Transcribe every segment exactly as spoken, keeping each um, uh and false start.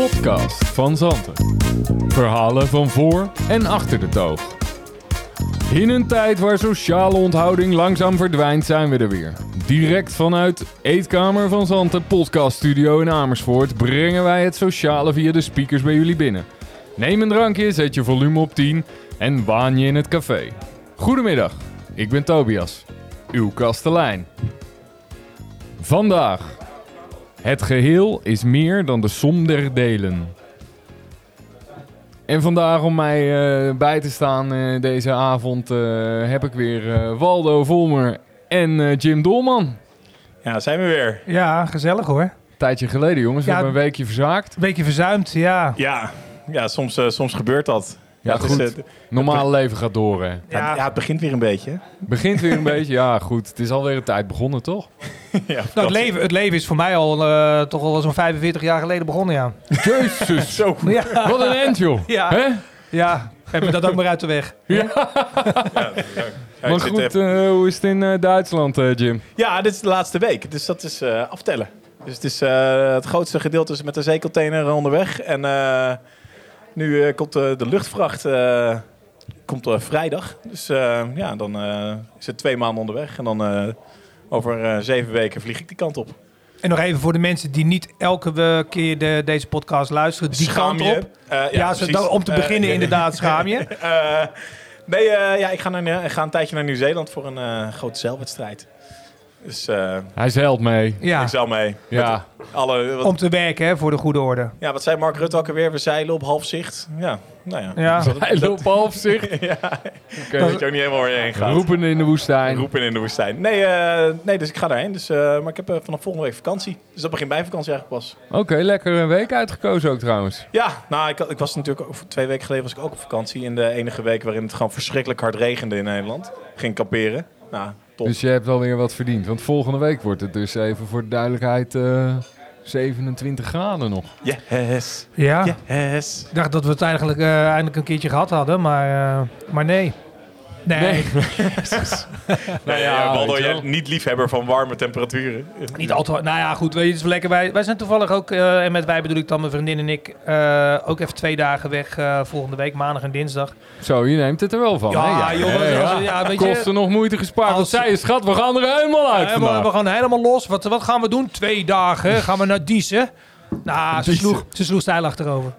podcast van Zanten. Verhalen van voor en achter de toog. In een tijd waar sociale onthouding langzaam verdwijnt, zijn we er weer. Direct vanuit Eetkamer van Zanten podcaststudio in Amersfoort brengen wij het sociale via de speakers bij jullie binnen. Neem een drankje, zet je volume op tien en waan je in het café. Goedemiddag, ik ben Tobias, uw kastelein. Vandaag. Het geheel is meer dan de som der delen. En vandaag om mij uh, bij te staan uh, deze avond uh, heb ik weer uh, Waldo Volmer en uh, Jim Dolman. Ja, zijn we weer. Ja, gezellig hoor. Een tijdje geleden jongens, we ja, hebben een weekje verzaakt. Een weekje verzuimd, ja. Ja, ja soms, uh, soms gebeurt dat. Ja, ja goed. is, uh, Normale leven gaat door, hè. Ja, Ja. ja, het begint weer een beetje. Begint weer een beetje, ja goed. Het is alweer een tijd begonnen, toch? ja, Nou, het, leven, het leven is voor mij al uh, toch al zo'n vijfenveertig jaar geleden begonnen, ja. Jezus, Zo. Ja, wat een end, joh. Ja. Hè? ja. Hebben we dat ook maar uit de weg. Ja. Ja, ja, Maar ik zit goed, even- uh, hoe is het in uh, Duitsland, uh, Jim? ja, dit is de laatste week, dus dat is uh, aftellen. Dus het, is, uh, het grootste gedeelte is met de zeecontainer onderweg. En uh, nu uh, komt uh, de luchtvracht uh, komt, uh, vrijdag. Dus uh, ja, dan uh, is het twee maanden onderweg. En dan uh, over uh, zeven weken vlieg ik die kant op. En nog even voor de mensen die niet elke keer de, deze podcast luisteren, die Schaam kant je? op. Uh, ja, Ja, zo, precies. dan, om te beginnen Uh, inderdaad schaam je. Uh, nee, uh, ja, ik ga, naar, ik ga een tijdje naar Nieuw-Zeeland voor een uh, grote zeilwedstrijd. Dus uh, Hij zeilt mee. Ja, ik zeil mee. Ja. Met alle, wat, om te werken hè, voor de goede orde. ja, wat zei Mark Rutte ook alweer? We zeilen op half zicht. Ja, nou ja. Ja. Dat- Hij loopt half zicht. ja, Oké. dat weet je ook niet helemaal waar je heen gaat. Roepen in de woestijn. Roepen in de woestijn. Nee, uh, nee, dus ik ga daarheen. Dus, uh, maar ik heb uh, vanaf volgende week vakantie. Dus dat begint mijn vakantie eigenlijk pas. Oké, okay, lekker een week uitgekozen ook trouwens. Ja, nou, ik, ik was natuurlijk ook, twee weken geleden was ik ook op vakantie. In de enige week waarin het gewoon verschrikkelijk hard regende in Nederland. Ging kamperen. Nou, top. Dus je hebt alweer wat verdiend. Want volgende week wordt het dus even voor de duidelijkheid uh, zevenentwintig graden nog. Yes. Ja, Yes. ik dacht dat we het eigenlijk, uh, eindelijk een keertje gehad hadden, maar, uh, maar nee. Nee. Nee. Nou ja, ja, Waldo, weet je jij wel. niet liefhebber van warme temperaturen. Niet altijd. Nou ja, goed. Weet je, het is wel lekker. Wij, wij zijn toevallig ook, uh, en met wij bedoel ik dan mijn vriendin en ik, uh, ook even twee dagen weg uh, volgende week, maandag en dinsdag. Zo, je neemt het er wel van. Ja, hè? joh, ja, als- ja, weet je- Kosten nog moeite gespaard. Als- Wat zei je, schat? We gaan er helemaal uit Uh, we, vandaag. we gaan helemaal los. Wat, wat gaan we doen? Twee dagen. Gaan we naar Diezen? Nou, ze Diezen. sloeg, ze sloeg stijl achterover.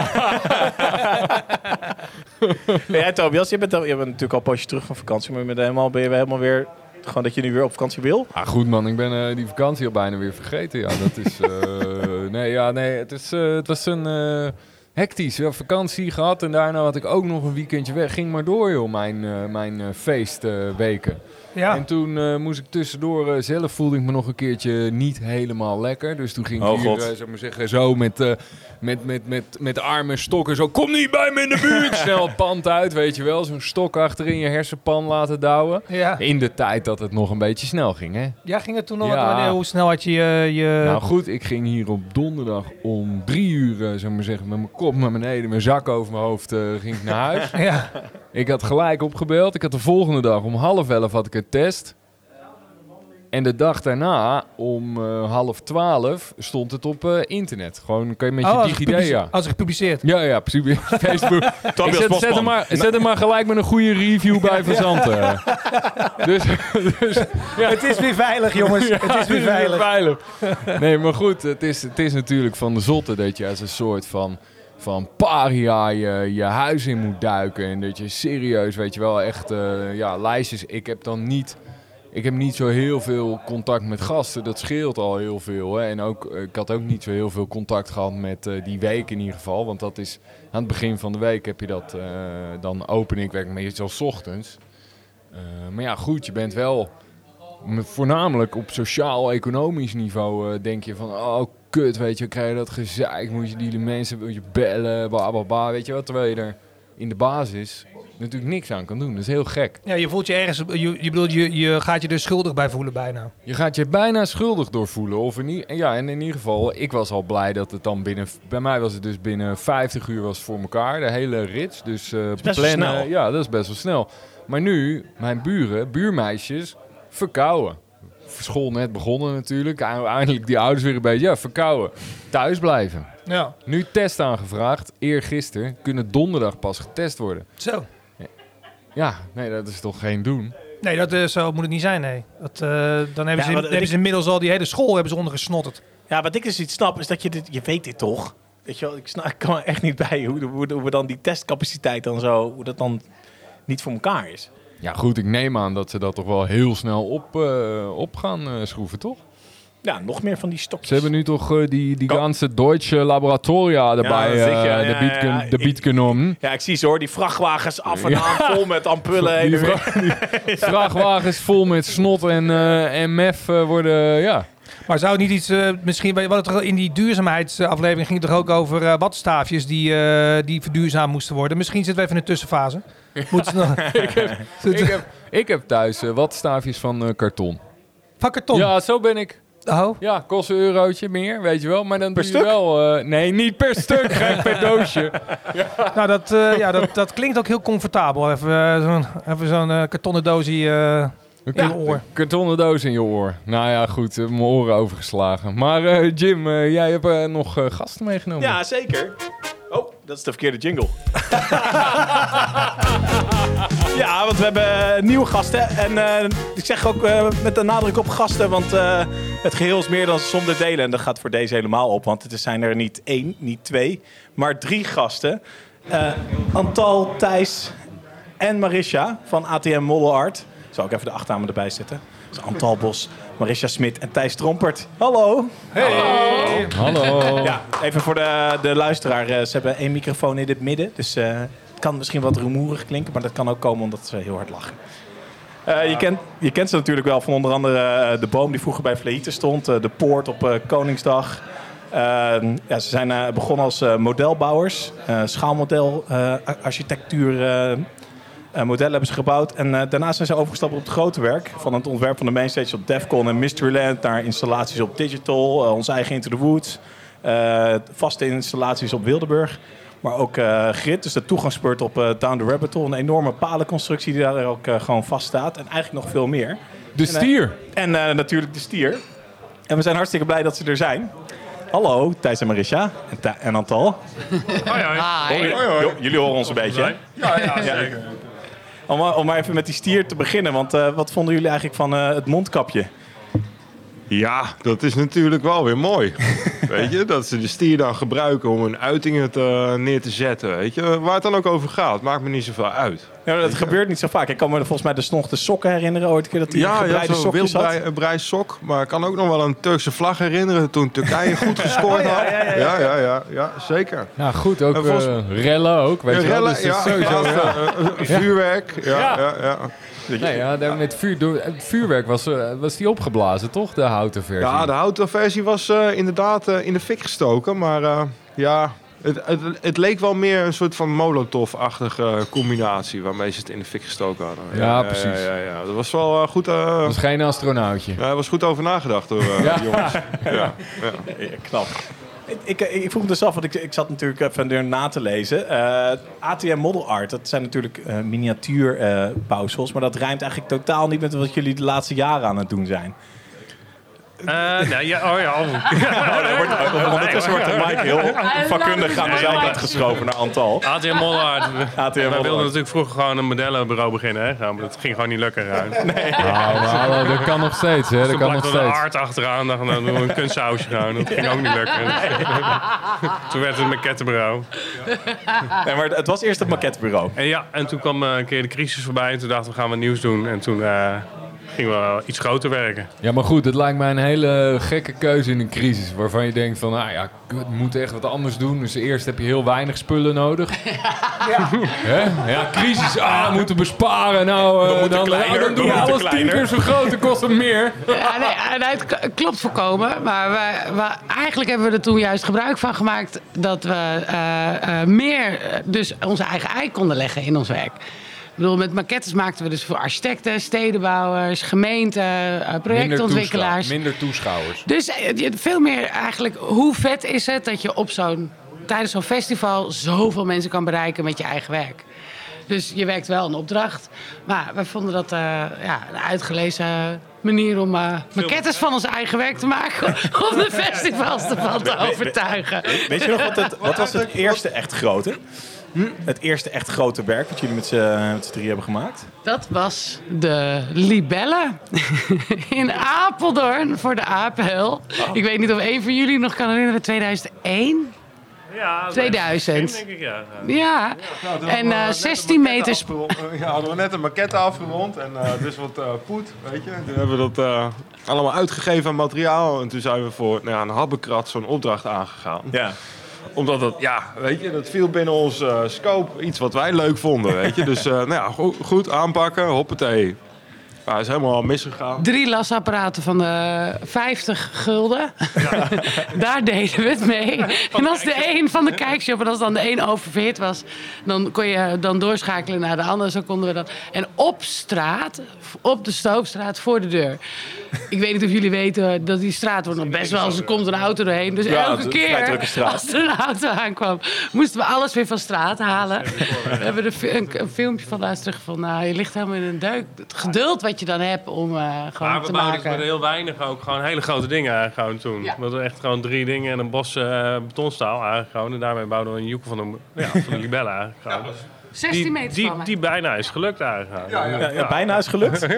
Ben jij, Tobias, je bent, al, je bent natuurlijk al een poosje terug van vakantie, maar je bent helemaal, ben je weer helemaal weer, gewoon dat je nu weer op vakantie wil? Ah, goed man, ik ben uh, die vakantie al bijna weer vergeten. Ja, dat is... Uh, nee, ja, nee, het, is, uh, het was een uh, hectisch. We hebben vakantie gehad en daarna had ik ook nog een weekendje weg. Ging maar door, joh, mijn, uh, mijn uh, feestweken. Ja. En toen uh, moest ik tussendoor, uh, zelf voelde ik me nog een keertje niet helemaal lekker. Dus toen ging ik Oh, hier, God. uh, zeg maar zeggen, zo met, uh, met, met, met, met armen stokken. Zo, kom niet bij me in de buurt! Snel het pand uit, weet je wel. Zo'n stok achter in je hersenpan laten douwen. Ja. In de tijd dat het nog een beetje snel ging, hè. Ja, ging het toen nog? Ja. Wanneer, hoe snel had je je... je... Nou goed, ik ging hier op donderdag om drie uur, uh, zeg maar zeggen, met mijn kop naar beneden, mijn zak over mijn hoofd, uh, ging ik naar huis. ja. Ik had gelijk opgebeld. Ik had de volgende dag om half elf had ik een test. En de dag daarna, om uh, half twaalf, stond het op uh, internet. Gewoon kan je met je Oh, als DigiD, gepublice- ja. Als gepubliceerd. Ja, ja, precies. Facebook. Ik Tobias zet, zet, Bosman. hem maar, zet hem maar gelijk met een goede review bij Verzanten. Dus, dus ja. Het is weer veilig, jongens. Ja, het is weer veilig. veilig. Nee, maar goed, het is, het is natuurlijk van de zotte dat je als een soort van, van paria je, je huis in moet duiken. En dat je serieus, weet je wel, echt uh, ja, lijstjes. Ik heb dan niet... Ik heb niet zo heel veel contact met gasten. Dat scheelt al heel veel. Hè. En ook, ik had ook niet zo heel veel contact gehad met uh, die week in ieder geval. Want dat is aan het begin van de week heb je dat. Uh, dan open ik werk meestal 's ochtends. Uh, maar ja, goed, je bent wel met, voornamelijk op sociaal-economisch niveau. Uh, denk je van, oh kut, weet je, krijg je dat gezeik. Moet je die mensen moet je bellen, bla bla bla. Weet je wat, terwijl je er in de basis natuurlijk niks aan kan doen. Dat is heel gek. Ja, je voelt je ergens... Je, je, bedoelt, je, je gaat je er schuldig bij voelen bijna. Je gaat je bijna schuldig doorvoelen. Of in, i- ja, en in ieder geval, ik was al blij dat het dan binnen... Bij mij was het dus binnen vijftig uur was voor elkaar. De hele rit. Dus uh, best wel snel. Ja, dat is best wel snel. Maar nu, mijn buren, buurmeisjes, verkouden. School net begonnen natuurlijk. Eindelijk die ouders weer een beetje, ja, verkouden. Thuis blijven. Ja. Nu test aangevraagd, eergisteren, kunnen donderdag pas getest worden. Zo. Ja, nee, dat is toch geen doen? Nee, dat, uh, zo moet het niet zijn, nee. Dat, uh, dan hebben, Ja, ze, maar, hebben ik, ze inmiddels al die hele school hebben ze ondergesnotterd. Ja, wat ik dus niet snap is dat je dit... Je weet dit toch? Weet je wel, ik, snap, ik kan er echt niet bij hoe, hoe, hoe we dan die testcapaciteit dan zo... Hoe dat dan niet voor elkaar is. Ja goed, ik neem aan dat ze dat toch wel heel snel op, uh, op gaan uh, schroeven, toch? Ja, nog meer van die stokjes. Ze hebben nu toch uh, die, die ganse Deutsche Laboratoria erbij ja, uh, ja, de ja, beat, ja, de beat genomen. Ja, ik zie ze hoor, die vrachtwagens af en aan vol met ampullen. Die, vra die ja. vrachtwagens vol met snot en, uh, en mef uh, worden, ja... Maar zou het niet iets, uh, misschien, we hadden toch in die duurzaamheidsaflevering ging het toch ook over uh, wattenstaafjes die, uh, die verduurzaamd moesten worden. Misschien zitten we even in een tussenfase. Moeten ze nog... ik, heb, ik, heb, ik heb thuis uh, wattenstaafjes van uh, karton. Van karton? Ja, zo ben ik. Oh. Ja, kost een eurotje meer, weet je wel. Maar dan per doe je stuk? wel... Uh, nee, niet per stuk, gek per doosje. Ja. Nou, dat, uh, ja, dat, dat klinkt ook heel comfortabel. Even uh, zo'n even zo'n uh, kartonnen doosje uh, in je oor. Kartonnen doos in je oor. Nou ja, goed, uh, mijn oren overgeslagen. Maar uh, Jim, uh, jij hebt uh, nog uh, gasten meegenomen. Ja, zeker. Oh, dat is de verkeerde jingle. Ja, want we hebben nieuwe gasten. En uh, ik zeg ook uh, met de nadruk op gasten, want uh, het geheel is meer dan zonder delen. En dat gaat voor deze helemaal op, want het zijn er niet één, niet twee, maar drie gasten. Uh, Antal, Thijs en Marisha van A T M Model Art. Zal ik even de achternamen erbij zetten. Dus Antal Bos, Marisha Smit en Thijs Trompert. Hallo. Hey. Hallo. Ja, even voor de, de luisteraar. Uh, ze hebben één microfoon in het midden. Dus uh, het kan misschien wat rumoerig klinken. Maar dat kan ook komen omdat ze heel hard lachen. Uh, je, kent, je kent ze natuurlijk wel van onder andere uh, de boom die vroeger bij Vleuten stond. Uh, de poort op uh, Koningsdag. Uh, ja, ze zijn uh, begonnen als uh, modelbouwers. Uh, schaalmodel, uh, architectuur... Uh, Uh, modellen hebben ze gebouwd. En uh, daarna zijn ze overgestapt op het grote werk. Van het ontwerp van de Mainstage op Defcon en Mysteryland... naar installaties op Digital, uh, ons eigen Into the Woods. Uh, vaste installaties op Wildeburg. Maar ook uh, Grid, dus de toegangspoort op uh, Down the Rabbit Hole. Een enorme palenconstructie die daar ook uh, gewoon vast staat. En eigenlijk nog veel meer. De stier. En, uh, en uh, natuurlijk de stier. En we zijn hartstikke blij dat ze er zijn. Hallo, Thijs en Marisha. En, Th- en Antal. Hoi, hoi. Hoi. Hoi, hoi. Jullie horen ons een beetje, hè? Ja, ja, zeker. Om, om maar even met die stier te beginnen, want uh, wat vonden jullie eigenlijk van uh, het mondkapje? Ja, dat is natuurlijk wel weer mooi. Weet je, dat ze de stier dan gebruiken om hun uitingen te, neer te zetten. Weet je, waar het dan ook over gaat, maakt me niet zoveel uit. Ja, dat gebeurt niet zo vaak. Ik kan me volgens mij de, nog de sokken herinneren. Ooit een keer dat hij ja, gebreide ja, zo'n sokjes had. wildbrei sok. Maar ik kan ook nog wel een Turkse vlag herinneren toen Turkije goed gescoord had. ja, ja, ja, ja. Ja, ja, ja, ja, zeker. Ja, goed. Ook En volgens- uh, rellen ook, weet Ja, je wel. rellen, Dus dat is ja, sowieso... ja, ja. uh, uh, vuurwerk. Ja, Ja. ja, ja. Nee, ja, daar met vuur, door, het vuurwerk was, uh, was die opgeblazen, toch? De houten versie. Ja, de houten versie was uh, inderdaad uh, in de fik gestoken. Maar uh, ja, het, het, het leek wel meer een soort van Molotov-achtige combinatie waarmee ze het in de fik gestoken hadden. Ja, precies. Ja, ja, ja. Dat was wel uh, goed. Uh, Dat was geen astronautje. ja, er was goed over nagedacht door uh, Ja. die jongens. Ja, ja. Ja, knap. Ik, ik, ik vroeg me dus af, want ik, ik zat natuurlijk even er na te lezen. Uh, A T M Model Art, dat zijn natuurlijk uh, miniatuurbouwsels. maar dat rijmt eigenlijk totaal niet met wat jullie de laatste jaren aan het doen zijn. Uh, nee, ja, oh ja. Oh. Oh, nee, wordt, ondertussen wordt de mic heel vakkundig aan de zijkant geschoven naar Antal. A T M Model Art. A T M We Model wilden Art. natuurlijk vroeger gewoon een modellenbureau beginnen. Hè? Maar dat ging gewoon niet lukken. Nee. Nou, maar, dat kan nog steeds, hè. Dat Toen kan plakte nog er een steeds. art achteraan. Dan doen we een kunstsausje gewoon. Dat ging ook niet lukken. Toen werd het een maquettebureau. Nee, maar het was eerst het maquettebureau. En ja, en toen kwam uh, een keer de crisis voorbij. En toen dachten we, gaan we nieuws doen. En toen uh, gingen we iets groter werken. Ja, maar goed, het lijkt mij een hele gekke keuze in een crisis. Waarvan je denkt van, nou ja, we moeten echt wat anders doen. Dus eerst heb je heel weinig spullen nodig. Ja, Hè? Ja crisis. Ah, we moeten besparen. Nou, uh, We moeten dan, kleiner, ah, dan we doen we moeten alles tien kleiner. keer zo groot. Dan kost het meer. Ja, nee, en het k- klopt volkomen. Maar wij, wij- eigenlijk hebben we er toen juist gebruik van gemaakt dat we uh, uh, meer uh, dus onze eigen ei konden leggen in ons werk. Ik bedoel, met maquettes maakten we dus voor architecten, stedenbouwers, gemeenten, uh, projectontwikkelaars. Minder toeschouwers. Dus uh, je- veel meer eigenlijk, hoe vet is het dat je op zo'n, tijdens zo'n festival zoveel mensen kan bereiken met je eigen werk. Dus je werkt wel een opdracht. Maar we vonden dat uh, ja, een uitgelezen manier om uh, maquettes van ons eigen werk te maken. Om de festivals ervan te overtuigen. Weet, weet je nog wat, het, wat was het eerste echt grote? Hm? Het eerste echt grote werk wat jullie met z'n drieën hebben gemaakt? Dat was de Libellen in Apeldoorn voor de Apenheul. Oh. Ik weet niet of een van jullie nog kan herinneren, tweeduizend één? Ja, tweeduizend. Denk ik, ja. Ja, ja. Nou, en uh, zestien meters. Ja, hadden we net een maquette afgerond en uh, dus wat uh, poet, weet je. Toen hebben we dat uh, allemaal uitgegeven aan materiaal en toen zijn we voor nou ja, een habbekrat zo'n opdracht aangegaan. Ja. Omdat dat, ja, weet je, dat viel binnen ons uh, scope. Iets wat wij leuk vonden, weet je. Dus, uh, nou ja, go- goed aanpakken, hoppatee. Nou, is helemaal misgegaan. Drie lasapparaten van de vijftig gulden. Ja. Daar deden we het mee. En als de een van de kijkshop en als dan de een oververhit was, dan kon je dan doorschakelen naar de ander. Zo konden we dat. En op straat, op de Stoofstraat, voor de deur. Ik weet niet of jullie weten dat die straat wordt nog best wel eens. Er komt een auto doorheen. Dus ja, elke keer als er een auto aankwam, moesten we alles weer van straat halen. We hebben er een, een filmpje van laatst teruggevonden. Nou, je ligt helemaal in een deuk. Het geduld wat je dan hebt om uh, gewoon maar te we maken. Maar we heel weinig ook gewoon hele grote dingen eigenlijk gewoon toen. Ja. We hadden echt gewoon drie dingen en een bos uh, betonstaal eigenlijk gewoon. En daarmee bouwden we een joekel van de, ja, van de libellen eigenlijk gewoon. Ja. zestien meter die, die, die bijna is gelukt eigenlijk. Ja, ja, ja, ja. Bijna is gelukt? Ja.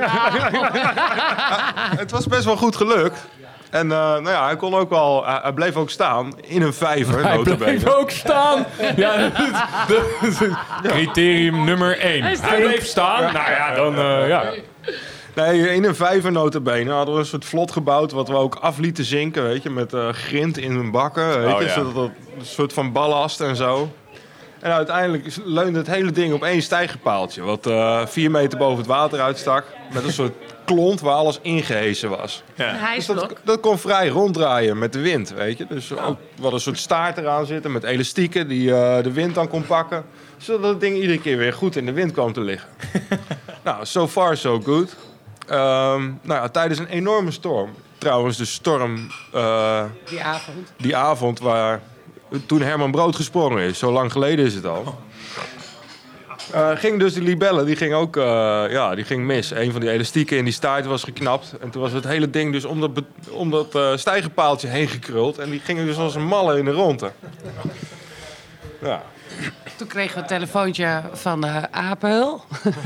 Ja, het was best wel goed gelukt. En uh, nou ja, hij kon ook wel, uh, hij bleef ook staan in een vijver. Hij bleef ook staan. Ja, dat is, dat is criterium nummer één. Hij, hij bleef staan. Ja. Nou ja, dan uh, ja. Nee, in een vijver notabene hadden we een soort vlot gebouwd wat we ook af lieten zinken, weet je, met uh, grind in hun bakken, weet je, oh, ja. Zodat dat een soort van ballast en zo. En uiteindelijk leunde het hele ding op één stijgerpaaltje, wat uh, vier meter boven het water uitstak, met een soort klont waar alles ingehesen was. Ja. Dus dat, dat kon vrij ronddraaien met de wind, weet je. Dus ook, we hadden een soort staart eraan zitten met elastieken die uh, de wind dan kon pakken, zodat het ding iedere keer weer goed in de wind kwam te liggen. Nou, so far so good. Um, nou ja, tijdens een enorme storm, trouwens de storm uh, die avond, die avond waar toen Herman Brood gesprongen is, zo lang geleden is het al. Uh, ging dus die libellen, die ging ook uh, ja, die ging mis. Een van die elastieken in die staart was geknapt. En toen was het hele ding dus om dat, be- om dat uh, stijgerpaaltje heen gekruld. En die gingen dus als een malle in de ronde. Ja. Toen kregen we een telefoontje van de Apenheul.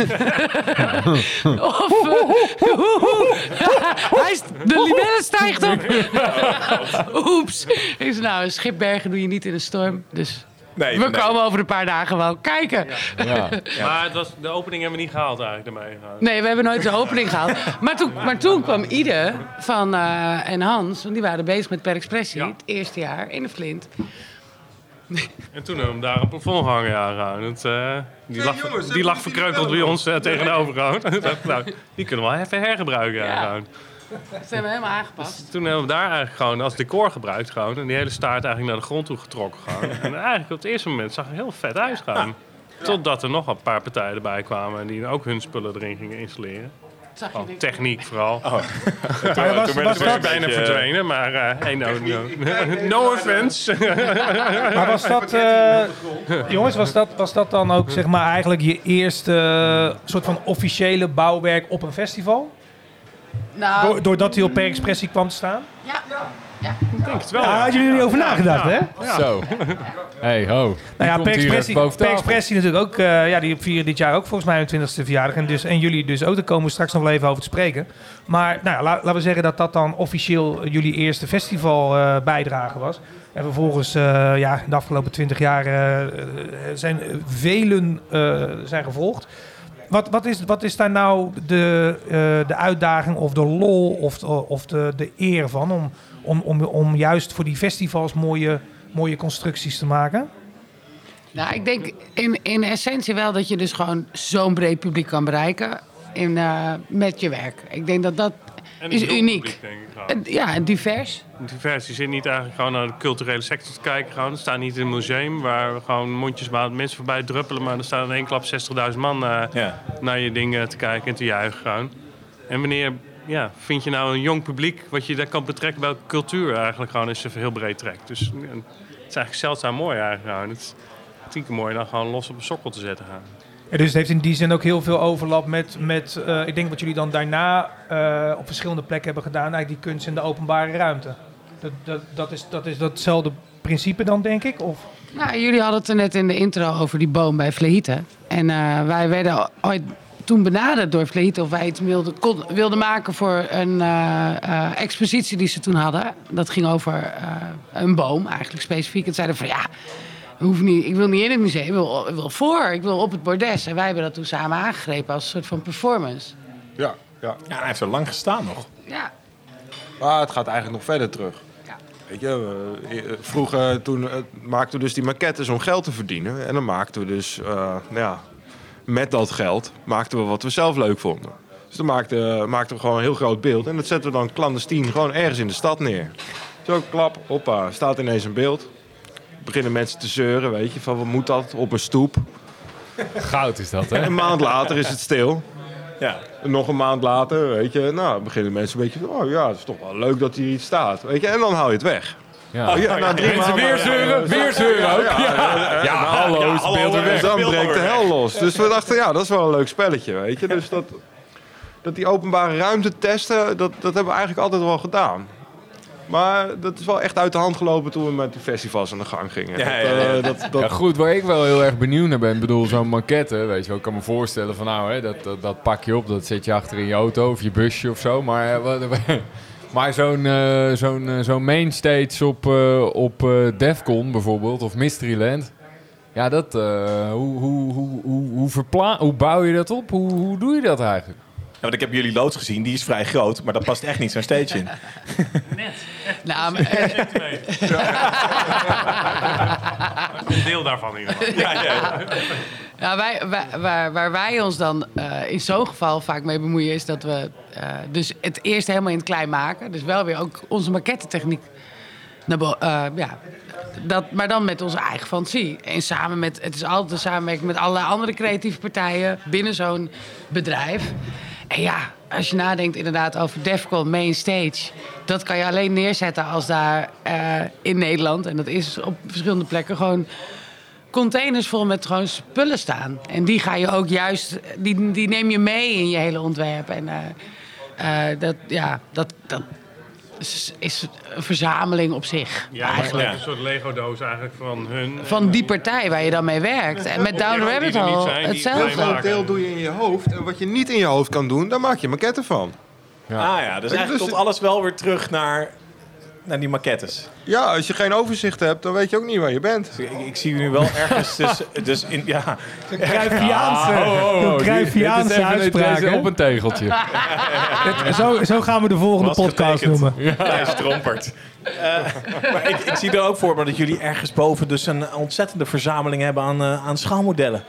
of, uh, hij is, de libelle stijgt op. Oeps. Ik zei, nou, een schip bergen doe je niet in een storm. Dus nee, we nee. komen over een paar dagen wel kijken. Ja. Ja. Ja. Maar het was, de opening hebben we niet gehaald eigenlijk daarmee. Nee, we hebben nooit de opening gehaald. Maar toen, maar toen kwam Ide van, uh, en Hans, want die waren bezig met Per Expressie. Ja. Het eerste jaar in de Flint. En toen hebben we hem daar op een plafond hangen. Ja, het, uh, die lag, jongens, die lag verkreukeld bij ons uh, tegenover. Nou, die kunnen we wel even hergebruiken. Ja. Ja, dat hebben we helemaal aangepast. Dus toen hebben we daar eigenlijk gewoon als decor gebruikt. Gewoon, en die hele staart eigenlijk naar de grond toe getrokken. Gewoon. En eigenlijk op het eerste moment zag het heel vet uit. Gewoon. Ja. Totdat er nog een paar partijen erbij kwamen. En die ook hun spullen erin gingen installeren. Oh, techniek vooral. Oh. Toen, ja, was, toen was was dat bijna verdwenen, maar uh, hey, no, no. no offense. Maar was dat, uh, jongens, was dat, was dat dan ook zeg maar eigenlijk je eerste uh, soort van officiële bouwwerk op een festival? Nou, Door, doordat hij op Per Expressie kwam te staan? Ja. Ja, ik denk het wel. Ja, ja. hadden jullie er niet over nagedacht, ja. hè? Ja. Zo. Hey, ho. Nou ja, Per Expressie, Per Expressie natuurlijk ook. Uh, ja, die vieren dit jaar ook volgens mij hun twintigste verjaardag. En, dus, en jullie dus ook. Daar komen we straks nog wel even over te spreken. Maar nou ja, la, laten we zeggen dat dat dan officieel jullie eerste festival uh, bijdrage was. En vervolgens, uh, ja, de afgelopen twintig jaar uh, zijn velen uh, zijn gevolgd. Wat, wat, is, wat is daar nou de, uh, de uitdaging of de lol of, of de, de eer van om, om, om, om juist voor die festivals mooie, mooie constructies te maken? Nou, ik denk in, in essentie wel dat je dus gewoon zo'n breed publiek kan bereiken in, uh, met je werk. Ik denk dat dat en is uniek. Publiek, denk ik, en, ja, en divers. Divers. Je zit niet eigenlijk gewoon naar de culturele sector te kijken. Gewoon. Er staat niet in een museum waar we gewoon mondjesmaat mensen voorbij druppelen. Maar er staan in één klap zestigduizend man uh, ja. naar je dingen te kijken en te juichen. Gewoon. En wanneer ja, vind je nou een jong publiek wat je daar kan betrekken bij cultuur eigenlijk gewoon is heel breed trekt. Dus het is eigenlijk zeldzaam mooi eigenlijk gewoon. Het is tien keer mooier dan gewoon los op een sokkel te zetten gaan. Ja, dus het heeft in die zin ook heel veel overlap met, met uh, ik denk wat jullie dan daarna uh, op verschillende plekken hebben gedaan, eigenlijk die kunst in de openbare ruimte. Dat, dat, dat, is, dat is datzelfde principe dan, denk ik? Of? Nou, jullie hadden het er net in de intro over die boom bij Vlehite. En uh, wij werden ooit toen benaderd door Vlehite of wij iets wilden, kon, wilden maken voor een uh, uh, expositie die ze toen hadden. Dat ging over uh, een boom, eigenlijk specifiek. En zeiden van ja, hoef niet, ik wil niet in het museum, ik wil, ik wil voor, ik wil op het bordes. En wij hebben dat toen samen aangegrepen als een soort van performance. Ja, ja. Ja, hij heeft zo lang gestaan nog. Ja. Maar het gaat eigenlijk nog verder terug. Ja. Weet je, uh, vroeger toen, uh, maakten we dus die maquettes om geld te verdienen. En dan maakten we dus, uh, nou ja, met dat geld maakten we wat we zelf leuk vonden. Dus dan maakten, maakten we gewoon een heel groot beeld. En dat zetten we dan clandestien gewoon ergens in de stad neer. Zo, klap, hoppa, staat ineens een beeld. Beginnen mensen te zeuren, weet je, van wat moet dat op een stoep? Goud is dat, hè? En een maand later is het stil. Ja. En nog een maand later, weet je, nou, beginnen mensen een beetje van, oh ja, het is toch wel leuk dat hier iets staat. Weet je, en dan haal je het weg. Ja. Oh, ja, na drie Mensen maanden, weer zeuren, weer zeuren ook. Ja, ja, ja, ja, Ja, hallo, is het beeld er weg. En dan breekt de hel los. Dus we dachten, ja, dat is wel een leuk spelletje, weet je. Dus dat, dat die openbare ruimte testen, dat, dat hebben we eigenlijk altijd wel gedaan. Maar dat is wel echt uit de hand gelopen toen we met die festivals aan de gang gingen. Ja, ja, Dat, ja. uh, dat, dat, Ja, goed, waar ik wel heel erg benieuwd naar ben, bedoel, zo'n maquette, weet je wel, ik kan me voorstellen van nou, hè, dat, dat, dat pak je op, dat zet je achter in je auto of je busje of zo, maar, uh, wat, maar zo'n, uh, zo'n, uh, zo'n mainstage op, uh, op uh, Defcon bijvoorbeeld, of Mysteryland, ja, dat, uh, hoe, hoe, hoe, hoe, hoe, verpla- hoe bouw je dat op? Hoe, hoe doe je dat eigenlijk? Ja, want ik heb jullie loods gezien, die is vrij groot, maar daar past echt niet zo'n stage in. Net. Nou, maar, uh, Een deel daarvan in ieder geval. Ja, ja, ja. nou, wij, wij, waar, waar wij ons dan uh, in zo'n geval vaak mee bemoeien, is dat we uh, dus het eerst helemaal in het klein maken. Dus wel weer ook onze maquettetechniek. naar bo- uh, ja, dat, maar dan met onze eigen fantasie. En samen met, het is altijd een samenwerking met allerlei andere creatieve partijen binnen zo'n bedrijf. En ja, als je nadenkt inderdaad over Defcon Main Stage, dat kan je alleen neerzetten als daar uh, in Nederland, en dat is op verschillende plekken, gewoon containers vol met gewoon spullen staan. En die ga je ook juist, die, die neem je mee in je hele ontwerp. En uh, uh, dat, ja, dat, dat is, is een verzameling op zich. Ja, eigenlijk. ja. Een soort Lego-doos eigenlijk van hun. Van die partij waar je dan mee werkt. En met Down the Rabbit die er niet Hole zijn, die hetzelfde. wij maken. een deel doe je in je hoofd. En wat je niet in je hoofd kan doen, daar maak je maquetten van. Ja. Ah ja, dus eigenlijk Dus- komt alles wel weer terug naar, naar die maquettes. Ja, als je geen overzicht hebt, dan weet je ook niet waar je bent. Dus ik, ik zie nu wel ergens dus, dus in, ja, Cruyffiaanse, Oh, oh, oh, een die- dit Cruyffiaanse is even een- uitspraak. deze hè? op een tegeltje. Zo, zo gaan we de volgende was podcast getekend. noemen. Thijs Trompert. Uh, maar ik, ik zie er ook voor me dat jullie ergens boven dus een ontzettende verzameling hebben aan, uh, aan schaalmodellen.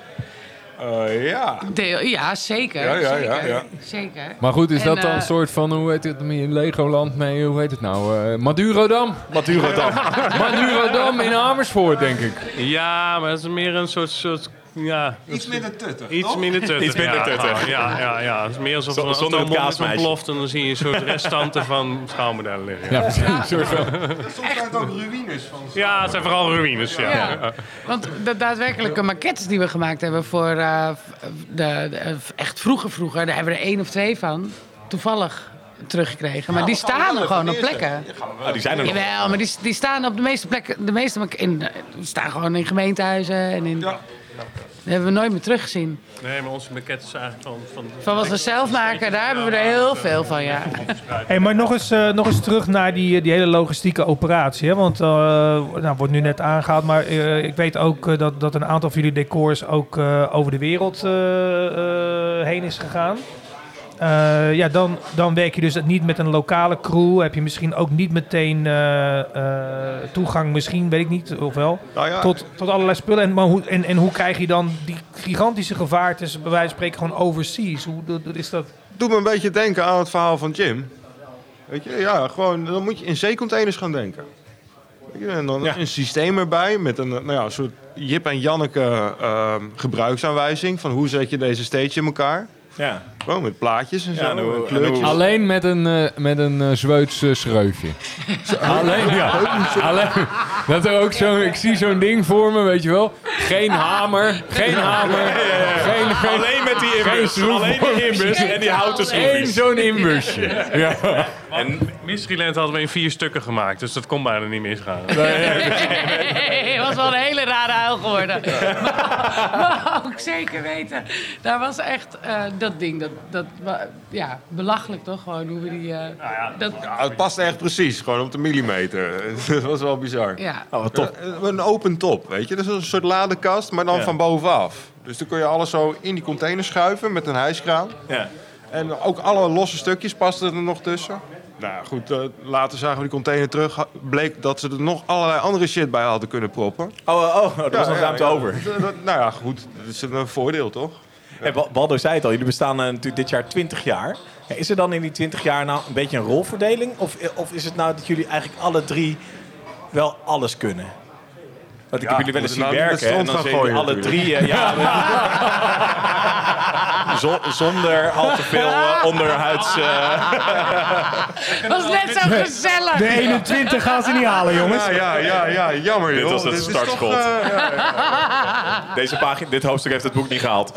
Uh, ja. Deel, ja, zeker. Ja, ja, zeker, ja, ja. zeker. Maar goed, is En, dat dan eh, een soort van, hoe heet het, in Legoland mee, hoe heet het nou? Uh, Madurodam? Madurodam. Madurodam in Amersfoort, denk ik. Ja, maar het is meer een soort... soort ja, Iets minder tuttig, Iets toch? minder tuttig. Iets minder ja, tuttig. Ja, ja, ja. Het is meer alsof Z- er een zonder het atoombom is kaasmeisje. ontploft en dan zie je een soort restanten van schaalmodellen liggen. Ja, precies. Een soort van- Soms zijn het ook ruïnes van. Ja, het zijn vooral ruïnes. Ja. Ja. Want de daadwerkelijke maquettes die we gemaakt hebben voor uh, de, de- echt vroeger vroeger, daar hebben we er één of twee van, toevallig teruggekregen. Maar die staan er gewoon op plekken. Oh, die zijn er nog. Jawel, maar die, die staan op de meeste plekken, de meeste mak- in, die staan gewoon in gemeentehuizen en in. Ja. Die hebben we nooit meer teruggezien. Nee, maar onze maquette is eigenlijk van... Van, Van wat we zelf maken, daar hebben we er heel veel van, ja. Hey, maar nog eens, uh, nog eens terug naar die, die hele logistieke operatie. Hè? Want uh, nou, wordt nu net aangehaald, maar uh, ik weet ook uh, dat, dat een aantal van jullie decors ook uh, over de wereld uh, uh, heen is gegaan. Uh, ja, dan, dan werk je dus niet met een lokale crew. Heb je misschien ook niet meteen uh, uh, toegang, misschien, weet ik niet, of wel, Nou ja, tot, tot allerlei spullen. En, maar hoe, en, en hoe krijg je dan die gigantische gevaartes, bij wijze van spreken, gewoon overseas? Hoe dat, dat is dat? doet me een beetje denken aan het verhaal van Jim. Weet je, ja, gewoon, dan moet je in zeecontainers gaan denken. Weet je, en dan Ja. een systeem erbij met een, nou ja, een soort Jip en Janneke uh, gebruiksaanwijzing van hoe zet je deze stage in elkaar. Ja. Gewoon met plaatjes en Ja, zo, en hoe- en kleurtjes. en hoe- Alleen met een, uh, met een uh, Zweeds uh, schreufje. Alleen, ja. Alleen, dat er ook zo, ik zie zo'n ding voor me, weet je wel. Geen hamer, geen hamer, geen alleen met die inbus. Alleen die inbus en die houten schroefjes. Eén zo'n inbusje. Ja. En Mysteryland hadden we in vier stukken gemaakt, dus dat kon bijna niet misgaan. Het was wel een hele rare huil geworden. maar, maar ook zeker weten. Daar was echt uh, dat ding. Dat, dat, ja, belachelijk toch? Gewoon hoe we die... Uh, nou ja, dat... ja, het past echt precies. Gewoon op de millimeter. Dat was wel bizar. Ja. Oh, wat top. Een open top, weet je. Dat is een soort ladekast, maar dan ja. van bovenaf. Dus dan kun je alles zo in die container schuiven met een hijskraan. Ja. En ook alle losse stukjes pasten er nog tussen. Nou goed, uh, later zagen we die container terug. Bleek dat ze er nog allerlei andere shit bij hadden kunnen proppen. Oh, oh, oh er was nog ja, ruimte ja, over. Ja, dat, nou ja, goed. Dat is een voordeel, toch? Ja. En Waldo zei het al, jullie bestaan uh, natuurlijk dit jaar twintig jaar. Ja, is er dan in die twintig jaar nou een beetje een rolverdeling? Of, of is het nou dat jullie eigenlijk alle drie wel alles kunnen? Want ik ja, heb jullie wel eens zien nou werken en dan zien jullie alle drie... Uh, ja, zonder al te veel uh, onderhuids... Uh... was net zo gezellig. De eenentwintig gaan ze niet halen, jongens. Ja, ja, ja, ja jammer, joh. Dit was het dit startschot. Toch, uh, ja, ja, ja. Deze pagina, dit hoofdstuk heeft het boek niet gehaald.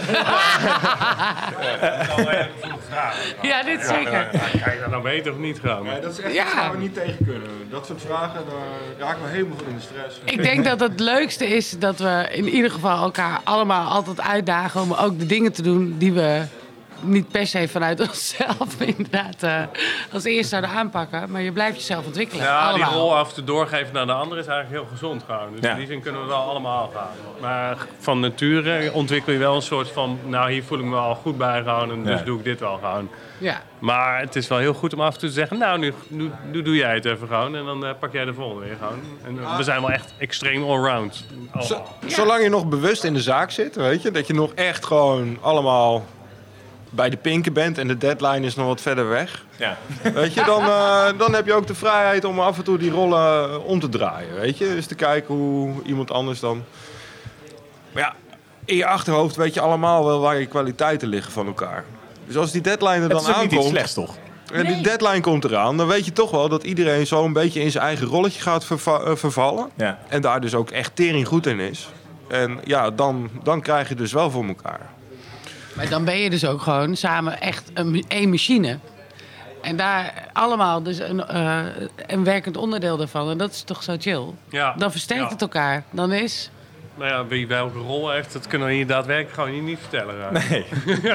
Ja, dit zeker. Ja, ja. Ga je dat nou weten of niet gaan? Ja, dat is echt ja. iets waar we niet tegen kunnen. Dat soort vragen, daar raken we helemaal in de stress. Ik denk dat het leukste is dat we in ieder geval elkaar allemaal altijd uitdagen om ook de dingen te doen die we niet per se vanuit onszelf inderdaad uh, als eerste zouden aanpakken. Maar je blijft jezelf ontwikkelen. Ja, allemaal. Die rol af en toe doorgeven naar de ander is eigenlijk heel gezond gewoon. Dus ja. in die zin kunnen we wel allemaal gaan. Maar van nature ontwikkel je wel een soort van, nou hier voel ik me wel goed bij gewoon en dus ja. doe ik dit wel gewoon. Ja. Maar het is wel heel goed om af en toe te zeggen, nou nu, nu, nu doe jij het even gewoon en dan uh, pak jij de volgende weer gewoon. En uh, we zijn wel echt extreem allround. Zo, ja. Zolang je nog bewust in de zaak zit, weet je, dat je nog echt gewoon allemaal bij de pinken bent en de deadline is nog wat verder weg. Ja. Weet je, dan, uh, dan heb je ook de vrijheid om af en toe die rollen om te draaien. Weet je, dus te kijken hoe iemand anders dan. Maar ja, in je achterhoofd weet je allemaal wel waar je kwaliteiten liggen van elkaar. Dus als die deadline er dan aankomt. Het is niet iets slechts, toch? En nee. die deadline komt eraan, dan weet je toch wel dat iedereen zo een beetje in zijn eigen rolletje gaat verva- uh, vervallen. Ja. En daar dus ook echt tering goed in is. En ja, dan, dan krijg je dus wel voor elkaar. Maar dan ben je dus ook gewoon samen echt een, een machine. En daar allemaal dus een, uh, een werkend onderdeel daarvan. En dat is toch zo chill? Ja. Dan versterkt ja. het elkaar. Dan is... Nou ja, wie welke rol heeft, dat kunnen we hier daadwerkelijk gewoon hier niet vertellen. Raak. Nee.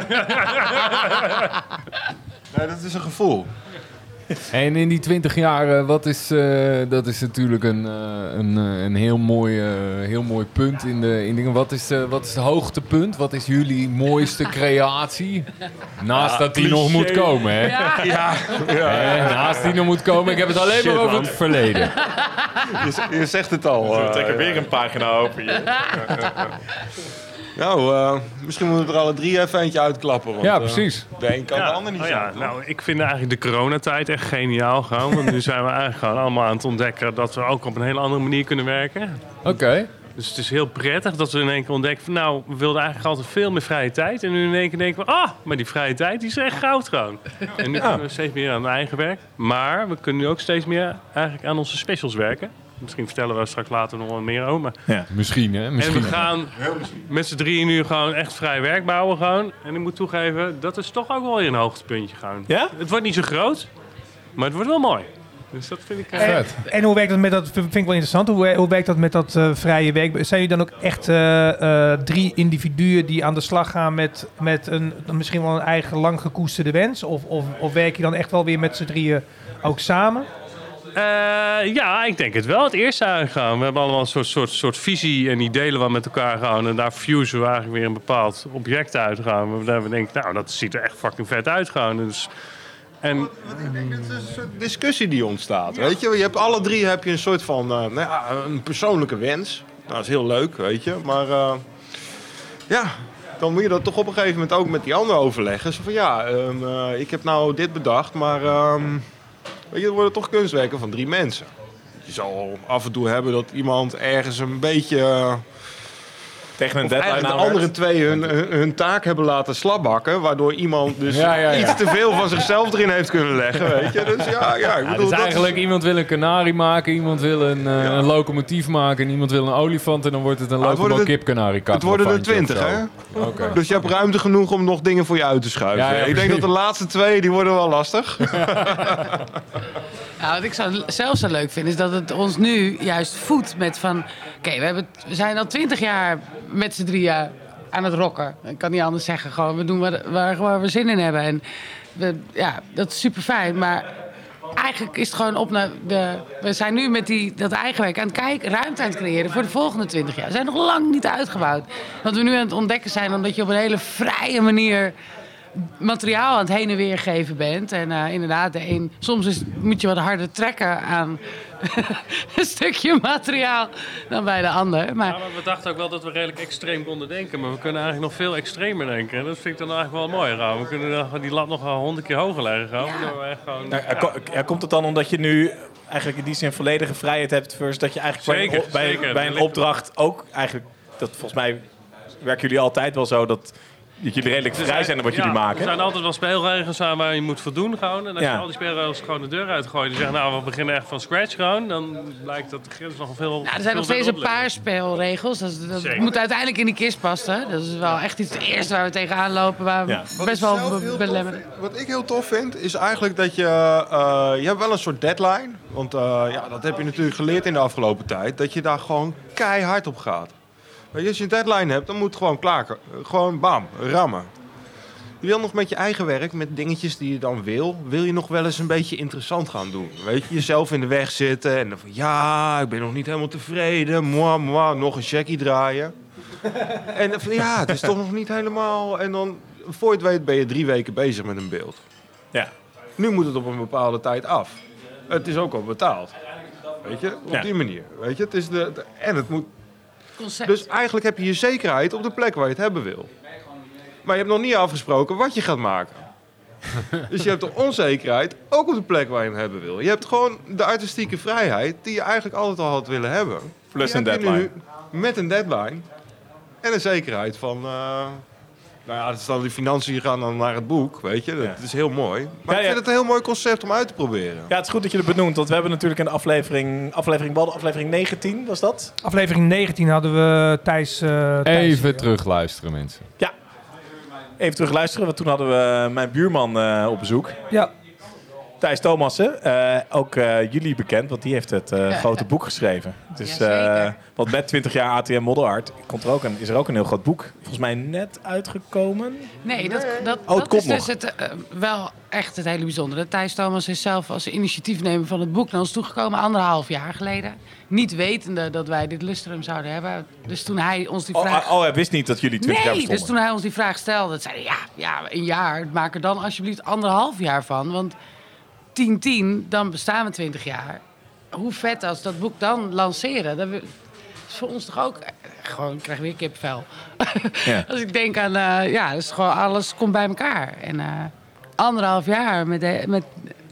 Nee, dat is een gevoel. En in die twintig jaar, wat is, uh, dat is natuurlijk een, uh, een, uh, een heel, mooi, uh, heel mooi punt in de in dingen. Wat is, uh, wat is het hoogtepunt? Wat is jullie mooiste creatie? Naast ja, dat die nog moet komen, hè? Ja. Ja. Ja. En naast die nog moet komen. Ik heb het alleen Shit, maar over man. het verleden. Je, je zegt het al. We uh, trekken weer een pagina open hier. Nou, uh, misschien moeten we er alle drie even eentje uitklappen. Want, ja, precies. Uh, de een kan ja, de ander niet oh zijn. Ja, nou, ik vind eigenlijk de coronatijd echt geniaal gaan. Want nu zijn we eigenlijk gewoon allemaal aan het ontdekken dat we ook op een hele andere manier kunnen werken. Oké. Okay. Dus het is heel prettig dat we in één keer ontdekken van nou, we wilden eigenlijk altijd veel meer vrije tijd. En nu in één keer denken we, ah, maar die vrije tijd die is echt goud gewoon. En nu ja. kunnen we steeds meer aan eigen werk. Maar we kunnen nu ook steeds meer eigenlijk aan onze specials werken. Misschien vertellen we straks later nog wat meer over. Maar... Ja, misschien hè. Misschien. En we gaan met z'n drieën nu gewoon echt vrij werk bouwen gewoon. En ik moet toegeven, dat is toch ook wel weer een hoogtepuntje gewoon. Ja? Het wordt niet zo groot, maar het wordt wel mooi. Dus dat vind ik... Uh... En, en hoe werkt dat met dat, vind ik wel interessant, hoe, hoe werkt dat met dat uh, vrije werk? Zijn jullie dan ook echt uh, uh, drie individuen die aan de slag gaan met, met een, misschien wel een eigen lang gekoesterde wens? Of, of, of werk je dan echt wel weer met z'n drieën ook samen? Uh, ja, ik denk het wel. Het eerste aangaan. We hebben allemaal een soort, soort, soort visie en die delen we met elkaar gaan. En daar fusen we eigenlijk weer een bepaald object uit gaan. We denken, nou, dat ziet er echt fucking vet uit gaan. Dus, en... Wat ik denk, het is een soort discussie die ontstaat. Ja. Weet je? Je hebt alle drie heb je een soort van, uh, nou ja, een persoonlijke wens. Nou, dat is heel leuk, weet je. Maar uh, ja, dan moet je dat toch op een gegeven moment ook met die ander overleggen. Zo van, ja, um, uh, ik heb nou dit bedacht, maar... Um, weet je, er worden toch kunstwerken van drie mensen. Je zal af en toe hebben dat iemand ergens een beetje... Uh, Tegen een of deadline eigenlijk de andere twee hun, hun, hun taak hebben laten slabbakken. Waardoor iemand dus Ja, ja, ja. iets te veel van zichzelf erin heeft kunnen leggen. Weet je? Dus ja, ja, ik Ja, bedoel, dus dat eigenlijk is, iemand wil een kanarie maken, iemand wil een, uh, een locomotief maken en iemand wil een olifant en dan wordt het een Ah, het worden locomo er- kip kanarie. het worden er twintig, hè? Oké. Dus je hebt ruimte genoeg om nog dingen voor je uit te schuiven. Ja, ja, ik denk precies. dat de laatste twee, die worden wel lastig. Nou, wat ik zo, zelf zo leuk vind, is dat het ons nu juist voedt met van... Oké, okay, we, hebben het- we zijn al twintig jaar met z'n drieën aan het rocken. Ik kan niet anders zeggen. Gewoon, we doen waar, waar, waar we zin in hebben. En we, ja, dat is super fijn. Maar eigenlijk is het gewoon op naar de... We zijn nu met die, dat eigen werk aan het kijken, ruimte aan het creëren voor de volgende twintig jaar. We zijn nog lang niet uitgebouwd. Wat we nu aan het ontdekken zijn, omdat je op een hele vrije manier materiaal aan het heen en weer geven bent. En uh, inderdaad, de een, soms is, moet je wat harder trekken aan een stukje materiaal dan bij de ander. Maar Ja, maar we dachten ook wel dat we redelijk extreem konden denken. Maar we kunnen eigenlijk nog veel extremer denken. En dat vind ik dan eigenlijk wel mooi. Gewoon. We kunnen dan die lat nog wel honderd keer hoger leggen. Gewoon. Ja. Door echt gewoon, Nou, ja. ko- ja, komt het dan omdat je nu eigenlijk in die zin volledige vrijheid hebt... versus dat je eigenlijk bij, Zeker, een, op- bij, zeker. bij een Dat opdracht ook eigenlijk... Dat volgens mij werken jullie altijd wel zo dat, dat jullie redelijk Er vrij zijn in wat ja, jullie maken. Er zijn altijd wel spelregels aan waar je moet voldoen. Gewoon. En als Ja. je al die spelregels gewoon de deur uitgooit en zegt, nou, we beginnen echt van scratch gewoon, dan blijkt dat de grens nog veel. nou, er zijn nog steeds een paar speelregels. Dat, is- dat Zeker. moet uiteindelijk in die kist passen. Dat is wel echt iets het eerste waar we tegenaan lopen. Waar we Ja. best wel be- belemmeren. Wat ik heel tof vind, is eigenlijk dat je... uh, je hebt wel een soort deadline. Want uh, ja, dat heb je natuurlijk geleerd in de afgelopen tijd. Dat je daar gewoon keihard op gaat. Weet je, als je een deadline hebt, dan moet het gewoon klaar. Gewoon bam, rammen. Je wil nog met je eigen werk, met dingetjes die je dan wil... wil je nog wel eens een beetje interessant gaan doen. Weet je, jezelf in de weg zitten en dan van... ja, ik ben nog niet helemaal tevreden. Moi, moi, nog een checkie draaien. En dan van, ja, het is toch nog niet helemaal... En dan, voor je het weet, ben je drie weken bezig met een beeld. Ja. Nu moet het op een bepaalde tijd af. Het is ook al betaald. Weet je, op Ja. die manier. Weet je, het is de, de- en het moet... Concept. Dus eigenlijk heb je je zekerheid op de plek waar je het hebben wil. Maar je hebt nog niet afgesproken wat je gaat maken. Dus je hebt de onzekerheid ook op de plek waar je hem hebben wil. Je hebt gewoon de artistieke vrijheid die je eigenlijk altijd al had willen hebben. Plus Die een heb je deadline. nu met een deadline. En een zekerheid van... Uh, nou ja, het is dan die financiën gaan dan naar het boek, weet je. Dat Ja. is heel mooi. Maar Ja, ik ja. vind het een heel mooi concept om uit te proberen. Ja, het is goed dat je het benoemt, want we hebben natuurlijk een aflevering, aflevering, wat, aflevering negentien, was dat? Aflevering negentien hadden we Thijs... eh, Thijs Even terug luisteren, mensen. Ja. Even terug luisteren, want toen hadden we mijn buurman uh, op bezoek. Ja, Thijs Thomassen, uh, ook uh, jullie bekend, want die heeft het uh, grote boek geschreven. Dus, Jazeker. uh, want met twintig jaar A T M Model Art komt er ook een, is er ook een heel groot boek. Volgens mij net uitgekomen. Nee, dat, dat, Oh, het dat komt is dus nog. het, uh, wel echt het hele bijzondere. Thijs Thomas is zelf als initiatiefnemer van het boek naar ons toegekomen anderhalf jaar geleden. Niet wetende dat wij dit lustrum zouden hebben. Dus toen hij ons die Oh, vraag... oh, oh, hij wist niet dat jullie twintig jaar Nee, bestonden. dus toen hij ons die vraag stelde, zeiden we, ja, ja, een jaar. Maak er dan alsjeblieft anderhalf jaar van. Want tien tien, dan bestaan we twintig jaar. Hoe vet als dat boek dan lanceren. Dat we- is voor ons toch ook... eh, Gewoon, ik krijg weer kipvel. Ja. Als ik denk aan... eh, ja, dus gewoon alles komt bij elkaar. En eh, anderhalf jaar met, de, met,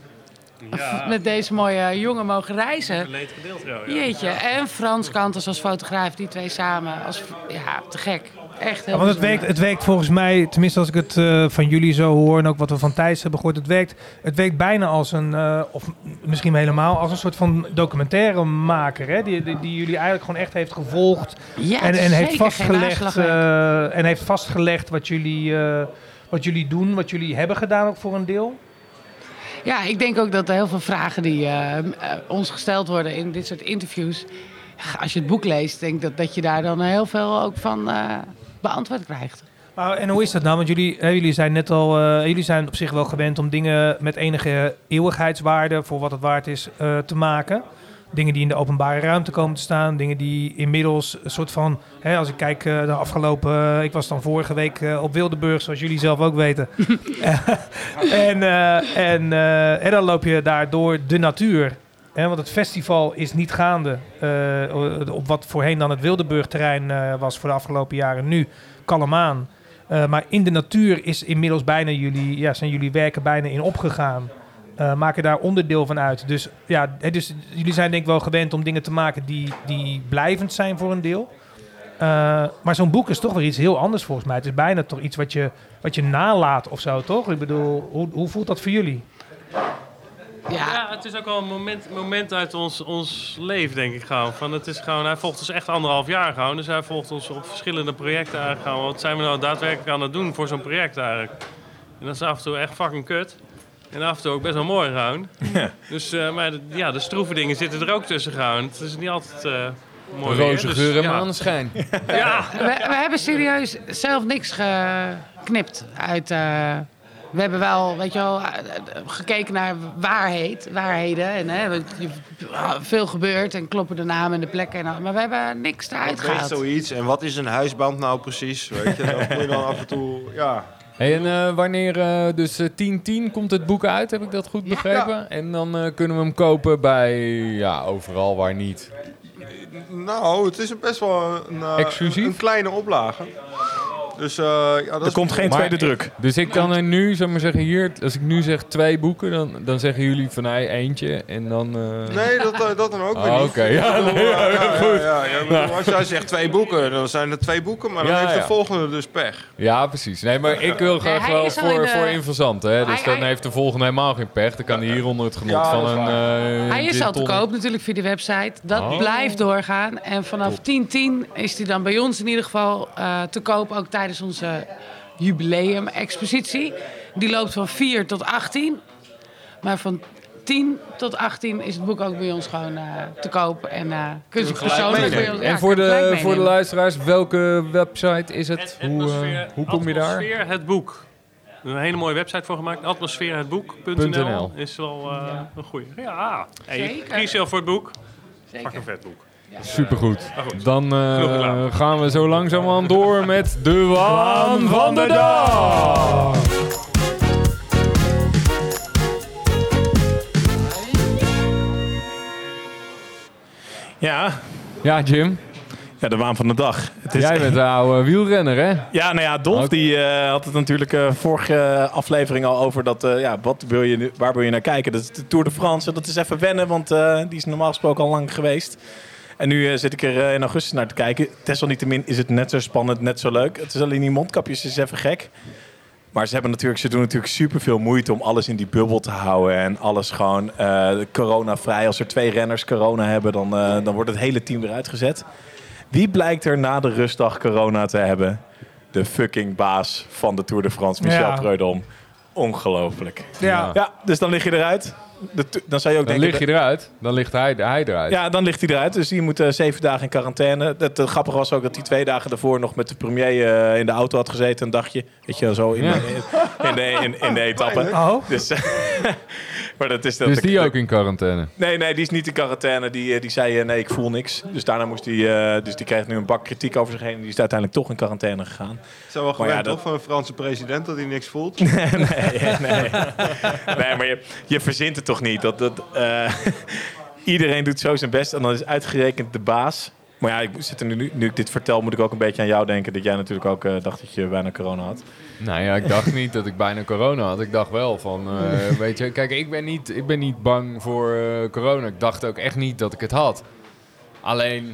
Ja. met deze mooie jongen mogen reizen. Verleed gedeelte, ja. ja. Jeetje. En Frans Kanters als fotograaf. Die twee samen. Als, ja, te gek. Echt heel Ja, want het bijzonder. werkt, het werkt volgens mij, tenminste als ik het uh, van jullie zo hoor en ook wat we van Thijs hebben gehoord, het werkt, het werkt bijna als een, uh, of misschien helemaal als een soort van documentairemaker, hè? Die, die, die jullie eigenlijk gewoon echt heeft gevolgd Ja, en, en, zeker, heeft geen vastgelegd, naslagwerk. uh, en heeft vastgelegd wat jullie, uh, wat jullie doen, wat jullie hebben gedaan ook voor een deel. Ja, ik denk ook dat er heel veel vragen die uh, uh, ons gesteld worden in dit soort interviews. Als je het boek leest, denk ik dat, dat je daar dan heel veel ook van uh, beantwoord krijgt. Maar, en hoe is dat nou? Want jullie, hè, jullie zijn net al, uh, jullie zijn op zich wel gewend om dingen met enige eeuwigheidswaarde, voor wat het waard is, uh, te maken. Dingen die in de openbare ruimte komen te staan. Dingen die inmiddels een soort van... Hè, als ik kijk uh, de afgelopen... Uh, ik was dan vorige week uh, op Wildeburg, zoals jullie zelf ook weten. en, uh, en, uh, en dan loop je daar door de natuur. Hè, want het festival is niet gaande. Uh, op wat voorheen dan het Wildeburg-terrein uh, was voor de afgelopen jaren. Nu Kallemaan. Uh, maar in de natuur is inmiddels bijna jullie... Ja, zijn jullie werken bijna in opgegaan. Uh, maken daar onderdeel van uit. Dus, ja, dus jullie zijn denk ik wel gewend om dingen te maken die, die blijvend zijn voor een deel. Uh, maar zo'n boek is toch weer iets heel anders volgens mij. Het is bijna toch iets wat je, wat je nalaat of zo, toch? Ik bedoel, hoe, hoe voelt dat voor jullie? Ja, ja het is ook wel een moment, moment uit ons, ons leven, denk ik gewoon. Van, het is gewoon. Hij volgt ons echt anderhalf jaar gewoon. Dus hij volgt ons op verschillende projecten eigenlijk gewoon. Wat zijn we nou daadwerkelijk aan het doen voor zo'n project eigenlijk? En dat is af en toe echt fucking kut. En af en toe ook best wel mooi gewoon. Ja. Dus, uh, maar de, ja, de stroeve dingen zitten er ook tussen gewoon. Het is niet altijd... Uh, mooi roze weer, geur dus, en ja. maneschijn. Ja. We, we hebben serieus zelf niks geknipt uit... Uh, we hebben wel, weet je wel, gekeken naar waarheid, waarheden. En hè, veel gebeurt en kloppen de namen en de plekken. En, maar we hebben niks eruit gehaald. Wat is zoiets en wat is een huisband nou precies? Weet je, dat moet je dan af en toe... Ja. Hey, en uh, wanneer, uh, dus uh, tien tien komt het boek uit, heb ik dat goed begrepen? Ja. En dan uh, kunnen we hem kopen bij, ja, overal waar niet. Nou, het is best wel een, uh, exclusief? Een, een kleine oplage. Dus, uh, ja, dat er komt geen tweede maar, druk. Dus ik kan er nu, zou maar zeggen, hier, als ik nu zeg twee boeken, dan, dan zeggen jullie van mij eentje en dan... Uh... Nee, dat, uh, dat dan ook weer oh, niet. Oké, okay. ja, nee, ja, ja, ja, goed. Ja, ja, ja. Bedoel, als jij zegt twee boeken, dan zijn er twee boeken, maar dan ja, heeft de ja. volgende dus pech. Ja, precies. Nee, maar ik wil graag nee, wel voor, de... voor infazant, hè. Dus hij, dan hij... heeft de volgende helemaal geen pech. Dan kan hij hier onder het genot ja, van een... Uh, hij is al te koop natuurlijk via de website. Dat oh. blijft doorgaan. En vanaf tien tien is hij dan bij ons in ieder geval uh, te koop, ook tijdens onze... jubileum-expositie. Die loopt van vier tot achttien. Maar van tien tot achttien is het boek ook bij ons gewoon uh, te koop. En uh, kun je persoonlijk bij ons... En ja, voor, de, voor de luisteraars, welke website is het? het hoe, uh, hoe kom je daar? Atmosfeer het boek. Een hele mooie website voor gemaakt. atmosfeer het boek punt n l is wel uh, ja. een goeie. Ja, hey, pre-sale voor het boek. Pak een vet boek. Ja. Supergoed. Dan uh, gaan we zo langzaamaan door met de waan van de dag. Ja. Ja, Jim. Ja, de waan van de dag. Het is Jij bent de oude wielrenner, hè? Ja, nou ja, Dolf okay. die uh, had het natuurlijk uh, vorige aflevering al over dat, uh, ja, wat wil je nu, waar wil je naar kijken? Dat is de Tour de France. Dat is even wennen, want uh, die is normaal gesproken al lang geweest. En nu uh, zit ik er uh, in augustus naar te kijken. Desalniettemin is het net zo spannend, net zo leuk. Het is alleen die mondkapjes, is even gek. Maar ze, hebben natuurlijk, ze doen natuurlijk superveel moeite om alles in die bubbel te houden. En alles gewoon uh, corona-vrij. Als er twee renners corona hebben, dan, uh, dan wordt het hele team eruit gezet. Wie blijkt er na de rustdag corona te hebben? De fucking baas van de Tour de France, Michel ja. Preud'homme. Ongelooflijk. Ja. ja, dus dan lig je eruit. De to- dan zou je ook dan denken... lig je eruit. Dan ligt hij, hij eruit. Ja, dan ligt hij eruit. Dus die moet uh, zeven dagen in quarantaine. Het uh, grappige was ook dat hij twee dagen daarvoor nog met de premier uh, in de auto had gezeten. Een dagje. Weet je, zo in, ja. de, in, de, in, in de etappe. Oh. Dus, uh, maar dat is dat dus die de, ook in quarantaine? Nee, nee, die is niet in quarantaine. Die, die zei, uh, nee, ik voel niks. Dus daarna moest hij... Uh, dus die kreeg nu een bak kritiek over zich heen. Die is uiteindelijk toch in quarantaine gegaan. Het is wel gewend ja, dat... toch van een Franse president dat hij niks voelt? nee, nee, nee. Nee, maar je, je verzint het toch niet. Dat, dat, uh, iedereen doet zo zijn best en dan is uitgerekend de baas. Maar ja, ik zit er nu, nu ik dit vertel, moet ik ook een beetje aan jou denken. Dat jij natuurlijk ook uh, dacht dat je bijna corona had. Nou ja, ik dacht niet dat ik bijna corona had. Ik dacht wel van, uh, weet je, kijk, ik ben niet, ik ben niet bang voor uh, corona. Ik dacht ook echt niet dat ik het had. Alleen,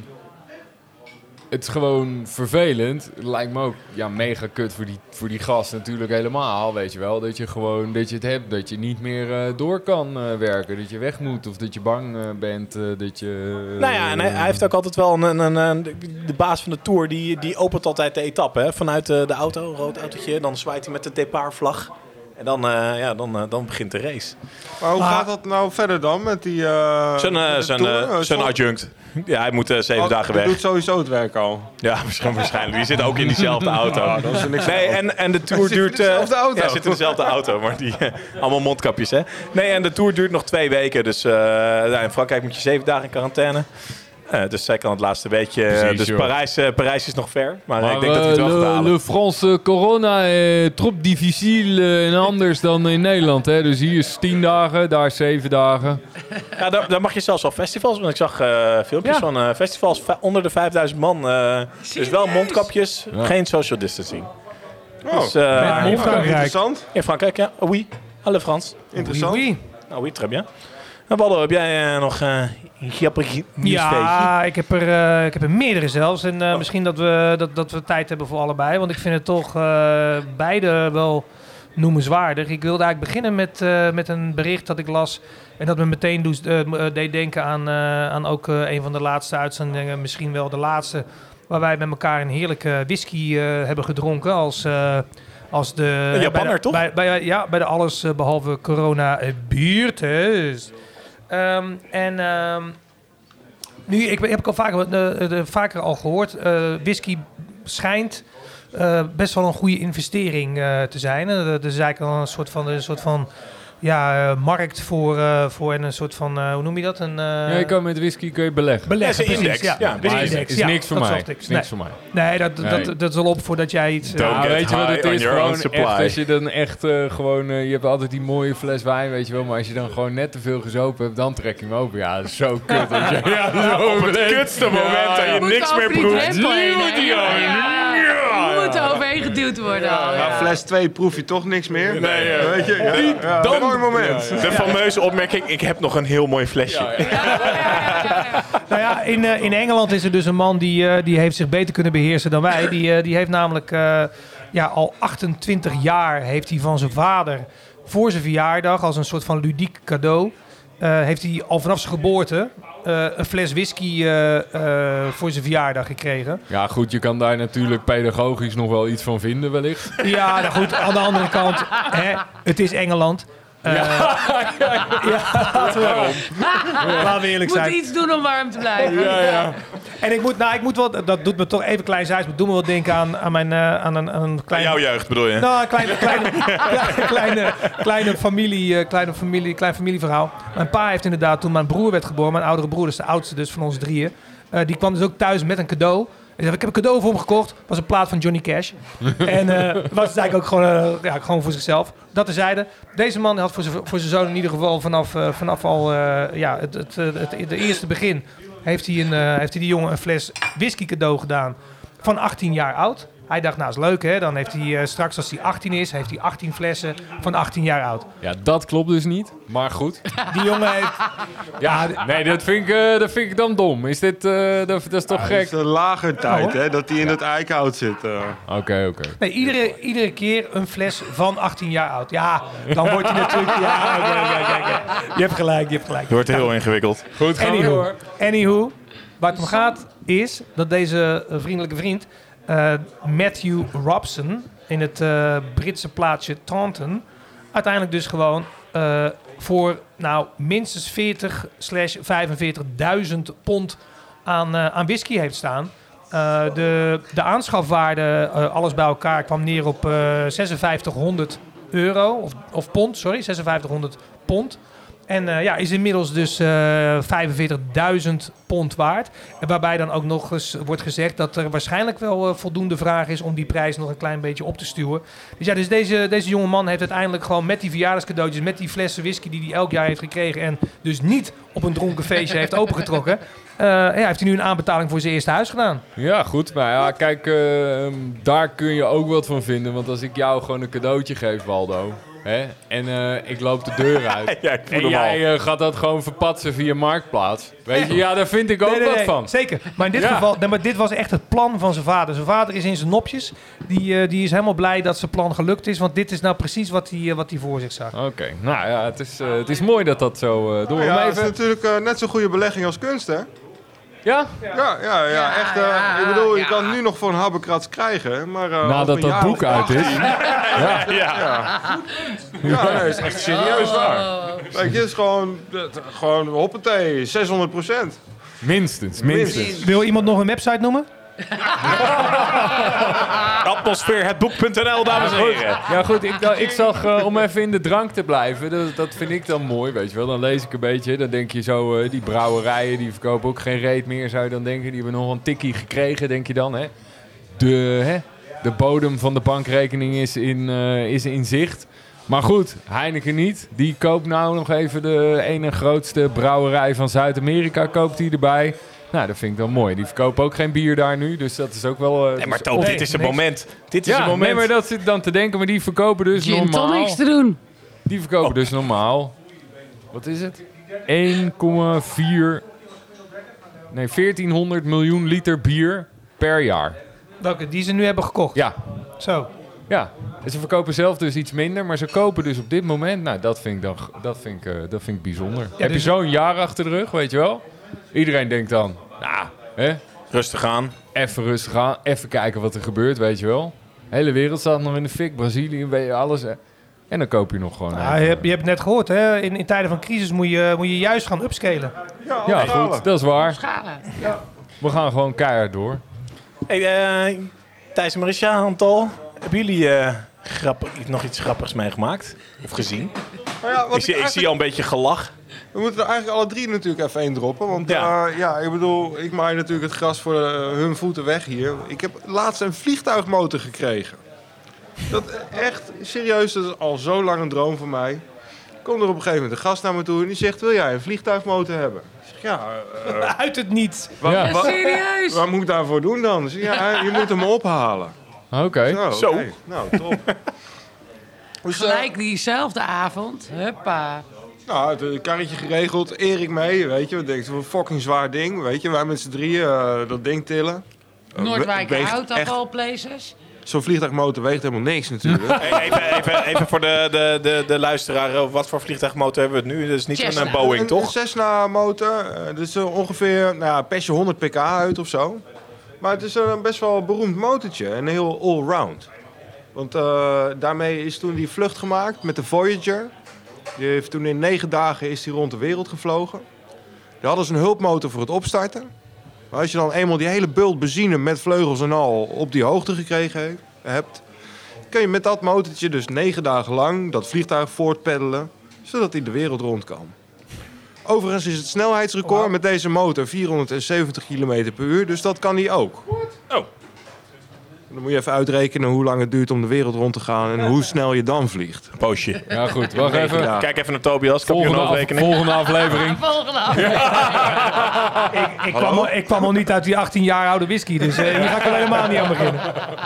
het is gewoon vervelend. Het lijkt me ook ja, mega kut voor die, voor die gast natuurlijk helemaal, weet je wel. Dat je gewoon, dat je het hebt, dat je niet meer uh, door kan uh, werken. Dat je weg moet of dat je bang uh, bent, uh, dat je... Uh, nou ja, en hij, hij heeft ook altijd wel een... een, een de baas van de Tour, die, die opent altijd de etappe, hè, vanuit de, de auto, een rood autootje. Dan zwaait hij met de departvlag. En dan, uh, ja, dan, uh, dan begint de race. Maar hoe maar, gaat dat nou verder dan met die uh, zijn, uh, zijn, uh, zijn adjunct? Ja, hij moet uh, zeven oh, dagen weg. Hij doet sowieso het werk al. Ja, waarschijnlijk. Die zit ook in diezelfde auto. Ja, dat is niks nee, en, en de Tour duurt... Uh, dezelfde auto. Ja, zit in dezelfde auto. Maar die, uh, allemaal mondkapjes, hè. Nee, en de Tour duurt nog twee weken. Dus uh, ja, in Frankrijk moet je zeven dagen in quarantaine. Uh, dus zij kan het laatste weekje. Precies, dus Parijs, uh, Parijs is nog ver. Maar, maar ik denk uh, dat hij het wel gaat halen. De Franse corona is trop difficile uh, en anders dan in Nederland. Hè? Dus hier is tien dagen, daar is zeven dagen. Ja, daar, daar mag je zelfs al festivals. Want ik zag uh, filmpjes ja. van uh, festivals v- onder de vijfduizend man. Uh, dus wel mondkapjes, ja. geen social distancing. Oh, dus, uh, in Frankrijk. Interessant. In Frankrijk, ja. Oui. Alle Frans. Interessant. Oui, oui. Oh, oui, très bien. Nou, Waldo, heb jij uh, nog uh, een grappig nieuwsfeitje? Ja, ik heb, er, uh, ik heb er meerdere zelfs. En uh, oh. misschien dat we, dat, dat we tijd hebben voor allebei. Want ik vind het toch uh, beide wel noemenswaardig. Ik wilde eigenlijk beginnen met, uh, met een bericht dat ik las. En dat me meteen doet, uh, deed denken aan, uh, aan ook uh, een van de laatste uitzendingen. Misschien wel de laatste. Waar wij met elkaar een heerlijke whisky uh, hebben gedronken. Als... Uh, Als de een Japanner, bij de, toch? Bij, bij, ja, bij de alles uh, behalve corona uh, biertest. Um, en um, nu, ik heb ik al vaker, de, de, vaker al gehoord, uh, whisky schijnt uh, best wel een goede investering uh, te zijn. Uh, dat is eigenlijk al een soort van, een soort van ja, uh, markt voor, uh, voor en een soort van, uh, hoe noem je dat? Een, uh, ja, je kan met whisky kun je beleggen. Beleggen, ja, is een precies. index. Ja, Ja, ja, maar index. is Ja, niks voor dat mij. zocht ik. Is Nee. niks voor mij. Nee, dat, Nee. Dat, dat is al op voordat jij iets... Uh, Don't Ja, get weet je wat het high on is? your own Gewoon supply. echt, als je dan echt uh, gewoon... Uh, je hebt altijd die mooie fles wijn, weet je wel. Maar als je dan gewoon net te veel gezopen hebt, dan trek je hem open. Ja, dat is zo kut. Dat je, ja, zo Op het kutste moment dat je Moet niks meer over die proeft. drempel heen, hè? Duw die Ja, aan. ja. Moet er overheen geduwd worden al. Na Ja. fles twee proef je toch niks meer. Nee, ja. Weet je? Ja, ja. Dan- Mooi moment. De fameuze opmerking, ik heb nog een heel mooi flesje. Ja, ja. Nou ja, in, uh, in Engeland is er dus een man die, uh, die heeft zich beter kunnen beheersen dan wij. Die, uh, die heeft namelijk uh, ja, al achtentwintig jaar heeft hij van zijn vader voor zijn verjaardag als een soort van ludiek cadeau. Uh, heeft hij al vanaf zijn geboorte uh, een fles whisky uh, uh, voor zijn verjaardag gekregen. Ja, goed, je kan daar natuurlijk pedagogisch nog wel iets van vinden, wellicht. Ja, nou goed, aan de andere kant, hè, het is Engeland. Uh, ja, ja, laten we, laten we eerlijk Moet zijn. iets doen om warm te blijven. Ja, ja. En ik moet, nou, ik moet wel, dat doet me toch even klein zijs, maar doet me wel denken aan, aan, mijn, uh, aan een, aan een klein... Jouw jeugd bedoel je? Nou, een kleine, kleine, kleine, kleine, kleine, familie, uh, kleine familie, klein familieverhaal. Mijn pa heeft inderdaad, toen mijn broer werd geboren, mijn oudere broer, dus de oudste dus van ons drieën, uh, die kwam dus ook thuis met een cadeau. Ik zei, ik heb een cadeau voor hem gekocht. was een plaat van Johnny Cash. En uh, was het eigenlijk ook gewoon, uh, ja, gewoon voor zichzelf. Dat terzijde. Deze man had voor zijn, voor zijn zoon in ieder geval vanaf, uh, vanaf al uh, ja, het, het, het, het de eerste begin... heeft hij, een, uh, heeft hij die jongen een fles whisky cadeau gedaan van achttien jaar oud. Hij dacht, nou is leuk hè. Dan heeft hij uh, straks als hij achttien is, heeft hij achttien flessen van achttien jaar oud. Ja, dat klopt dus niet. Maar goed. Die jongen heeft... Ja, nee, dat vind ik, uh, dat vind ik dan dom. Is dit, uh, dat, dat is toch Ja, gek? het is een lager tijd, Oh, hè, dat hij in het eikenhout zit. uh. Oké, okay, oké. Okay. Nee, iedere, iedere keer een fles van achttien jaar oud. Ja, dan wordt hij natuurlijk... Ja, okay, okay, okay, okay. Je hebt gelijk, je hebt gelijk. Het wordt heel ingewikkeld. Goed, gaan we Anywho, door. anywho, waar het om gaat is dat deze uh, vriendelijke vriend... Uh, Matthew Robson in het uh, Britse plaatsje Taunton... uiteindelijk dus gewoon uh, voor nou, minstens veertig slash vijfenveertigduizend pond aan, uh, aan whisky heeft staan. Uh, de, de aanschafwaarde, uh, alles bij elkaar, kwam neer op uh, zesenvijftighonderd euro. Of, of pond, sorry, zesenvijftighonderd pond. En uh, ja, is inmiddels dus uh, vijfenveertigduizend pond waard. En waarbij dan ook nog eens wordt gezegd dat er waarschijnlijk wel uh, voldoende vraag is om die prijs nog een klein beetje op te stuwen. Dus ja, dus deze, deze jonge man heeft uiteindelijk gewoon met die verjaardagscadeautjes, met die flessen whisky die hij elk jaar heeft gekregen en dus niet op een dronken feestje heeft opengetrokken, uh, ja, heeft hij nu een aanbetaling voor zijn eerste huis gedaan. Ja, goed. Maar ja, kijk, uh, daar kun je ook wat van vinden. Want als ik jou gewoon een cadeautje geef, Waldo... Hè? En uh, ik loop de deur uit. Ja, ik voel en hem jij uh, gaat dat gewoon verpatsen via Marktplaats. Weet je, ja, daar vind ik ook Nee, nee, wat nee, van. Zeker. Maar in dit Ja. geval, nee, maar dit was echt het plan van zijn vader. Zijn vader is in zijn nopjes. Die, uh, die is helemaal blij dat zijn plan gelukt is. Want dit is nou precies wat hij, uh, wat hij voor zich zag. Oké, okay. Nou ja, het is, uh, het is mooi dat dat zo uh, door. Ja, Maar het is even... natuurlijk uh, net zo'n goede belegging als kunst, hè? Ja? Ja, ja, ja, Ja, echt. Uh, ja, ik bedoel, je ja. kan nu nog voor een habbekrats krijgen, maar... Uh, Nadat over een dat jaar boek of uit is. achttien Ja. Ja. Ja, nee, is echt serieus waar. Oh. Weet je, het is gewoon, het- gewoon hoppatee, zeshonderd procent. Minstens, minstens. Wil iemand nog een website noemen? Atmosfeer, het boek punt n l, dames en heren. Ja goed, ik, ik zag, uh, om even in de drank te blijven, dat, dat vind ik dan mooi, weet je wel. Dan lees ik een beetje, dan denk je zo, uh, die brouwerijen, die verkopen ook geen reet meer, zou je dan denken. Die hebben nog een tikkie gekregen, denk je dan, hè. De, hè? de bodem van de bankrekening is in, uh, is in zicht. Maar goed, Heineken niet. Die koopt nou nog even de ene grootste brouwerij van Zuid-Amerika, koopt die erbij. Nou, dat vind ik wel mooi. Die verkopen ook geen bier daar nu, dus dat is ook wel... Uh, Nee, maar dus- Toop, Nee, dit is het niks. moment. Dit is ja, het moment. nee, maar dat zit dan te denken, maar die verkopen dus Gin normaal. tonics te doen. Die verkopen Oh. dus normaal. Wat is het? één komma vier... Nee, veertienhonderd miljoen liter bier per jaar. Welke? Die ze nu hebben gekocht? Ja. Zo. Ja. En ze verkopen zelf dus iets minder, maar ze kopen dus op dit moment... Nou, dat vind ik, dan, dat vind ik, uh, dat vind ik bijzonder. Ja, Heb dus je zo'n jaar achter de rug, weet je wel? Iedereen denkt dan, nou, hè? Rustig aan. Even rustig aan, even kijken wat er gebeurt, weet je wel? De hele wereld staat nog in de fik, Brazilië, weet je, alles. Hè? En dan koop je nog gewoon... Ja, je, hebt, je hebt het net gehoord, hè? In, in tijden van crisis moet je, moet je juist gaan upscalen. Ja, ja goed, dat is waar. Schalen. Ja. We gaan gewoon keihard door. Hey, uh, Thijs en Marisha, Antal, hebben jullie uh, grappig, nog iets grappigs meegemaakt? Of gezien? Nou ja, wat ik, zie, ik, ik zie al een beetje gelach. We moeten er eigenlijk alle drie natuurlijk even één droppen. Want ja. Uh, ja, ik bedoel, ik maai natuurlijk het gras voor uh, hun voeten weg hier. Ik heb laatst een vliegtuigmotor gekregen. Dat echt, serieus, dat is al zo lang een droom van mij. Komt er op een gegeven moment een gast naar me toe en die zegt, wil jij een vliegtuigmotor hebben? Ik zeg, ja... Uh, Uit het niets. Wat, ja, wat, serieus? Wat moet ik daarvoor doen dan? Dus ja, je moet hem ophalen. Oké. Okay. Zo, zo. Okay. Nou, top. Dus, Gelijk diezelfde avond. Huppa. Nou, het karretje geregeld, Erik mee, weet je. Ik denk, een fucking zwaar ding, weet je. Wij met z'n drieën uh, dat ding tillen. Noordwijk houdt dat al places. Zo'n vliegtuigmotor weegt helemaal niks natuurlijk. Hey, even, even, even voor de, de, de, de luisteraar, wat voor vliegtuigmotor hebben we het nu? Dat is niet zo'n Boeing, een, toch? Een Cessna motor, uh, dat is uh, ongeveer, nou ja, pers je honderd pk uit of zo. Maar het is een best wel beroemd motortje en heel allround. Want uh, daarmee is toen die vlucht gemaakt met de Voyager. Die heeft toen in negen dagen is die rond de wereld gevlogen. Daar hadden ze een hulpmotor voor het opstarten. Maar als je dan eenmaal die hele bult benzine met vleugels en al op die hoogte gekregen he, hebt... kun je met dat motortje dus negen dagen lang dat vliegtuig voortpeddelen... zodat hij de wereld rond kan. Overigens is het snelheidsrecord wow. met deze motor vierhonderdzeventig kilometer per uur. Dus dat kan hij ook. What? Oh. Dan moet je even uitrekenen hoe lang het duurt om de wereld rond te gaan... en hoe snel je dan vliegt. Poosje. Ja, goed. Wacht even. Ja. Kijk even naar Tobias. Volgende, af, volgende aflevering. Volgende aflevering. ik, ik, kwam al, ik kwam al niet uit die achttien jaar oude whisky, dus uh, hier ga ik er helemaal niet aan beginnen.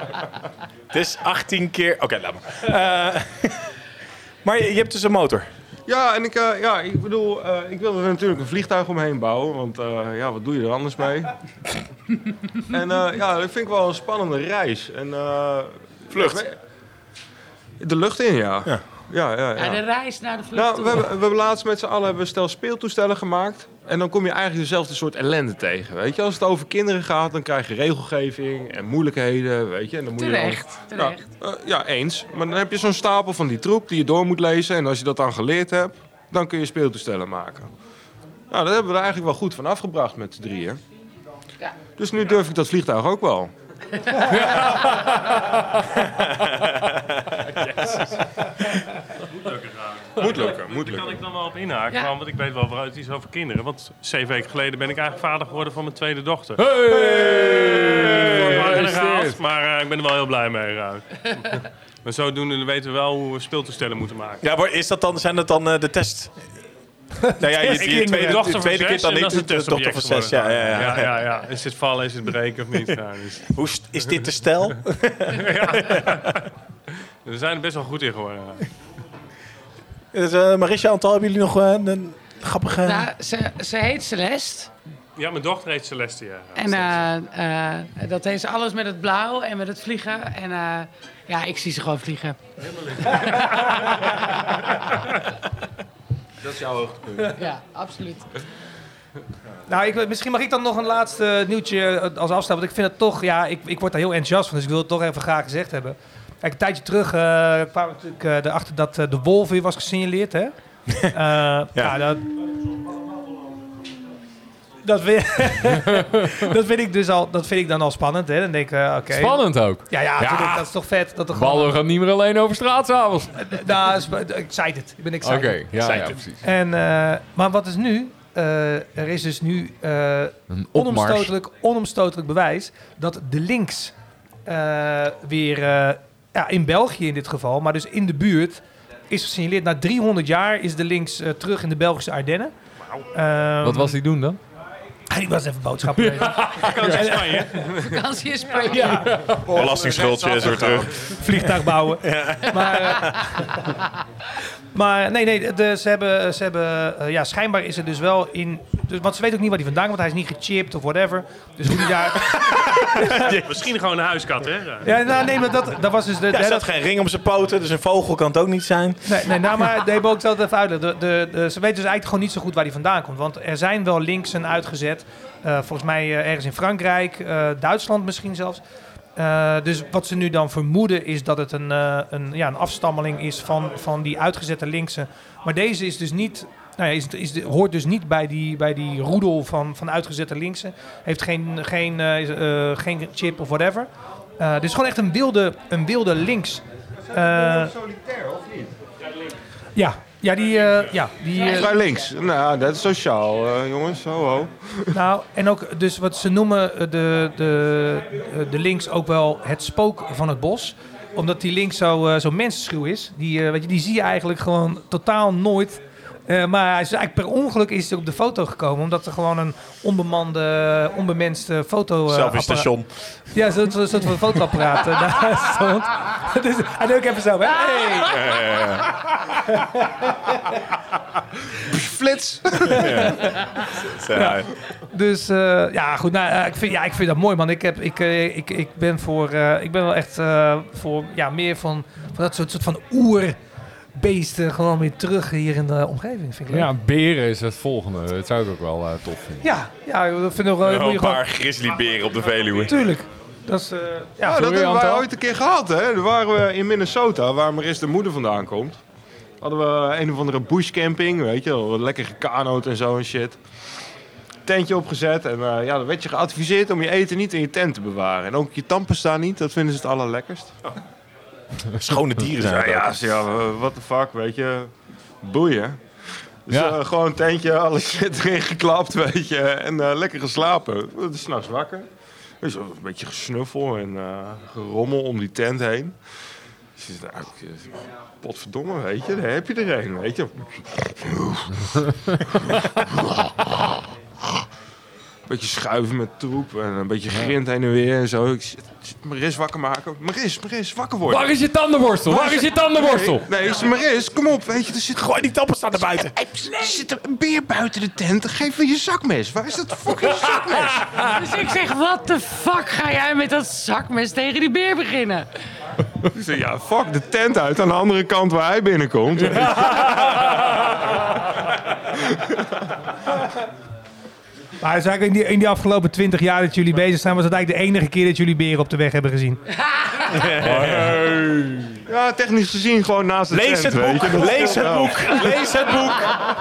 Het is achttien keer... Oké, okay, laat maar. Uh, maar je, je hebt dus een motor. Ja, en ik, uh, ja, ik bedoel, uh, ik wilde er natuurlijk een vliegtuig omheen bouwen. Want uh, ja, wat doe je er anders mee? en uh, ja, dat vind ik wel een spannende reis. En, uh, Vlucht? De lucht in, ja. Ja. Ja, ja, ja. Ja, de reis naar de vlucht. Nou, we, hebben, we hebben laatst met z'n allen hebben we een stel speeltoestellen gemaakt. En dan kom je eigenlijk dezelfde soort ellende tegen. Weet je? Als het over kinderen gaat, dan krijg je regelgeving en moeilijkheden. Weet je? En dan moet terecht, je dan, terecht. Ja, uh, ja, eens. Maar dan heb je zo'n stapel van die troep die je door moet lezen. En als je dat dan geleerd hebt, dan kun je speeltoestellen maken. Nou, dat hebben we er eigenlijk wel goed van afgebracht met z'n drieën. Ja. Dus nu durf ik dat vliegtuig ook wel. Moet lukken, moet lukken. Daar kan ik dan wel op inhaken, Ja. want ik weet wel waaruit iets over kinderen. Want zeven weken geleden ben ik eigenlijk vader geworden van mijn tweede dochter. Hey! Gehaald, maar uh, ik ben er wel heel blij mee. Uh. Maar zodoende weten we wel hoe we speeltoestellen moeten maken. Ja, maar is dat dan, zijn dat dan uh, de test? Nou ja, je, je, je tweede, dochter de tweede kind dan niet, de dochter van zes. Ja, ja, ja. Ja, ja, ja. Is het vallen, is het breken of niet? Ja, dus. Hoe is dit de stijl? Ja. We zijn er best wel goed in geworden. Dus, uh, Marisha, Antal, hebben jullie nog uh, een grappige... Nou, ze, ze heet Celeste. Ja, mijn dochter heet Celeste, ja. En uh, uh, dat heeft alles met het blauw en met het vliegen. En uh, ja, ik zie ze gewoon vliegen. Dat is jouw hoogtepunt. Ja, absoluut. Nou, ik, misschien mag ik dan nog een laatste nieuwtje als afsluit. Want ik vind het toch, ja, ik, ik word daar heel enthousiast van. Dus ik wil het toch even graag gezegd hebben. Kijk, een tijdje terug uh, kwamen we natuurlijk uh, erachter dat uh, de wolf weer was gesignaleerd, hè? Uh, ja. ja, dat... Dat vind, dat vind ik dus al, dat vind ik dan al spannend, hè? Dan denk ik, uh, oké. Okay. Spannend ook. Ja, ja, ja. Ik, dat is toch vet. Dat er Ballen gewoon... gaat niet meer alleen over straat s'avonds. Nou, excited. Ik ben excited. Oké, okay, ja, ja, precies. En, uh, maar wat is nu? Uh, er is dus nu uh, een onomstotelijk, onomstotelijk bewijs dat de links uh, weer, uh, ja, in België in dit geval, maar dus in de buurt, is gesignaleerd. Na driehonderd jaar is de links uh, terug in de Belgische Ardennen. Um, wat was hij doen dan? Hij was even boodschappen weten. Vakantie in Spanje. Vakantie in Spanje. Ja. Belastingsschuldje is weer terug. Vliegtuig bouwen. Ja. Maar, uh, Maar nee, nee, de, ze hebben, ze hebben uh, ja, schijnbaar is er dus wel in, dus, want ze weten ook niet waar hij vandaan komt, want hij is niet gechipt of whatever. Dus hoe die daar... Misschien gewoon een huiskat, hè? Ja, nou, nee, maar dat, dat was dus... De, ja, er de, staat dat... geen ring om zijn poten, dus een vogel kan het ook niet zijn. Nee, nee nou, maar de hebben ook zelf even uitleggen. De, de, de, ze weten dus eigenlijk gewoon niet zo goed waar hij vandaan komt. Want er zijn wel linksen uitgezet. Uh, volgens mij uh, ergens in Frankrijk, uh, Duitsland misschien zelfs. Uh, dus wat ze nu dan vermoeden is dat het een, uh, een, ja, een afstammeling is van, van die uitgezette linksen. Maar deze is dus niet... Nou ja, is, is, hoort dus niet bij die, bij die roedel van, van uitgezette linksen. Heeft geen, geen, uh, uh, geen chip of whatever. Uh, dus gewoon echt een wilde, een wilde links. Uh, solitair, of niet? Ja, ja, die... Uh, ja, die uh, Vrij links. Nou, dat is sociaal, uh, jongens. Ho, ho. Nou, en ook dus wat ze noemen de, de, de links ook wel het spook van het bos. Omdat die links zo, uh, zo mensenschuw is. Die, uh, weet je, die zie je eigenlijk gewoon totaal nooit... Uh, maar hij is eigenlijk per ongeluk is hij op de foto gekomen. Omdat er gewoon een onbemande, onbemenste foto... Uh, Selfie station. Ja, zo'n zo, soort van fotoapparaat uh, daar stond. Dus hij deed ook even zo, hè? Hey. Flits! ja. Ja. Dus uh, ja, goed. Nou, uh, ik, vind, ja, ik vind dat mooi, man. Ik, heb, ik, uh, ik, ik ben voor... Uh, ik ben wel echt uh, voor ja, meer van, van dat soort, soort van oer... beesten gewoon weer terug hier in de omgeving. Vind ik leuk. Ja, beren is het volgende. Dat zou ik ook wel uh, tof vinden. Ja, ja, dat vind ik wel... Een een paar grizzlyberen op de Veluwe. Tuurlijk. Dat is... Uh, ja, Ja, dat hebben wij Anton. ooit een keer gehad, hè. Daar waren we in Minnesota, waar Maris de moeder vandaan komt. Hadden we een of andere bushcamping, weet je wel. Lekker gekanoot en zo en shit. Tentje opgezet en uh, ja, dan werd je geadviseerd om je eten niet in je tent te bewaren. En ook je tandpasta niet, dat vinden ze het allerlekkerst. Schone dieren zijn Ja, het ook. ja, ze- ja, what the fuck, weet je. Boeien. Dus Ja. uh, gewoon een tentje, alles shit erin geklapt, weet je. En uh, lekker geslapen. S'nachts wakker. Dus een beetje gesnuffel en uh, gerommel om die tent heen. Dus je zegt, nou, potverdomme, weet je, daar heb je er een, weet je. Een beetje schuiven met troep en een beetje grind heen en weer en zo. Ik zit, zit Maris wakker maken. Maris, Maris, wakker worden. Waar is je tandenborstel? Waar is je tandenborstel? Nee, nee, is Maris, kom op, weet je, er zit Gooi die tappen staan er buiten. er zit een beer buiten de tent. Geef me je zakmes. Waar is dat fucking zakmes? Dus ik zeg, wat de fuck ga jij met dat zakmes tegen die beer beginnen? Ik zeg, ja, fuck de tent uit aan de andere kant waar hij binnenkomt. Maar het is eigenlijk in die, in die afgelopen twintig jaar dat jullie bezig zijn... was het eigenlijk de enige keer dat jullie beren op de weg hebben gezien. Ja, technisch gezien gewoon naast de Lees tent, het weet boek, je. Dat lees is het wel. boek, lees het boek.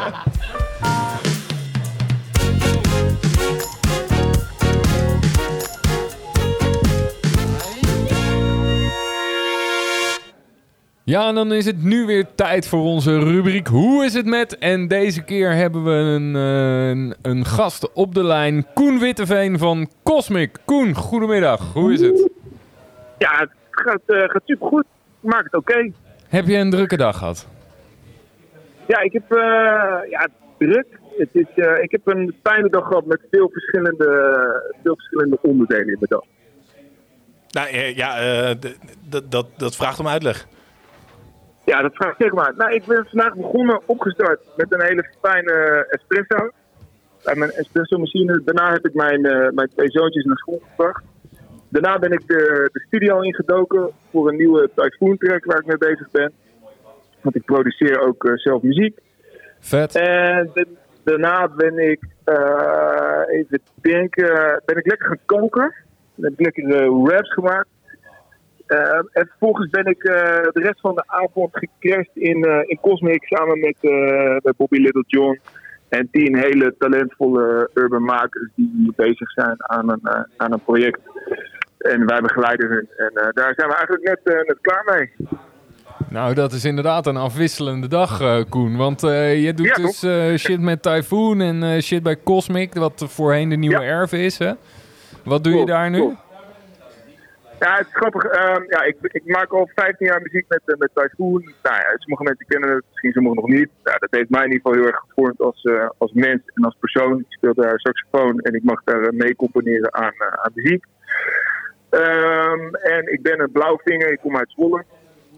Ja, en dan is het nu weer tijd voor onze rubriek Hoe is het met? En deze keer hebben we een, uh, een, een gast op de lijn. Koen Witteveen van Cosmic. Koen, goedemiddag. Hoe is het? Ja, het gaat, uh, gaat supergoed. Ik maak het oké. Heb je een drukke dag gehad? Ja, ik heb uh, ja, druk. Het is, uh, ik heb een fijne dag gehad met veel verschillende, veel verschillende onderdelen in mijn dag. Nou eh, ja, uh, d- d- dat, dat vraagt om uitleg. Ja, dat vraag ik zeker maar. Nou, ik ben vandaag begonnen, opgestart met een hele fijne espresso. Bij mijn espresso machine. Daarna heb ik mijn, uh, mijn twee zoontjes naar school gebracht. Daarna ben ik de, de studio ingedoken voor een nieuwe Typhoon track waar ik mee bezig ben. Want ik produceer ook uh, zelf muziek. Vet. En de, daarna ben ik, uh, even denken, ben ik lekker gaan koken. Dan heb ik lekker uh, raps gemaakt. Uh, en vervolgens ben ik uh, de rest van de avond gecrashed in, uh, in Cosmic samen met, uh, met Bobby Little John. En tien hele talentvolle urban makers die bezig zijn aan een, uh, aan een project. En wij begeleiden hun. En uh, daar zijn we eigenlijk net, uh, net klaar mee. Nou, dat is inderdaad een afwisselende dag, uh, Koen. Want uh, je doet Ja, dus uh, shit met Typhoon en uh, shit bij Cosmic, wat voorheen de nieuwe Ja. Erve is, hè? Wat doe je Klopt, daar nu? klopt. Ja, het is grappig. Um, ja, ik, ik maak al vijftien jaar muziek met, uh, met Typhoon. Nou ja, sommige mensen kennen het, misschien sommigen nog niet. Ja, dat heeft mij in ieder geval heel erg gevormd als, uh, als mens en als persoon. Ik speel daar saxofoon en ik mag daar uh, mee componeren aan, uh, aan muziek. Um, en ik ben een blauwvinger, ik kom uit Zwolle.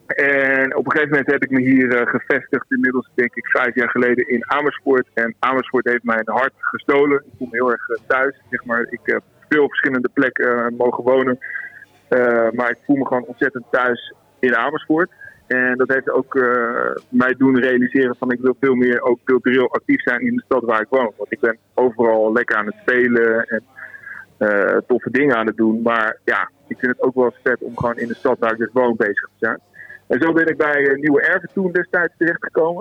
En op een gegeven moment heb ik me hier uh, gevestigd, inmiddels denk ik vijf jaar geleden in Amersfoort. En Amersfoort heeft mijn hart gestolen. Ik voel me heel erg uh, thuis, zeg maar. Ik heb veel verschillende plekken uh, mogen wonen. Uh, maar ik voel me gewoon ontzettend thuis in Amersfoort. En dat heeft ook uh, mij doen realiseren van ik wil veel meer ook cultureel actief zijn in de stad waar ik woon. Want ik ben overal lekker aan het spelen en uh, toffe dingen aan het doen. Maar ja, ik vind het ook wel vet om gewoon in de stad waar ik dus woon bezig te zijn. En zo ben ik bij uh, Nieuwe Erven toen destijds terechtgekomen.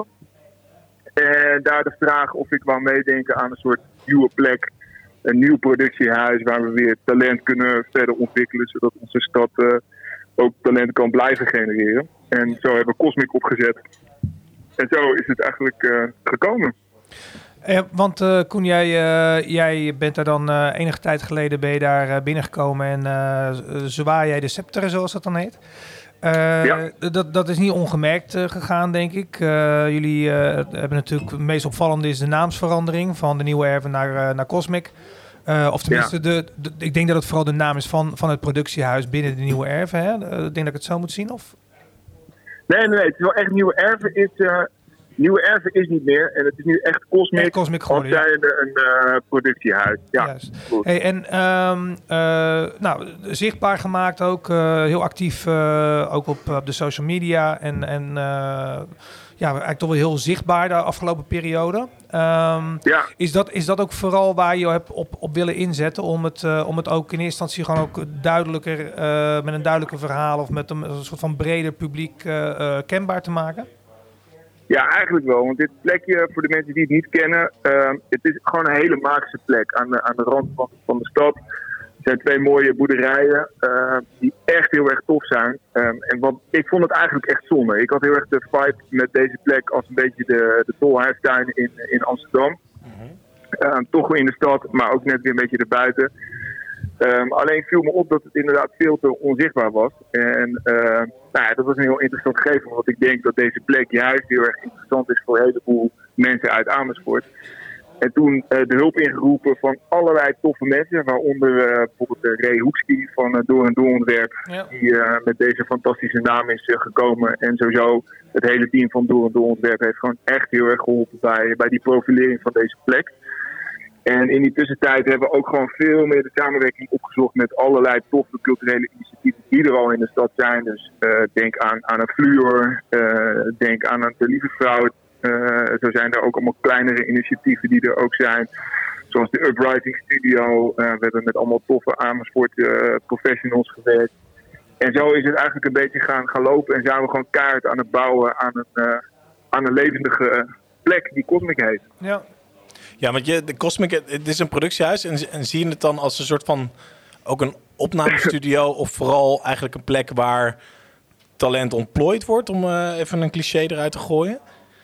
En daar de vraag of ik wou meedenken aan een soort nieuwe plek. Een nieuw productiehuis waar we weer talent kunnen verder ontwikkelen. Zodat onze stad uh, ook talent kan blijven genereren. En zo hebben we Cosmic opgezet. En zo is het eigenlijk uh, gekomen. Eh, want uh, Koen, jij, uh, jij bent daar dan uh, enige tijd geleden ben je daar uh, binnengekomen. En uh, zwaai jij de scepter, zoals dat dan heet. Uh, ja. dat, dat is niet ongemerkt uh, gegaan, denk ik. Uh, jullie uh, hebben natuurlijk, het meest opvallende is de naamsverandering van de Nieuwe Erven naar, uh, naar Cosmic. Uh, of tenminste, ja. de, de, ik denk dat het vooral de naam is van, van het productiehuis binnen de Nieuwe Erven. Hè? Uh, ik denk dat ik het zo moet zien, of? Nee, nee, nee. Het is wel echt Nieuwe Erven. Is, uh, Nieuwe Erven is niet meer. En het is nu echt Cosmic. Echt Cosmic geworden, als zijnde ja. een uh, productiehuis. Ja, hey, en um, uh, nou, zichtbaar gemaakt ook. Uh, heel actief uh, ook op, op de social media. En, en uh, ja, eigenlijk toch wel heel zichtbaar de afgelopen periode. Um, ja. is, dat, is dat ook vooral waar je hebt op, op willen inzetten? Om het, uh, om het ook in eerste instantie gewoon ook duidelijker, uh, met een duidelijker verhaal of met een, een soort van breder publiek uh, uh, kenbaar te maken? Ja, eigenlijk wel. Want dit plekje, voor de mensen die het niet kennen, uh, het is gewoon een hele magische plek aan de, aan de rand van, van de stad. Er zijn twee mooie boerderijen uh, die echt heel erg tof zijn. Um, en wat, ik vond het eigenlijk echt zonde. Ik had heel erg de vibe met deze plek als een beetje de, de Tolhuistuin in, in Amsterdam. Mm-hmm. Uh, toch wel in de stad, maar ook net weer een beetje erbuiten. Um, alleen viel me op dat het inderdaad veel te onzichtbaar was. En uh, nou ja, dat was een heel interessant gegeven. Want ik denk dat deze plek juist heel erg interessant is voor een heleboel mensen uit Amersfoort. En toen uh, de hulp ingeroepen van allerlei toffe mensen. Waaronder uh, bijvoorbeeld uh, Ray Hoekski van uh, Door en Door Ontwerp. Ja. Die uh, met deze fantastische naam is uh, gekomen. En sowieso het hele team van Door en Door Ontwerp heeft gewoon echt heel erg geholpen bij, bij die profilering van deze plek. En in die tussentijd hebben we ook gewoon veel meer de samenwerking opgezocht met allerlei toffe culturele initiatieven die er al in de stad zijn. Dus uh, denk aan, aan een Fluor, uh, denk aan een De Lieve Vrouw. Uh, zo zijn er ook allemaal kleinere initiatieven die er ook zijn. Zoals de Uprising Studio. Uh, we hebben met allemaal toffe Amersfoort uh, professionals gewerkt. En zo is het eigenlijk een beetje gaan, gaan lopen. En zijn we gewoon keihard aan het bouwen aan een, uh, aan een levendige plek die Cosmic heet. Ja. Ja, want je, de Cosmic, het is een productiehuis en, en zie je het dan als een soort van ook een opnamestudio of vooral eigenlijk een plek waar talent ontplooid wordt, om uh, even een cliché eruit te gooien?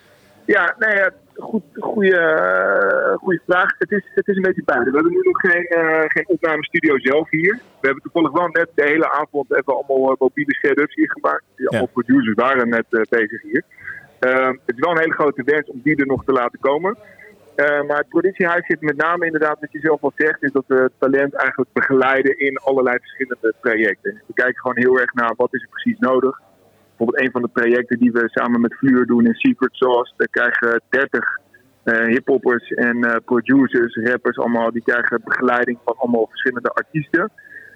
Ja, nee, ja, goed, goede, uh, goede vraag. Het is, het is een beetje beide. We hebben nu nog geen, uh, geen opnamestudio zelf hier. We hebben toevallig wel net de hele avond even allemaal uh, mobiele setups hier gemaakt. Die allemaal ja. producers waren net uh, bezig hier. Uh, het is wel een hele grote wens om die er nog te laten komen. Uh, maar het productiehuis zit met name inderdaad, wat je zelf al zegt, is dat we het talent eigenlijk begeleiden in allerlei verschillende trajecten. We kijken gewoon heel erg naar wat is er precies nodig. Bijvoorbeeld een van de projecten die we samen met Fluor doen in Secret Sauce. Daar krijgen dertig uh, hiphoppers en uh, producers, rappers allemaal, die krijgen begeleiding van allemaal verschillende artiesten.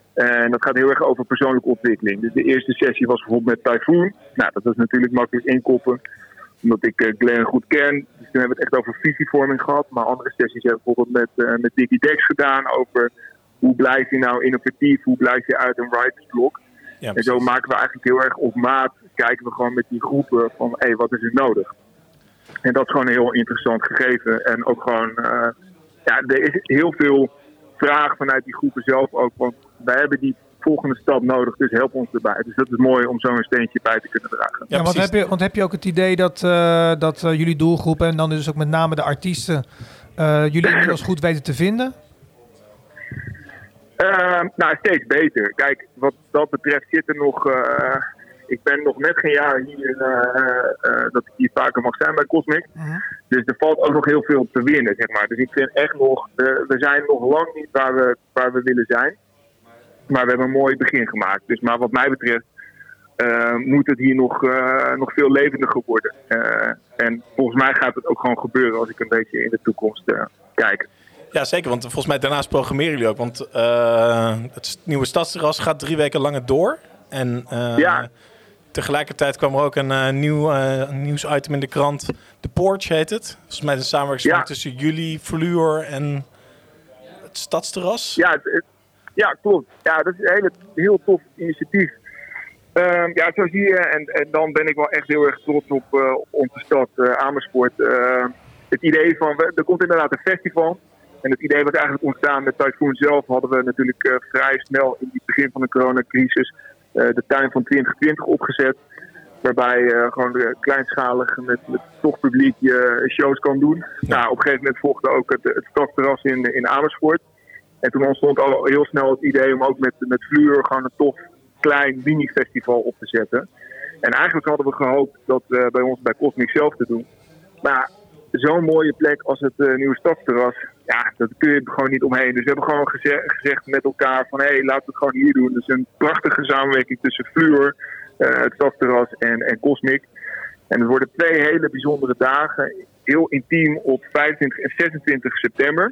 En dat gaat heel erg over persoonlijke ontwikkeling. Dus de eerste sessie was bijvoorbeeld met Typhoon. Nou, dat was natuurlijk makkelijk inkoppen, omdat ik uh, Glenn goed ken. Dus toen hebben we het echt over visievorming gehad. Maar andere sessies hebben we bijvoorbeeld met, uh, met Diggy Dex gedaan over hoe blijf je nou innovatief, hoe blijf je uit een writersblok. Ja, en zo maken we eigenlijk heel erg op maat, kijken we gewoon met die groepen van, hé, hey, wat is er nodig? En dat is gewoon een heel interessant gegeven. En ook gewoon, uh, ja, er is heel veel vraag vanuit die groepen zelf ook. Want wij hebben die volgende stap nodig, dus help ons erbij. Dus dat is mooi om zo'n steentje bij te kunnen dragen. Ja, ja, want, heb je, want heb je ook het idee dat, uh, dat uh, jullie doelgroepen, en dan dus ook met name de artiesten, uh, jullie inmiddels goed weten te vinden? Uh, nou, steeds beter. Kijk, wat dat betreft zit er nog... Uh, ik ben nog net geen jaar hier, uh, uh, dat ik hier vaker mag zijn bij Cosmic. Uh-huh. Dus er valt ook nog heel veel te winnen, zeg maar. Dus ik vind echt nog... Uh, we zijn nog lang niet waar we, waar we willen zijn. Maar we hebben een mooi begin gemaakt. Dus maar wat mij betreft uh, moet het hier nog, uh, nog veel levendiger worden. Uh, en volgens mij gaat het ook gewoon gebeuren als ik een beetje in de toekomst uh, kijk. Ja, zeker. Want volgens mij daarnaast programmeren jullie ook. Want uh, het nieuwe Stadsterras gaat drie weken langer door. En uh, ja. tegelijkertijd kwam er ook een uh, nieuw uh, nieuwsitem in de krant. The Porch heet het. Volgens mij is een samenwerking ja. tussen jullie, Fluor en het Stadsterras. Ja, het, het, ja, klopt. Ja, dat is een hele, heel tof initiatief. Uh, ja, zo zie je. En, en dan ben ik wel echt heel erg trots op uh, onze stad, uh, Amersfoort. Uh, het idee van, er komt inderdaad een festival. En het idee was eigenlijk ontstaan met Typhoon zelf. Hadden we natuurlijk uh, vrij snel in het begin van de coronacrisis uh, de tuin van twintig twintig opgezet. Waarbij je uh, gewoon uh, kleinschalig met, met toch publiek je uh, shows kan doen. Ja. Nou, op een gegeven moment volgde ook het, het stadsterras in, in Amersfoort. En toen ontstond al heel snel het idee om ook met, met Fluor gewoon een tof klein mini-festival op te zetten. En eigenlijk hadden we gehoopt dat uh, bij ons bij Cosmic zelf te doen. Maar zo'n mooie plek als het uh, nieuwe stadsterras, ja, dat kun je er gewoon niet omheen. Dus we hebben gewoon geze- gezegd met elkaar van, hé, hey, laten we het gewoon hier doen. Dus een prachtige samenwerking tussen Fluor, uh, het stadsterras en, en Cosmic. En het worden twee hele bijzondere dagen, heel intiem op vijfentwintig en zesentwintig september.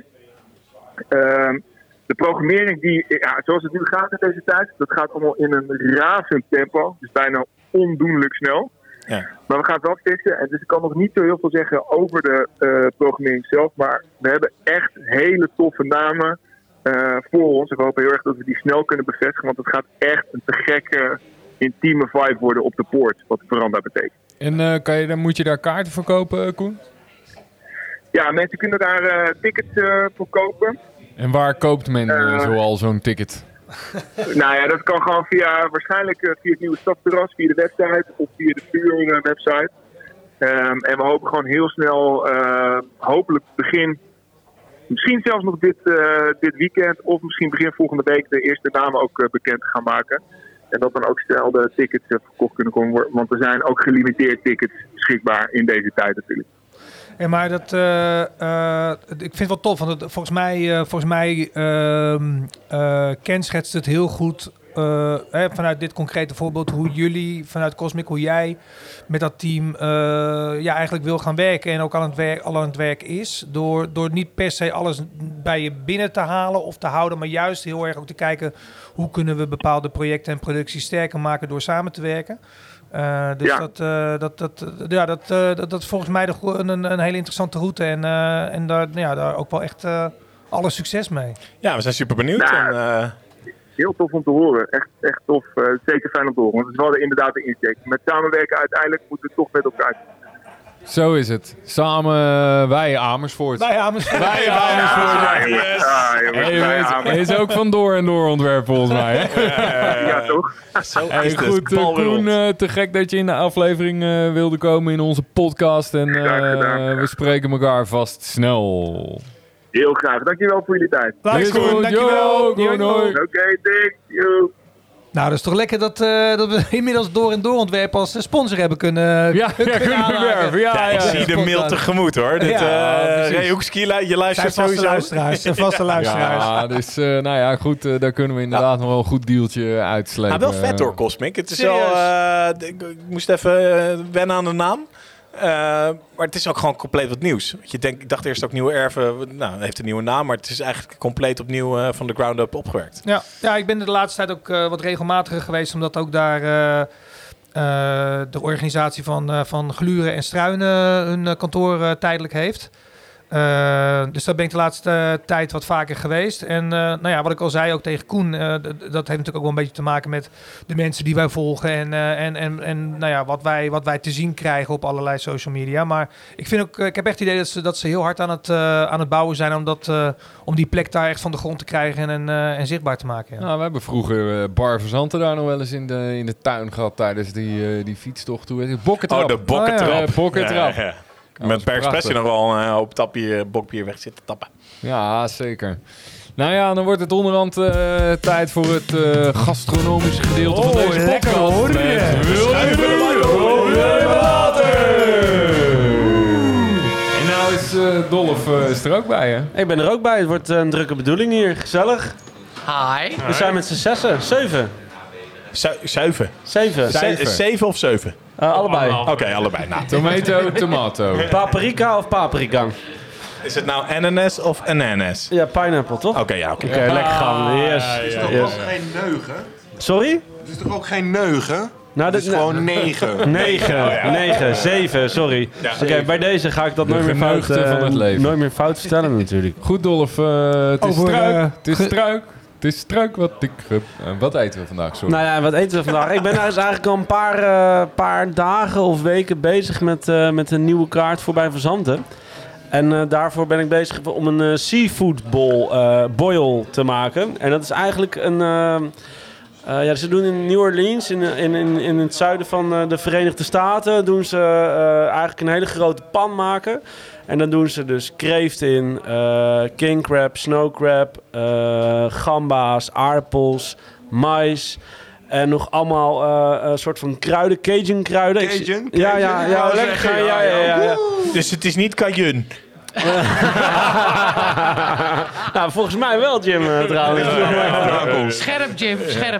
Uh, de programmering, die, ja, zoals het nu gaat in deze tijd, dat gaat allemaal in een razend tempo. Dus bijna ondoenlijk snel. Ja. Maar we gaan het wel testen. En dus ik kan nog niet zo heel veel zeggen over de uh, programmering zelf. Maar we hebben echt hele toffe namen uh, voor ons. En we hopen heel erg dat we die snel kunnen bevestigen. Want het gaat echt een te gekke, intieme vibe worden op de poort. Wat de veranda betekent. En uh, kan je, dan moet je daar kaarten voor kopen, Koen? Ja, mensen kunnen daar uh, tickets uh, voor kopen. En waar koopt men uh, zoal zo'n ticket? Nou ja, dat kan gewoon via, waarschijnlijk uh, via het nieuwe stadsterras, via de website of via de Fluor uh, website. Um, en we hopen gewoon heel snel, uh, hopelijk begin, misschien zelfs nog dit, uh, dit weekend of misschien begin volgende week de eerste namen ook uh, bekend te gaan maken. En dat dan ook snel de tickets uh, verkocht kunnen komen, want er zijn ook gelimiteerd tickets beschikbaar in deze tijd natuurlijk. Ja, maar dat, uh, uh, ik vind het wel tof, want het, volgens mij, uh, volgens mij uh, uh, Ken schetst het heel goed uh, hè, vanuit dit concrete voorbeeld, hoe jullie vanuit Cosmic, hoe jij met dat team uh, ja, eigenlijk wil gaan werken en ook al aan het werk, al aan het werk is, door, door niet per se alles bij je binnen te halen of te houden, maar juist heel erg ook te kijken hoe kunnen we bepaalde projecten en producties sterker maken door samen te werken. Uh, dus ja. Dat, uh, dat, dat, ja, dat, uh, dat, dat is volgens mij de, een, een hele interessante route. En, uh, en daar, ja, daar ook wel echt uh, alle succes mee. Ja, we zijn super benieuwd. Nou, en, uh... Heel tof om te horen. Echt, echt tof. Uh, zeker fijn om te horen. Want het is wel inderdaad de insteek. Met samenwerken uiteindelijk moeten we toch met elkaar. Zo is het. Samen, wij Amersfoort. Wij Amersfoort. Wij Amersfoort. Ja, ja, yes. ah, jongens, hey, wij Amersfoort. Is ook van door en door ontwerp volgens mij. Hè? Ja, ja, toch? Zo hey, goed, uh, Koen, uh, te gek dat je in de aflevering uh, wilde komen in onze podcast. En uh, we spreken elkaar vast snel. Heel graag. Dankjewel voor jullie tijd. Blijf Koen, dankjewel. Oké, okay, thanks. Yo. Nou, dat is toch lekker dat, uh, dat we inmiddels door en door ontwerp als sponsor hebben kunnen Ja, kunnen, kunnen bewerven. Ja, ja, ja, ik ja, zie ja. de mail tegemoet hoor. Dit, ja, uh, Ray Hoekski, je luistert zijn vaste sowieso. luisteraars. Zijn vaste luisteraars. Ja, dus uh, nou ja, goed. Uh, daar kunnen we inderdaad ja. nog wel een goed dealtje uitslepen. Nou, wel vet hoor, Cosmic. Het is wel, uh, ik, ik moest even uh, wennen aan de naam. Uh, maar het is ook gewoon compleet wat nieuws. Je denkt, ik dacht eerst ook Nieuwe Erven, nou, het heeft een nieuwe naam, maar het is eigenlijk compleet opnieuw uh, van de ground up opgewerkt. Ja, ja, ik ben de laatste tijd ook uh, wat regelmatiger geweest, omdat ook daar uh, uh, de organisatie van, uh, van Gluren en Struinen hun uh, kantoor uh, tijdelijk heeft. Uh, dus daar ben ik de laatste uh, tijd wat vaker geweest. En uh, nou ja, wat ik al zei ook tegen Koen, uh, d- dat heeft natuurlijk ook wel een beetje te maken met de mensen die wij volgen en, uh, en, en, en nou ja, wat, wij, wat wij te zien krijgen op allerlei social media. Maar ik vind ook, uh, ik heb echt het idee dat ze, dat ze heel hard aan het, uh, aan het bouwen zijn om, dat, uh, om die plek daar echt van de grond te krijgen en, uh, en zichtbaar te maken. Ja. Nou, we hebben vroeger uh, Bar Verzanten daar nog wel eens in de, in de tuin gehad tijdens die, uh, die fietstocht. Hoe heet het? Bokkentrap. Oh, de bokkentrap. Oh, ja. uh, bokkentrap. Ja, ja. Ja, met per expressie nog wel uh, op tapje, bokbier weg zitten tappen. Ja, zeker. Nou ja, dan wordt het onderhand uh, tijd voor het uh, gastronomische gedeelte oh, van deze lekker, podcast. Hoor je? Wil je water? En nou is uh, Dolf uh, is er ook bij, hè? Ik ben er ook bij. Het wordt uh, een drukke bedoeling hier. Gezellig. Hi. We zijn met z'n zessen. Zeven. Zu- Zuiven. Zeven. Zeven. Zeven of zeven? Uh, allebei. Oké, okay, allebei. Nou. Tomato, tomato. Paprika of paprika? Is het nou ananas of ananas? Ja, pineapple, toch? Oké, okay, ja, oké. Okay. Oké, okay, lekker gaan. Yes. Het is toch yes. ook geen neugen? Sorry? Het is toch ook geen neugen? Nou, het is nou, gewoon negen. Negen, oh, ja. negen, zeven, sorry. Ja, Oké, okay, bij deze ga ik dat nooit meer, fout, uh, van het leven. nooit meer fout vertellen natuurlijk. Goed, Dolf. Uh, het is Over, struik. Uh, het is struik. Het is struik wat ik... Uh, wat eten we vandaag? Sorry. Nou ja, wat eten we vandaag? Ik ben nou dus eigenlijk al een paar, uh, paar dagen of weken bezig met, uh, met een nieuwe kaart voor bij Verzanten. En uh, daarvoor ben ik bezig om een uh, seafood bowl, uh, boil te maken. En dat is eigenlijk een... Uh, Uh, ja, ze doen in New Orleans, in, in, in, in het zuiden van uh, de Verenigde Staten, doen ze uh, eigenlijk een hele grote pan maken. En dan doen ze dus kreeft in, uh, king crab, snow crab, uh, gamba's, aardappels, mais. En nog allemaal uh, een soort van kruiden, Cajun kruiden. Cajun? Ja, ja, ja, ja, lekker gaan. Ja, ja, ja, ja. Dus het is niet Cajun. Nou, volgens mij wel, Jim, uh, trouwens. Uh, scherp, Jim, scherp.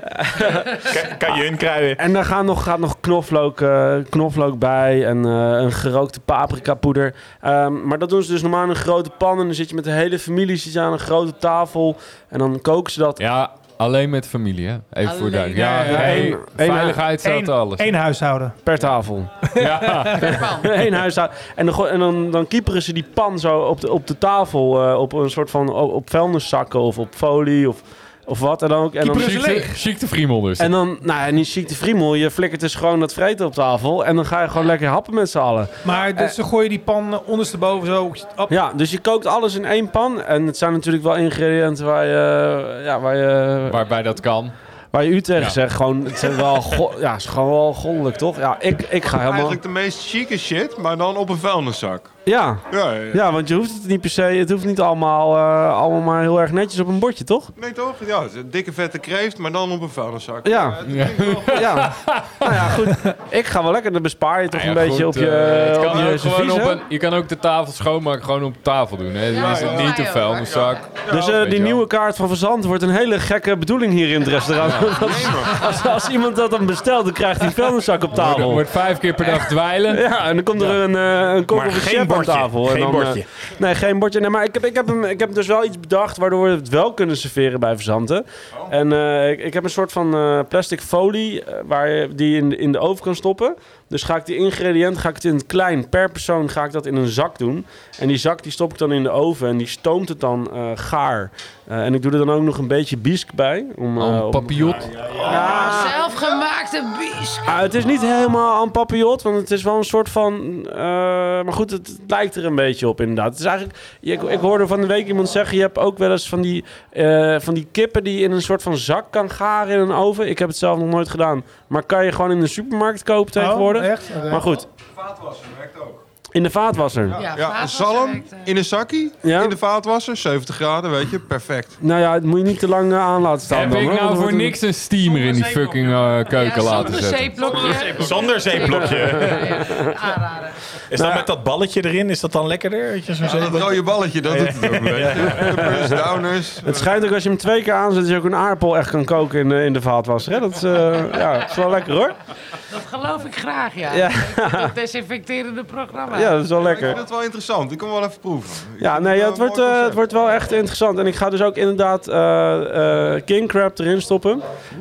Cajun kruiden. En daar gaat nog, gaat nog knoflook, uh, knoflook bij en uh, een gerookte paprikapoeder. Um, maar dat doen ze dus normaal in een grote pan. En dan zit je met de hele familie zit je aan een grote tafel. En dan koken ze dat. Ja, alleen met familie, hè? Even alleen. Voor duidelijk. Ja, ja, ja, één, één, veiligheid staat alles. Eén huishouden. Per tafel. Ja. Eén huishouden. En, dan, en dan, dan kieperen ze die pan zo op de, op de tafel. Uh, op een soort van op vuilniszakken of op folie of... Of wat en dan ook. En dan chic de friemel dus. En dan, nou ja, niet chic de friemel. Je flikkert dus gewoon dat vreten op tafel. En dan ga je gewoon lekker happen met z'n allen. Maar dus dan gooi je die pan ondersteboven zo op. Ja, dus je kookt alles in één pan. En het zijn natuurlijk wel ingrediënten waar je... Ja, waar je waarbij dat kan. Waar je u tegen ja. zegt, gewoon, het zijn wel, go- ja, het is gewoon wel goddelijk, toch? Ja, ik, ik ga helemaal... Eigenlijk de meest chique shit, maar dan op een vuilniszak. Ja. Ja, ja, ja. ja, want je hoeft het niet per se, het hoeft niet allemaal, uh, allemaal maar heel erg netjes op een bordje, toch? Nee, toch? Ja, een dikke vette kreeft, maar dan op een vuilniszak. Ja. Ja. Ja. ja. Nou ja, goed. Ik ga wel lekker, dan bespaar je toch nou ja, een goed, beetje op je, uh, op kan je ook gewoon op een, je kan ook de tafel schoonmaken, gewoon op tafel doen. Hè? Dan ja, is het ja, niet een vuilniszak. Ja. Dus uh, die nieuwe kaart van Verzand wordt een hele gekke bedoeling hier in het restaurant. Ja. Als, als iemand dat dan bestelt, dan krijgt hij een vuilniszak op tafel. Er wordt vijf keer per dag dweilen. Ja, en dan komt er een, uh, een kok of een chef aan tafel. Geen en dan, bordje. Uh, nee, geen bordje. Nee, maar ik heb, ik, heb hem, ik heb dus wel iets bedacht waardoor we het wel kunnen serveren bij Verzanten. Oh. En uh, ik, ik heb een soort van uh, plastic folie uh, waar je die in de, in de oven kan stoppen. Dus ga ik die ingrediënten, ga ik het in het klein, per persoon ga ik dat in een zak doen. En die zak die stop ik dan in de oven en die stoomt het dan uh, gaar. Uh, en ik doe er dan ook nog een beetje biesк bij. Om, uh, oh, papillot. Ja, ja, ja. Oh, zelfgemaakte biscuit. Uh, het is niet helemaal een papillot, want het is wel een soort van... Uh, maar goed, het, het lijkt er een beetje op inderdaad. Het is eigenlijk... Ik, ik hoorde van de week iemand zeggen... Je hebt ook wel eens van die, uh, van die kippen die in een soort van zak kan garen in een oven. Ik heb het zelf nog nooit gedaan. Maar kan je gewoon in de supermarkt kopen tegenwoordig. Oh, echt? Maar goed. Vaatwasser werkt ook. In de vaatwasser? Ja, ja vaatwasser zalm werkt, uh... in een zakkie, ja? in de vaatwasser, zeventig graden, weet je, perfect. Nou ja, het moet je niet te lang uh, aan laten staan. Heb dan, ik hoor. nou voor niks een steamer in die fucking uh, keuken ja, laten zetten? Zeeblokje. Zonder zeeblokje. Ja, ja. Aanraden. Is dat nou, met dat balletje erin, is dat dan lekkerder? Weet je, zo'n ja, dat rode balletje, dat doet het ook een beetje. Uppers, downers. Het schijnt ook als je hem twee keer aanzet, dat je ook een aardappel echt kan koken in de, in de vaatwasser. Hè? Dat is, uh, ja, dat is wel lekker hoor. Dat geloof ik graag, ja. ja. Dat desinfecterende programma. Ja, dat is wel lekker. Ik vind het wel interessant. Ik kom wel even proeven. Ja, nee, ja, het, wordt, uh, het wordt wel echt interessant. En ik ga dus ook inderdaad uh, uh, king crab erin stoppen.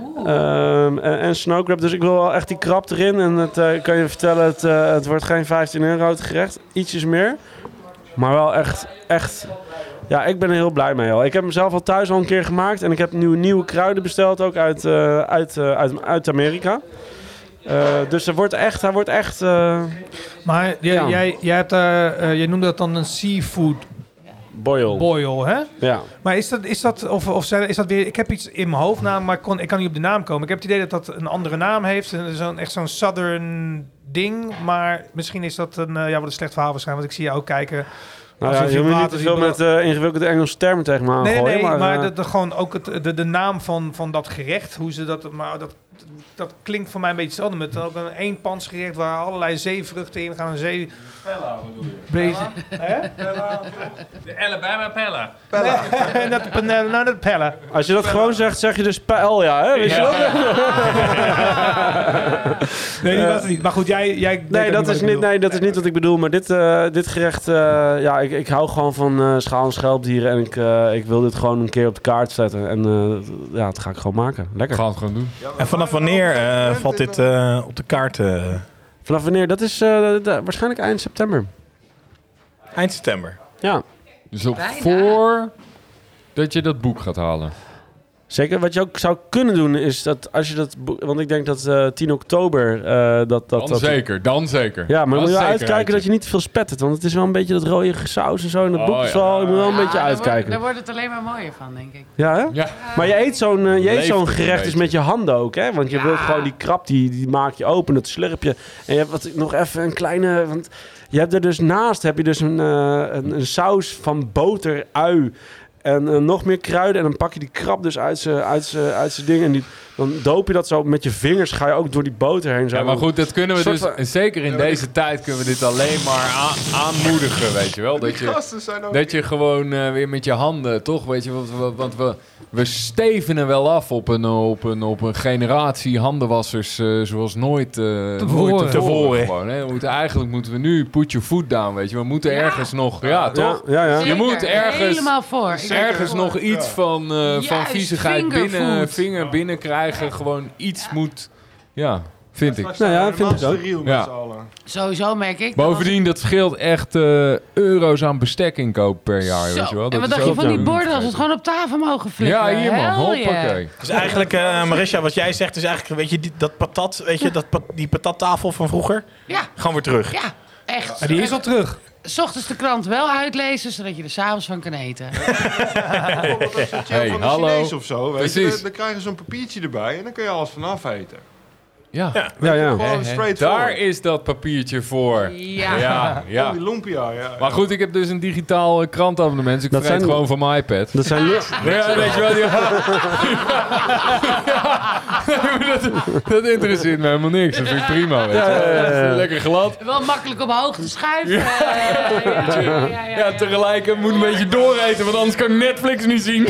Um, en, en snow crab. Dus ik wil wel echt die krab erin. En het, uh, ik kan je vertellen, het, uh, het wordt geen vijftien euro het gerecht. Ietsjes meer. Maar wel echt, echt... Ja, ik ben er heel blij mee al. Ik heb hem zelf al thuis al een keer gemaakt. En ik heb nieuwe, nieuwe kruiden besteld ook uit, uh, uit, uh, uit, uit Amerika. Uh, dus er wordt echt, hij wordt echt... Uh, maar jij, ja. jij, jij, hebt, uh, uh, jij noemde dat dan een seafood boil. Boil, hè? Ja. Maar is dat, is dat, of, of is dat weer... Ik heb iets in mijn hoofd, naam, maar ik, kon, ik kan niet op de naam komen. Ik heb het idee dat dat een andere naam heeft. Zo'n, echt zo'n southern ding. Maar misschien is dat een... Uh, ja, wat een slecht verhaal waarschijnlijk. Want ik zie jou ook kijken... Nou ja, je moet niet te veel met uh, ingewikkelde Engelse termen tegen me aan nee, gooien. Nee, maar, maar uh, de, de, gewoon ook het, de, de naam van, van dat gerecht, hoe ze dat... Maar dat dat klinkt voor mij een beetje hetzelfde. Met ook een eenpansgerecht waar allerlei zeevruchten in gaan. Een zee... Pella bedoel je? Bezig. Hè? De Alabama Pella. Pella. dat, nou, dat pellen. Als je dat gewoon zegt, zeg je dus paella, hè? Weet je Ja. wel? Nee, die was het niet. Maar goed, jij... jij Nee, dat is niet, nee, dat is niet wat ik bedoel. Maar dit, uh, dit gerecht... Uh, ja, ik, ik hou gewoon van uh, schaal- en schelpdieren. En ik, uh, ik wil dit gewoon een keer op de kaart zetten. En uh, ja, dat ga ik gewoon maken. Lekker. Gaan we het gewoon doen. En vanaf wanneer uh, valt dit uh, op de kaart? Uh... Vanaf wanneer? Dat is uh, de, de, waarschijnlijk eind september. Eind september? Ja. Dus op voor dat je dat boek gaat halen. Zeker. Wat je ook zou kunnen doen is dat als je dat boek... Want ik denk dat uh, tien oktober... Uh, dat, dat, Dan dat, zeker, dan zeker. Ja, maar dan moet je wel zeker uitkijken dat je niet te veel spettert. Want het is wel een beetje dat rode saus en zo in het Oh, boek. Dus ja. wel, je moet wel een Ah, beetje daar uitkijken. Wordt, daar wordt het alleen maar mooier van, denk ik. Ja, hè? Ja. Maar je eet zo'n uh, je eet Leeft zo'n het een gerecht dus beetje. met je handen ook, hè? Want je Ja. wilt gewoon die krab, die, die maak je open, dat slurp je. En je hebt wat, nog even een kleine... Want je hebt er dus naast heb je dus een, uh, een, een saus van boter, ui en uh, nog meer kruiden. En dan pak je die krab dus uit zijn uit z'n, uit z'n ding. En die, dan doop je dat zo met je vingers, ga je ook door die boter heen. Zo. Ja, maar goed, dat kunnen we Soort dus... van- Zeker in deze tijd kunnen we dit alleen maar aan, aanmoedigen, weet je wel. Dat je, Gasten zijn ook... dat je gewoon uh, weer met je handen, toch? Weet je, want we, want we, we stevenen wel af op een, op een, op een generatie handenwassers uh, zoals nooit, uh, Tevoren. nooit tevoren. Tevoren. Gewoon, hè. We moeten, eigenlijk moeten we nu put your foot down, weet je. We moeten Ja. ergens nog... Ja, toch? Ja, ja, ja. Zeker. moet ergens- Helemaal voor. Ik ben Ergens ervoor. nog iets van, uh, van Juist, viezigheid binnen, fingerfood. vinger binnenkrijgen. Gewoon iets moet... Ja, vind ik. Nou ja, vind ik ook. Steriel met Ja. z'n allen. Sowieso merk ik. dat Bovendien, dat scheelt echt uh, euro's aan bestek inkopen per jaar, als- weet je wel. Zo. Dat En wat is dacht je ook van die niet borden als het vergeten. gewoon op tafel mogen flikken? Ja, hier man, Hell yeah. hoppakee. Dus eigenlijk, uh, Marisha, wat jij zegt is eigenlijk, weet je, die, dat patat, weet je, dat, pat- die patattafel van vroeger, Ja, gewoon weer terug. ja, echt. Maar die is al terug. 'S ochtends de krant wel uitlezen, zodat je er s'avonds van kan eten. Bijvoorbeeld als je Hey, van de hallo. Chinees of zo, weet je, Precies. dan, dan krijg je zo'n papiertje erbij en dan kun je alles vanaf eten. Ja, Ja. Ja, ja. Gewoon Hè, hè. straight daar forward. is dat papiertje voor. Ja. Ja, Oh, ja. die lumpia, ja. Maar goed, ik heb dus een digitaal uh, krantabonnement, dus ik Dat vreet zijn- gewoon van mijn iPad. Dat zijn... Ja, weet je wel. Die... Ja, maar dat, dat interesseert me helemaal niks. Dat vind ik prima, weet je Ja, ja, ja, ja. wel. Lekker glad. Wel makkelijk op hoog te schuiven. Ja, ja, ja, ja, Ja, tegelijk uh, moet een beetje dooreten, want anders kan ik Netflix niet zien.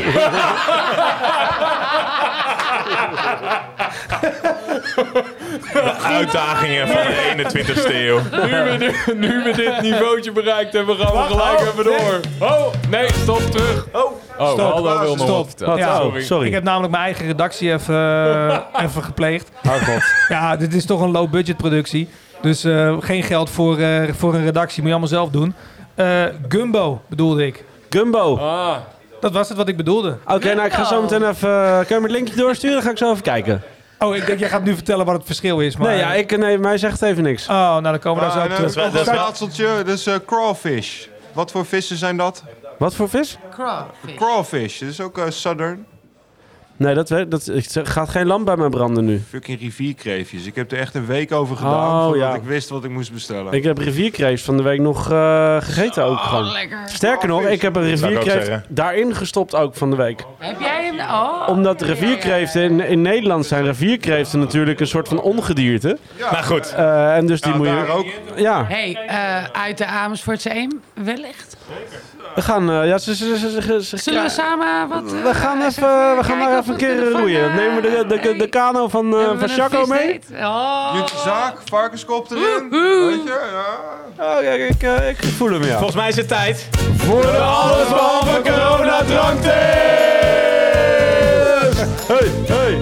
Uitdagingen van de eenentwintigste eeuw. Nu we, dit- nu we dit niveautje bereikt hebben, gaan we gelijk oh, even door. Oh, nee, stop, terug. Oh, oh Stop. Hallo wil nog Stop. wat vertellen. Ja, sorry. sorry. Ik heb namelijk mijn eigen redactie even, eh, even gepleegd. Oh god. Ja, dit is toch een low-budget productie. Dus eh, geen geld voor, eh, voor een redactie. Moet je allemaal zelf doen. Eh, Gumbo bedoelde ik. Gumbo. Ah, Dat was het wat ik nou Oké, nou ik ga zo meteen even... uh, kan je me het linkje doorsturen? Dan ga ik zo even kijken. Oh, ik denk, jij gaat nu vertellen wat het verschil is. Maar... Nee, ja, ik, nee, mij zegt even niks. Oh, nou dan komen we daar Ah, zo en, op eh, terug. nog een raadseltje, dus uh, crawfish. Wat voor vissen zijn dat? Wat voor vis? Crawfish. Crawfish, dat is ook uh, southern. Nee, dat, weet- dat ik zeg, gaat geen lamp bij mij branden nu. Fucking rivierkreefjes. Ik heb er echt een week over gedaan Oh, voordat ja. ik wist wat ik moest bestellen. Ik heb rivierkreeft van de week nog uh, gegeten ook Oh, gewoon. lekker. Sterker nog, ik heb een Zou ik ook rivierkreeft zeggen. daarin gestopt ook van de week. Heb jij hem? Oh. Omdat rivierkreeften, in, in Nederland zijn rivierkreeften natuurlijk een soort van ongedierte. Maar goed, Uh, en dus die Ja, moet daar je... ook. Ja, Hey, uh, uit de Amersfoortse Eem, wellicht. we gaan... uh, ja, ze, ze, ze, ze, ze- Zullen we samen wat... uh, we gaan even, we gaan daar even een keer roeien. Nemen we de, de, de, de kano van, uh, van Chaco mee? Oh. Jutje zaak, varkenskop erin. Weet je, ja. Oh, ja, ik, uh, ik voel hem, ja. volgens mij is het tijd. Voor de allesbehalve corona-dranktest! Hey, hey.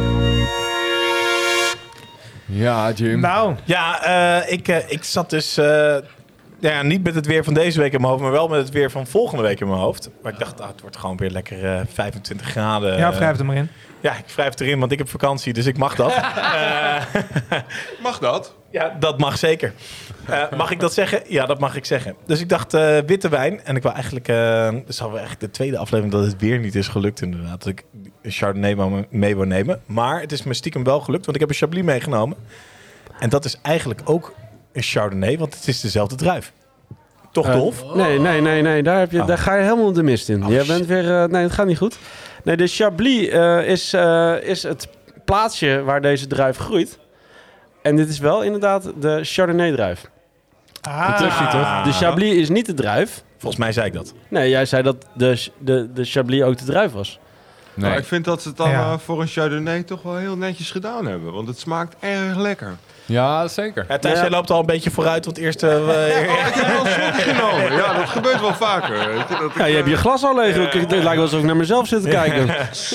ja, Jim. Nou, Ja, eh, ik, eh, ik zat dus eh, ja, niet met het weer van deze week in mijn hoofd, maar wel met het weer van volgende week in mijn hoofd. Maar ik dacht, ah, het wordt gewoon weer lekker eh, vijfentwintig graden. ja, wrijf er maar in. Ja, ik wrijf het erin, want ik heb vakantie, dus ik mag dat. Eh, Mag dat? ja, dat mag zeker. Eh, mag ik dat zeggen? Ja, dat mag ik zeggen. Dus ik dacht, eh, witte wijn. En ik wil eigenlijk... eh dit is alweer eigenlijk de tweede aflevering dat het weer niet is gelukt inderdaad. Dat ik een Chardonnay wou- mee wil nemen. Maar het is me stiekem wel gelukt, want ik heb een Chablis meegenomen. En dat is eigenlijk ook een Chardonnay, want het is dezelfde druif. Toch, Eh, Dolf? Nee, nee, nee, nee. Daar, heb je, Oh. daar ga je helemaal de mist in. Oh, Jij shit. bent weer... uh, nee, het gaat niet goed. Nee, de Chablis uh, is, uh, is het plaatsje waar deze druif groeit. En dit is wel inderdaad de Chardonnay-druif. Ah. De, de Chablis is niet de druif. Volgens mij zei ik dat. Nee, jij zei dat de, de, de Chablis ook de druif was. Nee. Maar ik vind dat ze het dan Ja. uh, voor een Chardonnay toch wel heel netjes gedaan hebben. Want het smaakt erg lekker. Ja, zeker. Ja, Thijs, Ja. jij loopt al een beetje vooruit, want eerst... Uh, Oh, ik heb wel een slokje genomen. Ja, dat gebeurt wel vaker. Weet je, dat ik, Ja, je hebt je glas al leeg. Het lijkt wel alsof ik naar mezelf zit te kijken.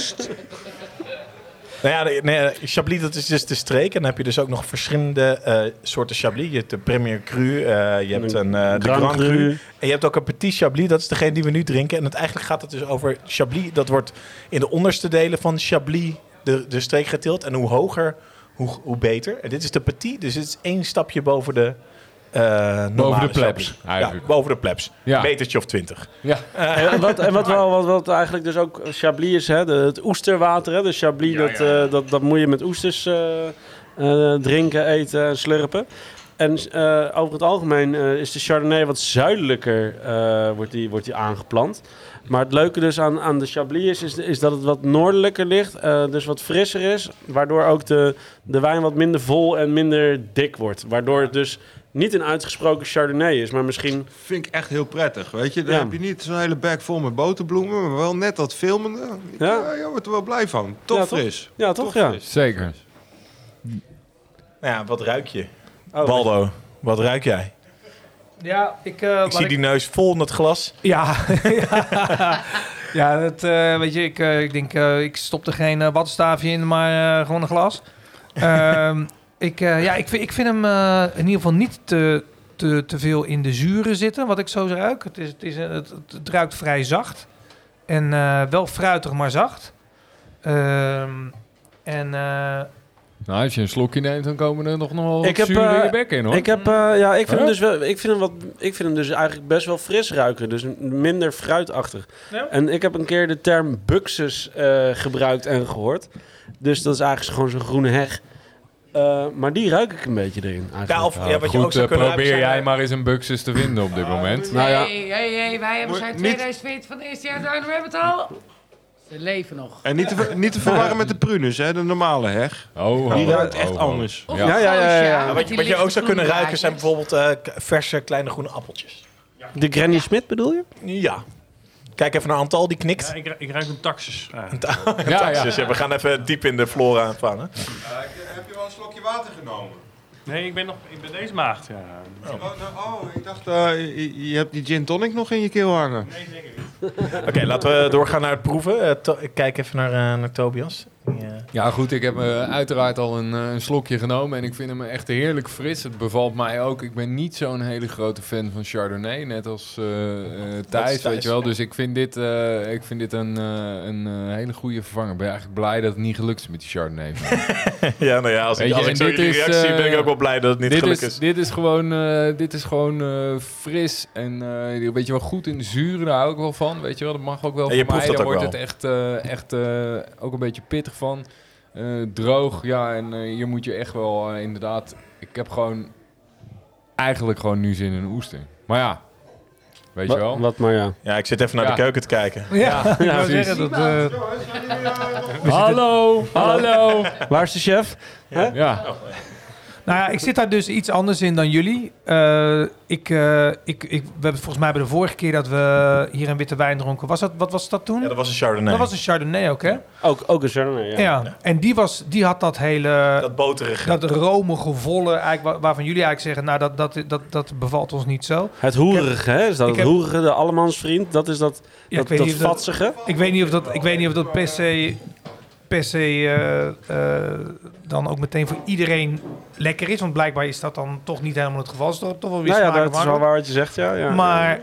Nou ja, de- nee, Chablis, dat is dus de streek. En dan heb je dus ook nog verschillende uh, soorten Chablis. Je hebt de Premier Cru, uh, je hebt een uh, de Grand Grand Cru. Cru. En je hebt ook een Petit Chablis, dat is degene die we nu drinken. En het, eigenlijk gaat het dus over Chablis. Dat wordt in de onderste delen van Chablis de, de streek geteeld. En hoe hoger, hoe, hoe beter. En dit is de Petit, dus het is één stapje boven de uh, normale Boven de plebs, Chablis. eigenlijk. Ja, boven de plebs. Ja. Een metertje of twintig. Ja. En wat, en wat, wel, wat, wat eigenlijk dus ook Chablis is, hè, de, het oesterwater. Hè, de Chablis, Ja, dat, ja, ja. eh, dat, dat moet je met oesters eh, eh, drinken, eten en slurpen. En eh, over het algemeen eh, is de Chardonnay wat zuidelijker eh, wordt die, wordt die aangeplant. Maar het leuke dus aan, aan de Chablis is, is, is dat het wat noordelijker ligt. eh, dus wat frisser is. Waardoor ook de, de wijn wat minder vol en minder dik wordt. Waardoor het dus niet een uitgesproken Chardonnay is, maar misschien... vind ik echt heel prettig. Weet je, dan Ja. heb je niet zo'n hele bek vol met boterbloemen. Maar wel net dat filmende. Ja. Ja, je wordt er wel blij van. Toch Ja, toch? fris. Ja, toch? Ja. Zeker. Nou ja, wat ruik je? Oh, Baldo, wat ruik jij? Ja, ik... uh, Ik zie die neus vol in het glas. Ja, ja. ja dat, uh, weet je, ik, uh, ik denk, uh, ik stop er geen uh, wattenstaafje in, maar uh, gewoon een glas. um, ik, uh, ja, ik, vind, ik vind hem uh, in ieder geval niet te, te, te veel in de zuren zitten, wat ik zo ruik. Het, is, het, is, uh, het, het ruikt vrij zacht en uh, wel fruitig, maar zacht. Um, en... Uh, Nou, als je een slokje neemt, dan komen er nog wel Ik wat heb, zuur in uh, je bek in, hoor. Ik heb, uh, ja, ik vind Huh? hem dus wel, ik vind hem wat, ik vind hem dus eigenlijk best wel fris ruiken, dus minder fruitachtig. Ja. En ik heb een keer de term buxus uh, gebruikt en gehoord, dus dat is eigenlijk gewoon zo'n groene heg. Uh, maar die ruik ik een beetje erin. Eigenlijk. Ja, of, Nou, ja, wat je goed, ook zou uh, kunnen probeer ruiken jij zijn, maar eens een Buxus te vinden op dit moment. Nou ja. Hey, hey, hey, wij hebben Moet zijn niet- tweeduizend veertien van het eerste jaar Down the Rabbit Hole. Ze leven nog. En niet te, ver- niet te verwarren met de prunus, hè, de normale heg. Oh, Die oh, ruikt oh, echt oh. anders. Of Ja. een Ja, ja, ja, ja, ja. goosje, Ja, met wat, je, die wat je ook lichte zou kunnen groene ruiken zijn blaadjes. bijvoorbeeld uh, k- verse kleine groene appeltjes. De Granny Smith bedoel je? Ja. Kijk even naar Antal, die knikt. Ja, ik, ru- ik ruik een taxus. Ah. Ja, ja. Dus ja, we gaan even diep in de flora aan het vangen. heb je wel een slokje water genomen? Nee, ik ben nog ik ben deze maagd. Ja. Oh, nou, oh ik dacht, uh, je, je hebt die gin tonic nog in je keel hangen. Oké, okay, laten we doorgaan naar het proeven. Uh, to- ik kijk even naar, uh, naar Tobias. Die, uh, Ja, goed, ik heb uh, uiteraard al een, uh, een slokje genomen en ik vind hem echt heerlijk fris. Het bevalt mij ook. Ik ben niet zo'n hele grote fan van Chardonnay, net als uh, uh, Thijs, Thijs, weet je wel. ja. Dus ik vind dit, uh, ik vind dit een, uh, een uh, hele goede vervanger. Ik ben eigenlijk blij dat het niet gelukt is met die Chardonnay. ja, nou ja, als Weet ik, je, als ik en zo dit jullie is, reactie zie, uh, ben ik ook wel blij dat het niet dit, gelukt is, is. dit is gewoon, uh, dit is gewoon uh, fris en uh, weet je wel, goed in de zuren, daar hou ik wel van. Weet je wel, dat mag ook wel En je voor mij. proeft dat Dan ook wordt wel. het echt, uh, echt uh, ook een beetje pittig van. Uh, droog, ja, en uh, hier moet je echt wel uh, inderdaad... Ik heb gewoon eigenlijk gewoon nu zin in een oester. Maar ja, weet je Wat, wel. wat maar ja. Ja, ik zit even naar Ja. de keuken te kijken. ja, ik wou precies. zeggen dat... Uh, Hallo, hallo. Waar is de chef? Ja, Nou ja, ik zit daar dus iets anders in dan jullie. Uh, ik, uh, ik, ik, we hebben volgens mij bij de vorige keer dat we hier een witte wijn dronken. Was dat, wat was dat toen? Ja, dat was een Chardonnay. Dat was een Chardonnay ook, hè? Ook, ook een Chardonnay, ja. Ja. En die, was, die had dat hele... Dat boterige. Dat romige, volle, eigenlijk, waar- waarvan jullie eigenlijk zeggen... nou, dat, dat, dat, dat bevalt ons niet zo. Het hoerige, hè? Is dat ik het heb- hoerige, de allemansvriend? Dat is dat, Ja, dat, ik weet dat niet of dat- vatsige? Ik weet niet of dat, ik weet niet of dat per se, per se uh, uh, dan ook meteen voor iedereen lekker is. Want blijkbaar is dat dan toch niet helemaal het geval. Is toch, toch wel weer Nou ja, dat is wel smaakafhankelijk. waar wat je zegt, ja. ja. Maar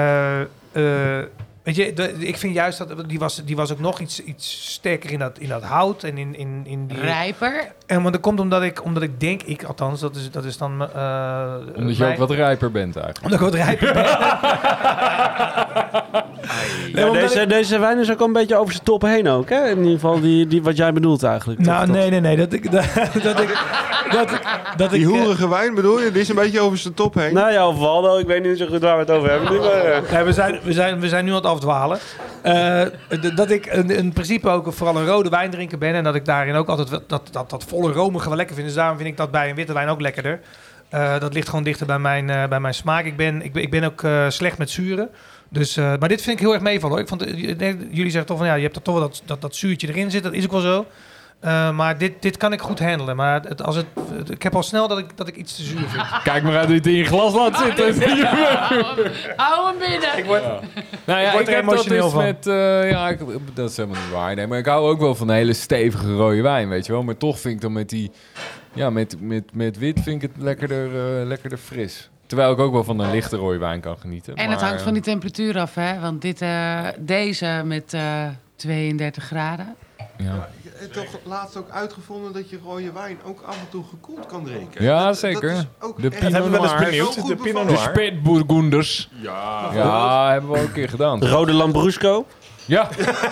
uh, uh, weet je, de, ik vind juist dat die was, die was ook nog iets, iets sterker in dat, in dat hout en in, in, in die. Rijper. En want dat komt omdat ik, omdat ik denk, ik althans, dat is, dat is dan. Uh, omdat je ook wat rijper bent eigenlijk. Omdat ik wat rijper ben. Ja, ja, deze, ik... deze wijn is ook al een beetje over zijn top heen ook, hè? In ieder geval die, die, wat jij bedoelt eigenlijk. Nou, dat, nee, nee, nee. Dat ik, dat, dat ik, dat ik, dat die ik, hoerige wijn bedoel je? Die is een beetje over zijn top heen. Nou ja, of Waldo. Ik weet niet zo goed waar we het over hebben. Maar, uh. nee, we, zijn, we, zijn, we zijn nu aan het afdwalen. Uh, d- dat ik in, in principe ook vooral een rode wijndrinker ben. En dat ik daarin ook altijd dat, dat, dat, dat volle romige wel lekker vind. Dus daarom vind ik dat bij een witte wijn ook lekkerder. Uh, dat ligt gewoon dichter bij mijn, uh, bij mijn smaak. Ik ben, ik ben, ik ben ook uh, slecht met zuren. Dus, uh, maar dit vind ik heel erg meevallen. Hoor. Ik vond, uh, jullie zeggen toch van ja, je hebt er toch wel dat, dat, dat zuurtje erin zitten. Dat is ook wel zo. Uh, maar dit, dit kan ik goed handelen. Maar het, als het, ik heb al snel dat ik, dat ik iets te zuur vind. Kijk maar uit dat je het in je glas laat zitten. Hou hem binnen. Ik word, ja. Nou ja, ik, ik word er emotioneel van. Met, uh, ja, ik, dat is helemaal niet waar. Nee, maar ik hou ook wel van een hele stevige rode wijn, weet je wel. Maar toch vind ik dan met die... Ja, met, met, met wit vind ik het lekkerder, uh, lekkerder fris. Terwijl ik ook wel van een lichte rode wijn kan genieten. En maar, het hangt van die temperatuur af, hè? Want dit, uh, deze met uh, tweeëndertig graden... Ja. Je hebt toch laatst ook uitgevonden dat je rode wijn ook af en toe gekoeld kan drinken? Ja, dat, zeker. Dat is ook de Pinot Noir. Hebben we wel eens benieuwd. De Pinot Noir. De Spätburgunders. Ja. Ja, hebben we ook een keer gedaan. Rode Lambrusco. Ja.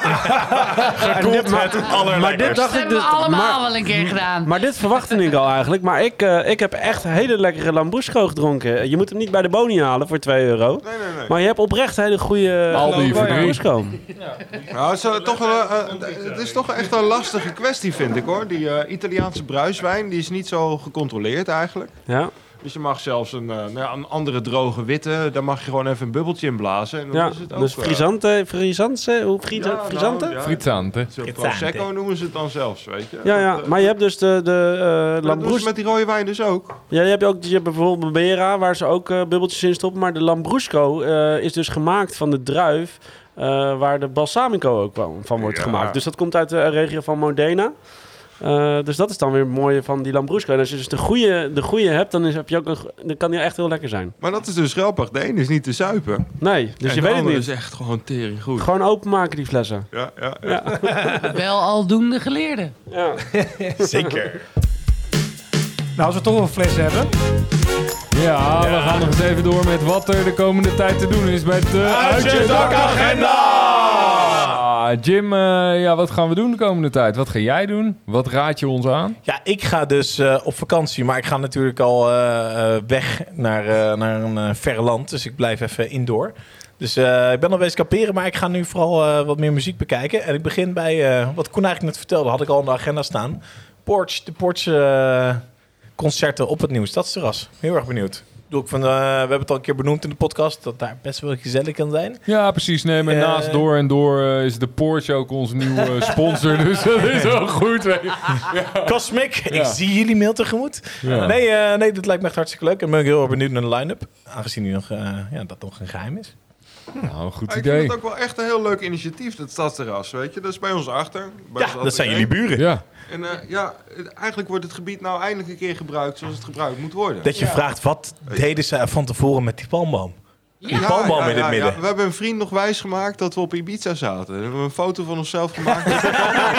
Gekoeld met het allerlekkerst. Maar dit dacht dat ik hebben dus, we allemaal maar, wel een keer gedaan. Maar dit verwachtte ik al eigenlijk. Maar ik, uh, ik heb echt hele lekkere Lambrusco gedronken. Je moet hem niet bij de Boni halen voor twee euro. Nee, nee, nee. Maar je hebt oprecht hele goede Aldi voor Lambrusco. Ja. Nou, het, is toch een, uh, het is toch echt een lastige kwestie, vind ik hoor. Die uh, Italiaanse bruiswijn die is niet zo gecontroleerd eigenlijk. Ja. Dus je mag zelfs een, uh, nou ja, een andere droge witte, daar mag je gewoon even een bubbeltje in blazen. En dan ja, is het ook, dus frisante, frisante, hoe frisa, ja, frisante? Nou, ja, Frizzante. Prosecco noemen ze het dan zelfs, weet je. Ja, ja, dat, uh, maar je hebt dus de, de uh, Lambrusco. met die rode wijn dus ook. Ja, je hebt ook je hebt bijvoorbeeld Barbera, waar ze ook uh, bubbeltjes in stoppen. Maar de Lambrusco uh, is dus gemaakt van de druif uh, waar de balsamico ook van wordt ja. gemaakt. Dus dat komt uit de regio van Modena. Uh, dus dat is dan weer het mooie van die Lambrusco. En als je dus de goede, de goede hebt, dan, is, heb je ook een, dan kan die echt heel lekker zijn. Maar dat is dus grappig. De ene is niet te zuipen. Nee, dus en je de weet het niet. is echt gewoon tering goed. Gewoon openmaken die flessen. Ja, ja, ja. ja. Wel aldoende geleerde. Ja. Zeker. Nou, als we toch wel een fles hebben. Ja, ja, we gaan nog eens even door met wat er de komende tijd te doen is met de Uit je dak agenda! Jim, uh, ja, wat gaan we doen de komende tijd? Wat ga jij doen? Wat raad je ons aan? Ja, ik ga dus uh, op vakantie, maar ik ga natuurlijk al uh, weg naar, uh, naar een uh, ver land. Dus ik blijf even indoor. Dus uh, ik ben al bezig kamperen, maar ik ga nu vooral uh, wat meer muziek bekijken. En ik begin bij, uh, wat Koen eigenlijk net vertelde, had ik al in de agenda staan. Porch, de Porch uh, concerten op het Nieuwstadsterras. Heel erg benieuwd. Doe ik van, uh, we hebben het al een keer benoemd in de podcast, dat daar best wel gezellig kan zijn. Ja, precies. Nee, maar uh, naast Door en Door uh, is de Porch ook onze nieuwe uh, sponsor. Dus dat is wel goed. Ja. Cosmic, ja. Ik zie jullie mail tegemoet. Ja. Nee, uh, nee, dit lijkt me echt hartstikke leuk. En ben ik heel erg benieuwd naar de line-up. Aangezien die nog, uh, ja, dat nog een geheim is. Nou, een goed ik idee. Ik vind het ook wel echt een heel leuk initiatief, dat Stadsterras, weet je. Dat is bij ons achter. Bij ja, dat zijn jullie buren. Ja. En uh, ja, eigenlijk wordt het gebied nou eindelijk een keer gebruikt zoals het gebruikt moet worden. Dat je ja. vraagt, wat deden ze van tevoren met die palmboom? Die ja, palmboom ja, in het ja, midden. Ja. We hebben een vriend nog wijsgemaakt dat we op Ibiza zaten. We hebben een foto van onszelf gemaakt. ja,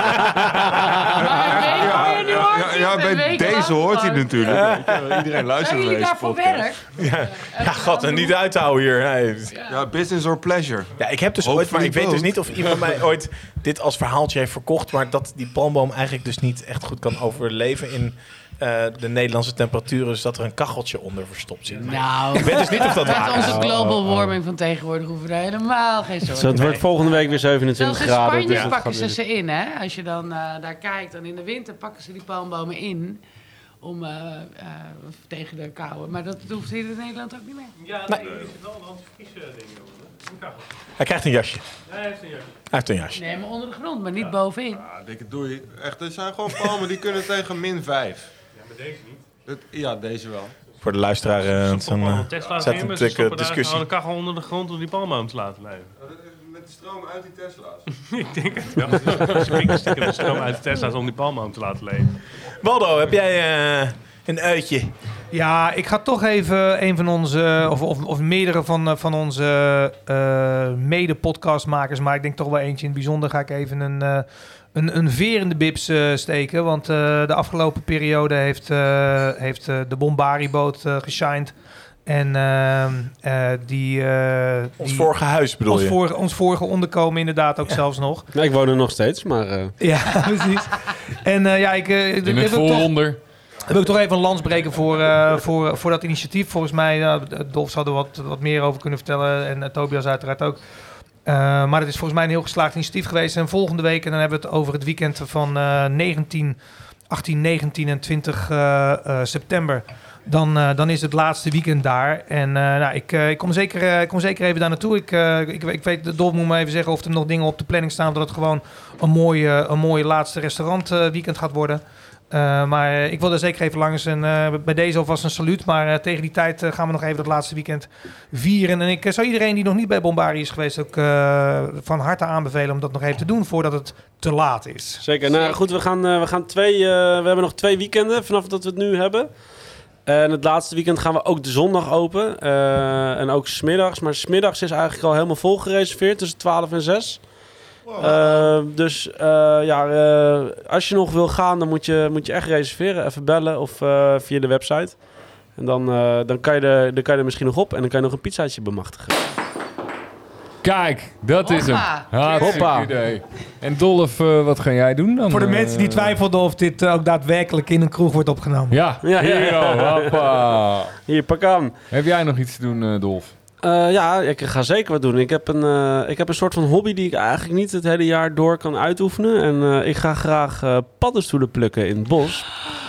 ja, ja, bij deze hoort hij natuurlijk. Ja. Iedereen luistert naar deze podcast. Ja, ja god, en niet uithouden hier. Nee. Ja, business or pleasure. Ja, ik heb dus Hoop ooit, maar ik weet boot. dus niet of iemand mij ooit dit als verhaaltje heeft verkocht, maar dat die palmboom eigenlijk dus niet echt goed kan overleven in uh, de Nederlandse temperaturen, dus dat er een kacheltje onder verstopt zit. Nou, ik weet dus niet of dat waar met is. onze global warming van tegenwoordig hoeven we daar helemaal geen zorgen. Zo, het wordt nee. volgende week weer zevenentwintig Zelfs in graden. Spanje Dus pakken ze ze in, hè? Als je dan uh, daar kijkt, dan in de winter pakken ze die palmbomen in om uh, uh, tegen de kou. Maar dat hoeft hier in Nederland ook niet meer. Ja, nee, nee. Het is wel een antivries-ding. Hij krijgt een jasje. Hij heeft een jasje. Hij heeft een jasje. Nee, maar onder de grond, maar niet ja. bovenin. Ja, dikke doei. Echt, er zijn gewoon palmen die kunnen tegen min vijf. Ja, maar deze niet. Het, ja, deze wel. Voor de luisteraar uh, zo'n uh, ontzettend dikke discussie. Gewoon een kachel onder de grond om die palmboom te laten leven. Met de stroom uit die Tesla's. Ik denk het wel. Spiekerstikken de stroom uit de Tesla's om die palmboom te laten leven. Waldo, heb jij uh, een uitje? Ja, ik ga toch even een van onze, of, of, of meerdere van, van onze uh, mede-podcastmakers, maar ik denk toch wel eentje in het bijzonder, ga ik even een, uh, een, een veer in de bibs uh, steken. Want uh, de afgelopen periode heeft, uh, heeft uh, de Bombari-boot uh, geshined. En uh, uh, die... Uh, ons die, vorige huis bedoel ons je? Vorige, ons vorige onderkomen inderdaad ook ja. zelfs nog. Ja, ik woon er nog steeds, maar... Uh... Ja, precies. En uh, ja, ik... Uh, In het vooronder. Dan wil ik toch even een lans breken voor, uh, voor, voor dat initiatief. Volgens mij, uh, Dolf zou er wat, wat meer over kunnen vertellen. En uh, Tobias uiteraard ook. Uh, maar het is volgens mij een heel geslaagd initiatief geweest. En volgende week, en dan hebben we het over het weekend van uh, negentien, achttien, negentien en twintig uh, uh, september... Dan, uh, dan is het laatste weekend daar. En uh, nou, ik, uh, ik, kom zeker, uh, ik kom zeker even daar naartoe. Ik, uh, ik, ik weet, Dolf moet me even zeggen of er nog dingen op de planning staan... dat het gewoon een mooie, een mooie laatste restaurantweekend uh, gaat worden. Uh, maar uh, ik wil er zeker even langs. En uh, bij deze alvast een saluut. Maar uh, tegen die tijd uh, gaan we nog even dat laatste weekend vieren. En ik uh, zou iedereen die nog niet bij Bombari is geweest... ook uh, van harte aanbevelen om dat nog even te doen... voordat het te laat is. Zeker. Nou goed, we gaan, uh, we gaan twee... Uh, we hebben nog twee weekenden vanaf dat we het nu hebben... En het laatste weekend gaan we ook de zondag open. Uh, en ook 's middags. Maar 's middags is eigenlijk al helemaal vol gereserveerd. Tussen twaalf en zes. Wow. Uh, dus uh, ja, uh, als je nog wil gaan, dan moet je, moet je echt reserveren. Even bellen of uh, via de website. En dan, uh, dan, kan je er, dan kan je er misschien nog op. En dan kan je nog een pizzaatje bemachtigen. Kijk, dat Hoppa. is hem. Hartstikke idee. En Dolf, uh, wat ga jij doen dan? Voor de uh, mensen die twijfelden of dit uh, ook daadwerkelijk in een kroeg wordt opgenomen. Ja, ja, ja, ja. Hier, hoppa. Hier, pak aan. Heb jij nog iets te doen, uh, Dolf? Uh, ja, ik ga zeker wat doen. Ik heb, een, uh, ik heb een soort van hobby die ik eigenlijk niet het hele jaar door kan uitoefenen. En uh, ik ga graag uh, paddenstoelen plukken in het bos.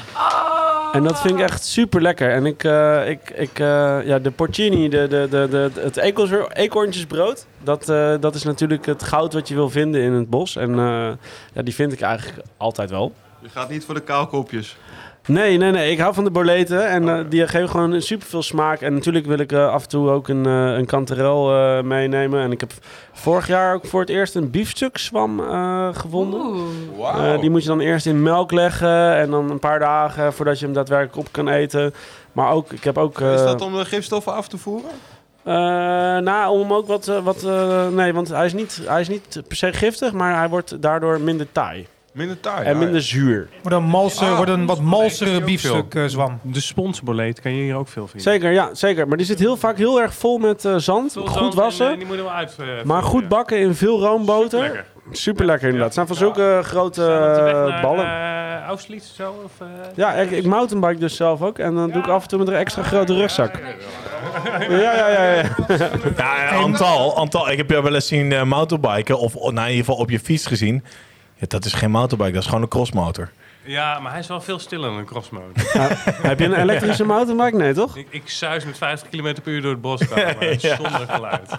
En dat vind ik echt super lekker. En ik, uh, ik, ik uh, ja, de porcini, de, de, de, de, het eekhoorntjesbrood, dat, uh, dat is natuurlijk het goud wat je wil vinden in het bos. En uh, ja, die vind ik eigenlijk altijd wel. Je gaat niet voor de kaalkopjes. Nee, nee, nee. Ik hou van de boleten en uh, die geven gewoon super veel smaak. En natuurlijk wil ik uh, af en toe ook een, uh, een kanterel uh, meenemen. En ik heb vorig jaar ook voor het eerst een biefstukzwam uh, gevonden. Wow. Uh, die moet je dan eerst in melk leggen en dan een paar dagen voordat je hem daadwerkelijk op kan eten. Maar ook, ik heb ook... Uh, Is dat om de gifstoffen af te voeren? Uh, nou, om hem ook wat... Uh, wat uh, nee, want hij is, niet, hij is niet per se giftig, maar hij wordt daardoor minder taai. Minder taai. En minder zuur. Wordt een, malse, ah, wordt een wat malsere biefstuk uh, zwam. De sponsboleet kan je hier ook veel vinden. Zeker, ja, zeker. Maar die zit heel vaak heel erg vol met uh, zand. Veel goed zand wassen. En, uh, die moet er wel uit, uh, maar goed bakken in veel roomboter. Super lekker. Super lekker inderdaad. Het zijn van zulke ja. grote uh, ballen. Uh, Austerlitz zo? Of, uh, ja, ik, ik mountainbike dus zelf ook. En dan ja. doe ik af en toe met een extra grote rugzak. Ja, ja, ja. ja. ja Antal, Antal, ik heb jou wel eens zien uh, mountainbiken. Of nou, in ieder geval op je fiets gezien. Ja, dat is geen mountainbike, dat is gewoon een crossmotor. Ja, maar hij is wel veel stiller dan een crossmotor. Ja, heb je een elektrische mountainbike? Nee, toch? Ik, ik suis met vijftig kilometer per uur door het bos gaan, maar ja. zonder geluid.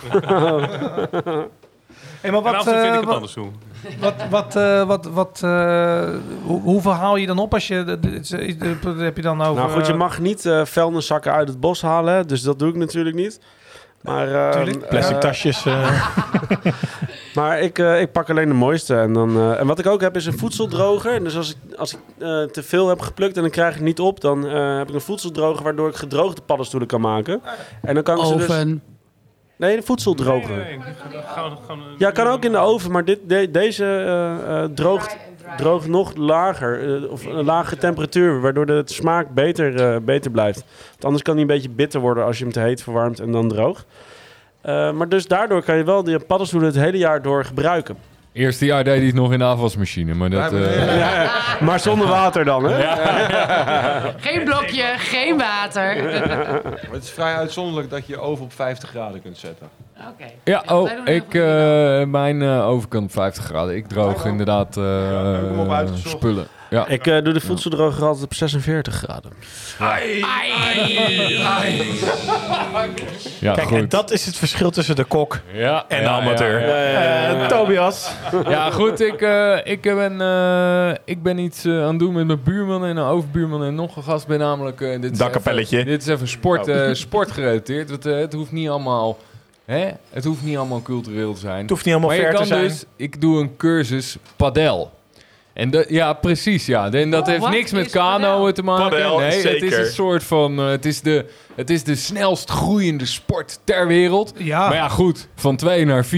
Hey, maar wat, en af en toe vind ik het wat, anders hoe. Wat, wat, uh, wat, wat, uh, hoe, hoeveel haal je dan op als je... Dat heb je dan over... Nou goed, je mag niet uh, vuilniszakken uit het bos halen, dus dat doe ik natuurlijk niet. Maar, uh, plastic tasjes. Uh. maar ik, uh, ik pak alleen de mooiste. En, dan, uh, en wat ik ook heb is een voedseldroger. Dus als ik, als ik uh, te veel heb geplukt en dan krijg ik het niet op... dan uh, heb ik een voedseldroger waardoor ik gedroogde paddenstoelen kan maken. En dan kan ik oven. Ze dus... Nee, de voedseldroger. Nee, nee, nee. Gaan, gaan, ja, kan ook in de oven, maar dit, de, deze uh, uh, droogt, droogt nog lager. Uh, of een lage temperatuur, waardoor de smaak beter, uh, beter blijft. Want anders kan hij een beetje bitter worden als je hem te heet verwarmt en dan droog. Uh, maar dus daardoor kan je wel die paddenstoelen het hele jaar door gebruiken. Eerste jaar deed hij het nog in de afwasmachine, maar dat... Uh... Ja, ja. Maar zonder water dan, hè? Ja. Geen blokje, geen water. Het is vrij uitzonderlijk dat je je oven op vijftig graden kunt zetten. Oké. Okay. Ja, oh, ik, uh, mijn uh, oven kan op vijftig graden. Ik droog inderdaad uh, ja, spullen. Ja. Ik uh, doe de voedseldroger altijd op zesenveertig graden. Ai, ai, ai. Ja, kijk, goed. en dat is het verschil tussen de kok ja, en de ja, amateur. Ja, ja, ja, ja, ja. Uh, Tobias. Ja, goed. Ik, uh, ik, ben, uh, ik ben iets uh, aan het doen met mijn buurman en een overbuurman en nog een gast. Ben namelijk... Uh, dit Dakkapelletje. Dit is even sport, uh, sportgerelateerd. Het, uh, het hoeft niet allemaal... Hè? Het hoeft niet allemaal cultureel te zijn. Het hoeft niet allemaal maar ver je kan te zijn. Dus, ik doe een cursus padel. En de, ja, precies, ja. En dat oh, heeft niks met kanoën te maken. Padel, nee, zeker. Het is een soort van... Uh, het, is de, het is de snelst groeiende sport ter wereld. Ja. Maar ja, goed. Van twee naar vier.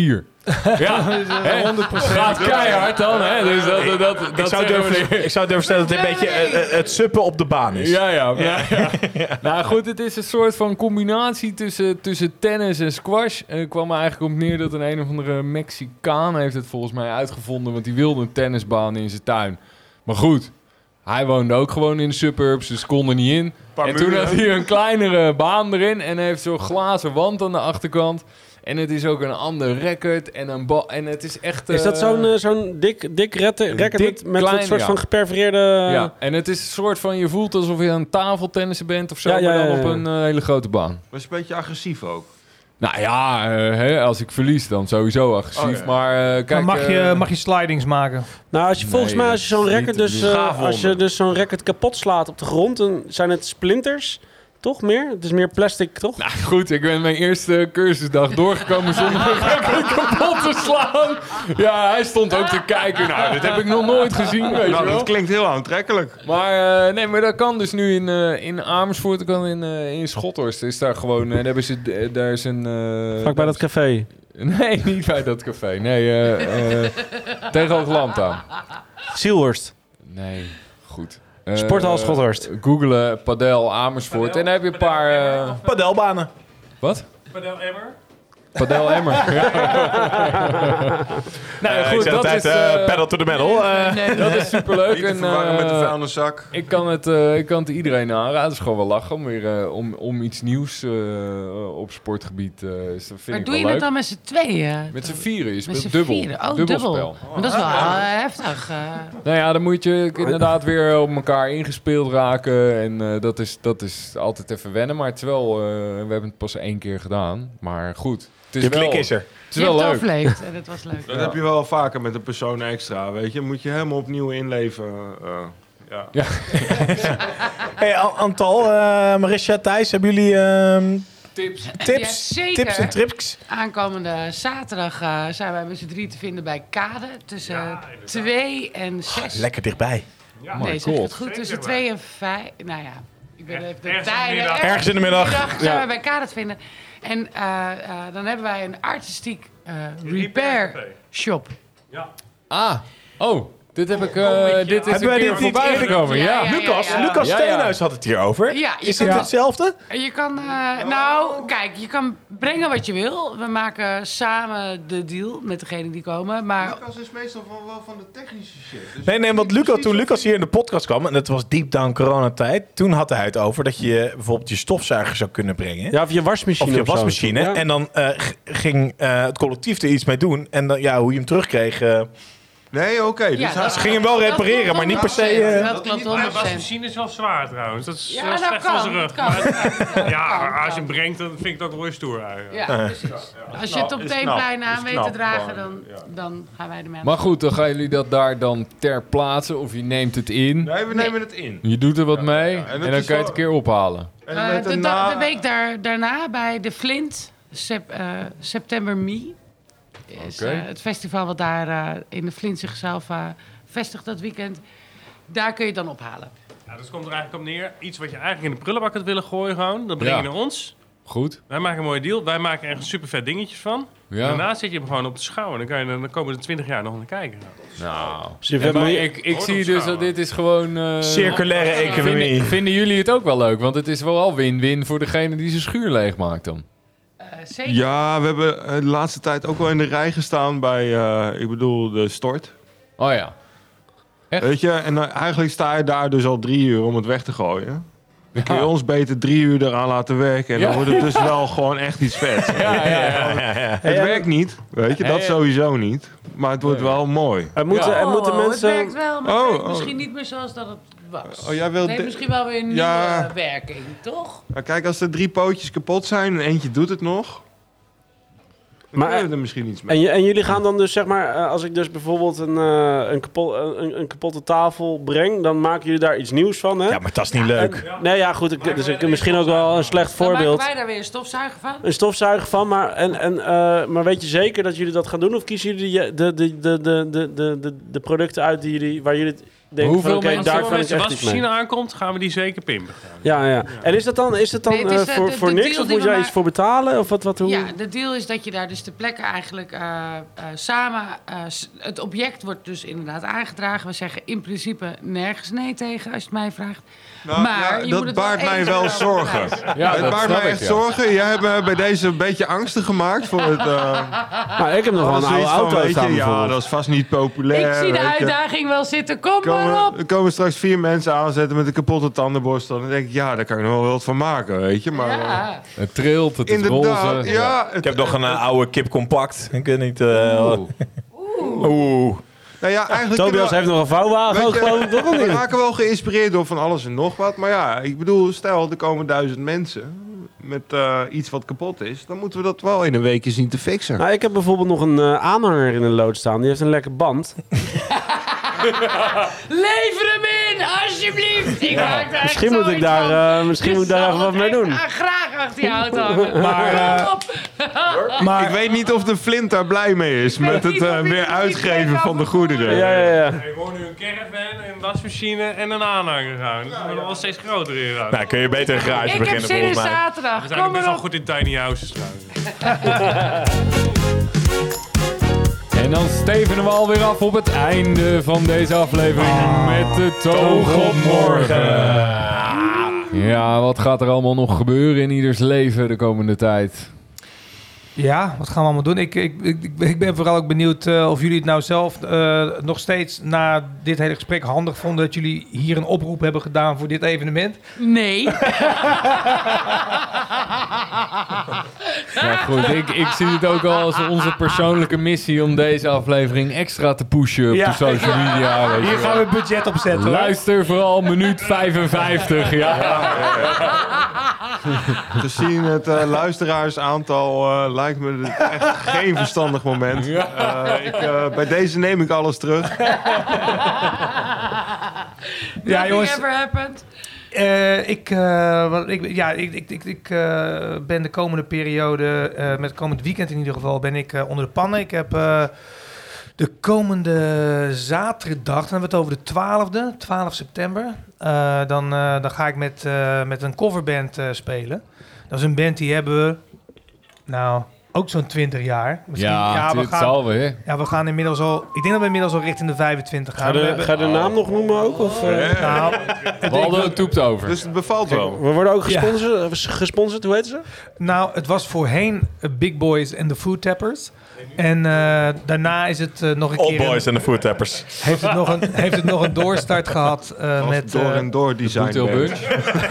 Ja, hè, honderd procent. Gaat keihard dan, hè? Dus dat, dat, dat, Ik dat zou, zeggen we durven, niet. ik zou durven stellen dat het een beetje eh, eh, het suppen op de baan is. Ja, ja. ja, ja. Nou goed, het is een soort van combinatie tussen, tussen tennis en squash. En het kwam er eigenlijk op neer dat een een of andere Mexicaan heeft het volgens mij uitgevonden. Want die wilde een tennisbaan in zijn tuin. Maar goed, hij woonde ook gewoon in de suburbs, dus kon er niet in. Paar En toen muren. had hij een kleinere baan erin en heeft zo'n glazen wand aan de achterkant. En het is ook een ander record en een bal. En het is echt... Is dat eh, zo'n eh, zo'n dik, dik rette- record dik, met, met klein, een soort ja. van geperforeerde... Ja, en het is een soort van, je voelt alsof je aan tafeltennissen bent of zo, Ja, ja, maar dan ja, ja. op een eh, hele grote baan. Maar het is een beetje agressief ook. Nou ja, eh, hè, als ik verlies dan sowieso agressief, Oh, ja. maar eh, kijk... Dan mag je, eh, mag je slidings maken. Nou, als je volgens Nee, mij als je zo'n dat is record niet dus, te doen. eh, Gaafwonden. als je dus zo'n record kapot slaat op de grond, dan zijn het splinters, toch meer? Het is meer plastic, toch? Nou goed, ik ben mijn eerste cursusdag doorgekomen zonder een record kapot te slaan. Ja, hij stond ook te kijken. Nou, dit heb ik nog nooit gezien, weet je Nou, wel. dat klinkt heel aantrekkelijk. Maar uh, nee, maar dat kan dus nu in, uh, in Amersfoort, dat kan in, uh, in Schothorst. Is daar gewoon, uh, daar hebben ze, uh, daar is een... Uh, Vlak bij dat café. Nee, niet bij dat café. Nee, uh, uh, tegen Hoogland aan. Zielhorst. Nee, goed. Uh, Sporthal Schothorst. Googelen, padel Amersfoort. Padel, en dan heb je een paar... Uh, Padelbanen. Wat? Padel Emmer. Padel Emmer. Ja. Nou Uh, goed, dat altijd, is... uh, Uh, pedal to the metal. Uh, Nee, nee, dat is superleuk. Niet te En, verwarren met de uh, vuilniszak. ik kan het, uh, ik kan het iedereen aanraden. Het is gewoon wel lachen om, weer, uh, om, om iets nieuws uh, op sportgebied. Uh, dus dat vind Maar ik doe wel je leuk. dat dan met z'n tweeën? Met z'n vieren. Je Met speelt z'n dubbel. vieren? Oh, Dubbelspel. dubbel. Maar dat is wel uh, heftig. Uh. Nou ja, dan moet je inderdaad weer op elkaar ingespeeld raken. En uh, dat, is, dat is altijd even wennen. Maar het is wel... Uh, we hebben het pas één keer gedaan. Maar goed. Het is je wel, blik is er. Het is Je wel hebt het leuk. overleefd en dat was leuk. Dat heb je wel vaker met een persoon extra, weet je. Moet je helemaal opnieuw inleven. Uh, ja. Ja. Hey, An- Antal, uh, Marisha, Thijs, hebben jullie uh, Tips. tips, Ja, zeker. tips en trips? Aankomende zaterdag uh, zijn wij met z'n drie te vinden bij Kade. Tussen ja, twee en zes. Lekker dichtbij. Ja. Nee, My zeg ik God. het goed? Tussen Zeker twee en vijf. Nou ja, ik ben even de Ergens in de tijden. middag. Ergens in de middag. zijn Ja. wij bij Kade te vinden. En uh, uh, dan hebben wij een artistiek uh, Repair repair café. shop. Ja. Ah. Oh. Dit heb ik... Uh, Kom met je- dit is Hebben een wij keer dit niet voorbij eerder- gekomen. Ja. Ja, ja, Lucas, ja. Lucas Ja, ja. Steenhuis had het hier over. Ja, je Is kan- het hetzelfde? Je kan, uh, nou, kijk, je kan brengen wat je wil. We maken samen de deal met degenen die komen. Maar Lucas is meestal van, wel van de technische shit. Dus Nee, nee, want Lucas, toen Lucas hier in de podcast kwam, en dat was deep down coronatijd, toen had hij het over dat je bijvoorbeeld je stofzuiger zou kunnen brengen. Ja, of je wasmachine. Of je of zo. wasmachine. Ja. En dan uh, g- ging uh, het collectief er iets mee doen. En dan, ja, hoe je hem terugkreeg. Uh, Nee, oké. dus Ja, hij- dat- ze gingen hem wel dat repareren, klopt maar niet per se... honderd procent. uh, Dat klopt De honderd procent. wasmachine is wel zwaar trouwens. Dat is Ja, wel dat slecht voor zijn kan. rug. Dat kan. Maar- ja, Kan, maar als je kan. hem brengt, dan vind ik het ook wel weer stoer eigenlijk. Ja, precies. Als je het op Is het knap, plein aan is weet te knap, dragen, dan, gewoon, ja. dan gaan wij ermee aan. Maar goed, dan gaan jullie dat daar dan ter plaatse of je neemt het in. Nee, we nemen het in. Je doet er wat mee ja. En en, het dan is kan je wel- het een keer ophalen. En Uh, met de, een da- na- de week daar, daarna bij de Flint, sep, uh, September Me, is Oké. uh, het festival wat daar uh, in de Flint zichzelf uh, vestigt dat weekend. Daar kun je het dan ophalen. Ja, dus het komt er eigenlijk op neer. Iets wat je eigenlijk in de prullenbak had willen gooien gewoon. Dat breng je Ja. naar ons. Goed. Wij maken een mooie deal. Wij maken er super vet dingetjes van. Ja. Daarna zet je hem gewoon op de schouw. En dan, kan je, dan komen er twintig jaar nog naar kijken. Nou. Dus je Ja, hebt maar miljoen- ik, ik Hoort zie op dus dat schouwen. dit is gewoon... eh, circulaire economie. Vinden, vinden jullie het ook wel leuk? Want het is vooral win-win voor degene die zijn schuur leeg maakt dan. Uh, zeker. Ja, we hebben eh, de laatste tijd ook wel in de rij gestaan bij, eh, ik bedoel, de stort. Oh ja. Echt? Weet je, en eh, eigenlijk sta je daar dus al drie uur om het weg te gooien. Dan kun je ons beter drie uur eraan laten werken. En dan Ja. wordt het dus wel gewoon echt iets vets. Ja, ja, ja. Het werkt niet, weet je, dat Hey, sowieso niet. Maar het wordt wel mooi. Er moeten, Ja. er moeten Oh, mensen... Het werkt wel, maar Oh, het werkt oh. misschien niet meer zoals dat het was. Oh, jij wilt het heeft de- misschien wel weer een nieuwe Ja. werking, toch? Maar kijk, als er drie pootjes kapot zijn en eentje doet het nog... dan Maar- kunnen we er misschien iets mee. En, je, en jullie gaan dan dus, zeg maar, eh, als ik dus bijvoorbeeld een, eh, een, kapot, een, een kapotte tafel breng, dan maken jullie daar iets nieuws van, hè? Ja, maar dat is niet leuk. En- nee, ja, goed. Ik, dus ik, misschien ook wel een slecht Dan voorbeeld. maken wij daar weer een stofzuiger van. Een stofzuiger van, maar, en, en, eh, maar weet je zeker dat jullie dat gaan doen? Of kiezen jullie de, de, de, de, de, de, de, de producten uit die jullie, waar jullie het denk Hoeveel van, okay, mensen- daar Als kan ik de echt iets mee. wasmachine aankomt, gaan we die zeker pimpen. Ja, ja. En is dat dan, is dat dan Nee, het is, uh, uh, voor, de- voor de niks? deal Of die moet we jij iets maar- voor betalen? Of wat, wat, hoe? Ja, de deal is dat je daar dus de plekken eigenlijk uh, uh, samen... Uh, s- het object wordt dus inderdaad aangedragen. We zeggen in principe nergens nee tegen, als je het mij vraagt. Nou, maar ja, je dat moet het baart wel mij even wel over zorgen. prijzen. Ja, het dat baart snap mij ik, echt ja. zorgen. Jij hebt me bij deze een beetje angstig gemaakt voor het... Uh, Nou, ik heb nog wel een oude auto weet je, staan ja, bijvoorbeeld. dat is vast niet populair. Ik zie de weet je. uitdaging wel zitten. Kom Er maar komen, op. er komen straks vier mensen aanzetten met een kapotte tandenborstel. Dan denk ik, ja, daar kan ik nog wel wat van maken, weet je. Maar uh, Ja. Het trilt, het is inderdaad, roze. ja. Ik heb nog een uh, oude kip compact. Ik weet niet... Uh, Oeh. Oeh. Nou ja, eigenlijk Tobias kunnen we- heeft nog een vouwwagen Weet ook, je, geloof ik, toch? Of we niet? raken wel geïnspireerd door van alles en nog wat. Maar ja, ik bedoel, stel er komen duizend mensen met uh, iets wat kapot is. Dan moeten we dat wel in een weekje zien te fixen. Nou, ik heb bijvoorbeeld nog een uh, aanhanger in een lood staan. Die heeft een lekker band. Lever hem in, alsjeblieft. Ik maak daar echt Misschien moet ik zoiets daar, van. uh, misschien Je moet ik daar zal even wat het mee echt, doen. uh, graag achter je auto hangen. Maar, uh, Kom op. Maar Ik weet niet of de Flint daar blij mee is weet met het niet uh, of ik weer het niet uitgeven weet van de over goederen. Ja, ja, ja. Ik hoor nu een caravan, een wasmachine en een aanhanger gaan. Dat wordt wel steeds groter hier aan. Nou, kun je beter een garage Ik heb beginnen zin in volgens mij. zaterdag. We zijn ook Kom best maar wel op. goed in tiny houses trouwens. En dan stevenen we alweer af op het einde van deze aflevering met de Toog op morgen. Ja, wat gaat er allemaal nog gebeuren in ieders leven de komende tijd? ja, wat gaan we allemaal doen? Ik, ik, ik, ik ben vooral ook benieuwd uh, of jullie het nou zelf uh, nog steeds na dit hele gesprek handig vonden dat jullie hier een oproep hebben gedaan voor dit evenement. Nee. Ja goed, ik, ik zie het ook al als onze persoonlijke missie om deze aflevering extra te pushen op Ja. de social media. Weet je Hier wel. gaan we budget op zetten. hoor. Luister vooral minuut vijfenvijftig. Ja. Gezien het uh, luisteraarsaantal uh, lijkt me dit echt geen verstandig moment. Uh, ik, uh, bij deze neem ik alles terug. Ja, Nothing jongens. ever happened. Uh, ik, uh, wat, ik, ja, ik, ik, ik, ik uh, ben de komende periode, uh, met het komend weekend in ieder geval, ben ik uh, onder de pannen. Ik heb uh, de komende zaterdag, dan hebben we het over de twaalfde, twaalf september. Uh, dan, uh, dan ga ik met, uh, met een coverband uh, spelen. Dat is een band die hebben we, nou, ook zo'n twintig jaar. Misschien, Ja, we het gaan, zal weer. ja, we gaan inmiddels al, ik denk dat we inmiddels al richting de vijfentwintig gaan. Ga We je de, hebben- ga je de naam nog noemen ook? Of, uh? nou, Waldo toept over. Dus het bevalt wel. We worden ook gesponsord, gesponsord, hoe heet ze? Nou, het was voorheen uh, Big Boys and the Food Tappers. En uh, daarna is het uh, nog een Old keer... Boys een- en de Food Tappers. heeft, het nog een, heeft het nog een doorstart gehad uh, Als met... door uh, en door design Hotel band. Bunch.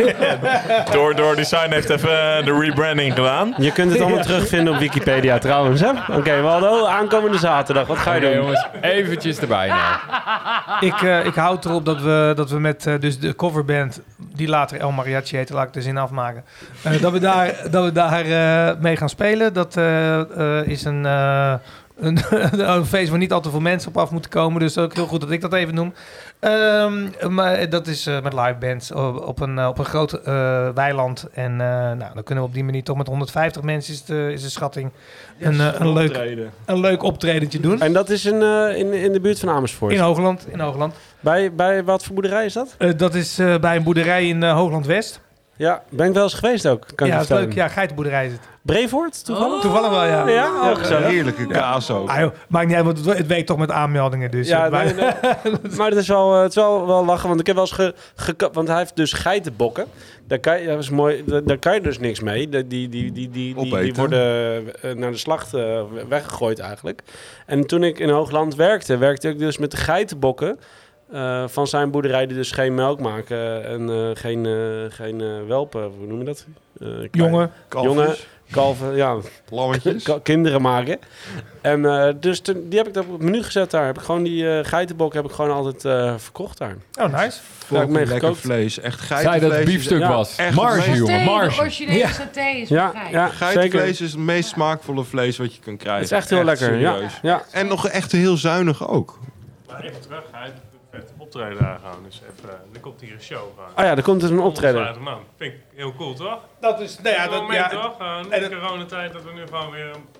Door, door Design heeft even uh, de rebranding gedaan. Je kunt het allemaal terugvinden op Wikipedia trouwens, hè? Oké, okay, Waldo, aankomende zaterdag. Wat ga je Oké doen? jongens, eventjes erbij nou. ik, uh, ik houd erop dat we, dat we met uh, dus de coverband, die later El Mariachi heette, laat ik de zin afmaken. Uh, dat we daar, dat we daar uh, mee gaan spelen. Dat uh, uh, is een... Uh, Een, een feest waar niet al te veel mensen op af moeten komen. Dus ook heel goed dat ik dat even noem. Um, maar dat is uh, met live bands op, op, een, uh, op een groot uh, weiland. En uh, nou, dan kunnen we op die manier toch met honderdvijftig mensen is de, is de schatting een, uh, een, leuk, een leuk optredentje doen. En dat is in, uh, in, in de buurt van Amersfoort? In Hoogland. In Hoogland. Bij, bij wat voor boerderij is dat? Uh, dat is uh, bij een boerderij in uh, Hoogland West. Ja, ben ik wel eens geweest ook. Kan ja, ik dat is leuk. Ja, geitenboerderij is het. Brevoort, toevallig? Oh. Toevallig wel, ja. Ja, oh, gezellig. Heerlijke kaas ook. Ah, joh, maakt niet uit, want het, het werkt toch met aanmeldingen. Dus, Ja, uh, maar- nee, nee. Maar het is wel, uh, het is wel, wel lachen, want ik heb wel eens ge, ge, want hij heeft dus geitenbokken. Daar kan je, dat is mooi, daar, daar kan je dus niks mee. Die, die, die, die, die, die, die worden uh, naar de slacht uh, weggegooid eigenlijk. En toen ik in Hoogland werkte, werkte ik dus met de geitenbokken. Uh, van zijn boerderij die dus geen melk maken en uh, geen, uh, geen uh, welpen, hoe noem je dat? Uh, Jongen. Jongen, kalven, ja, Lammetjes. K- kinderen maken. En uh, dus toen, die heb ik op het menu gezet daar. Heb ik gewoon die uh, geitenbok heb ik gewoon altijd uh, verkocht daar. Oh, nice. Daar heb ik Fucking mee lekker gekookt. vlees. Echt Zei dat geitenvlees. het biefstuk ja, was. echt Marge, het jongen, De marge. originele Ja. saté is Ja, van ja, Geitenvlees zeker. is het meest smaakvolle vlees wat je kan krijgen. Het is echt heel lekker. Ja, serieus. ja. En nog echt heel zuinig ook. Maar even terug, hij heeft een vet optreden daar gaan. Dus even, uh, er komt hier een show gaan. Oh ja, er komt dus een optreden. honderdvijftig man. Vind ik heel cool, toch? Dat is, nou ja, Op dat, het moment ja, toch? Uh, en in dat- coronatijd dat we nu gewoon weer op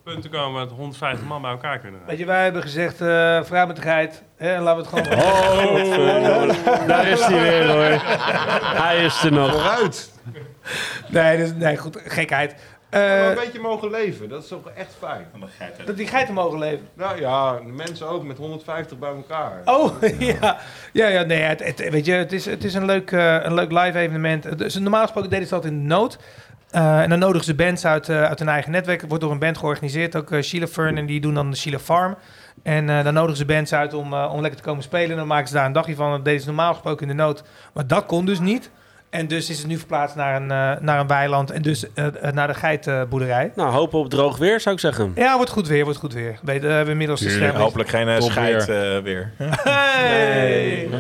punt te komen dat honderdvijftig man bij elkaar kunnen rijden. Weet je, wij hebben gezegd, uh, vrouw met de geit. Hè, en laten we het gewoon... Oh, daar is hij weer hoor. Hij is er nog. Vooruit. Nee, dus, nee, goed, gekheid. Uh, Maar een beetje mogen leven, dat is toch echt fijn. dat die geiten mogen leven. Nou ja, de mensen ook met honderdvijftig bij elkaar. Oh, ja. Ja, ja nee, het, het, weet je, het is, het is een leuk, uh, een leuk live evenement. Dus normaal gesproken deden ze dat in de nood. Uh, en dan nodigen ze bands uit, uh, uit hun eigen netwerk. Het wordt door een band georganiseerd, ook uh, Sheila Fern, en die doen dan de Sheila Farm. En uh, dan nodigen ze bands uit om, uh, om lekker te komen spelen. En dan maken ze daar een dagje van. Dat deden ze normaal gesproken in de nood. Maar dat kon dus niet. En dus is het nu verplaatst naar een, uh, naar een weiland en dus uh, naar de geitenboerderij. Nou, hopen op droog weer, zou ik zeggen. Ja, wordt goed weer, wordt goed weer. Weet, uh, we hebben inmiddels de scherm. Hopelijk geen uh, scheid weer. Uh, weer. Hey!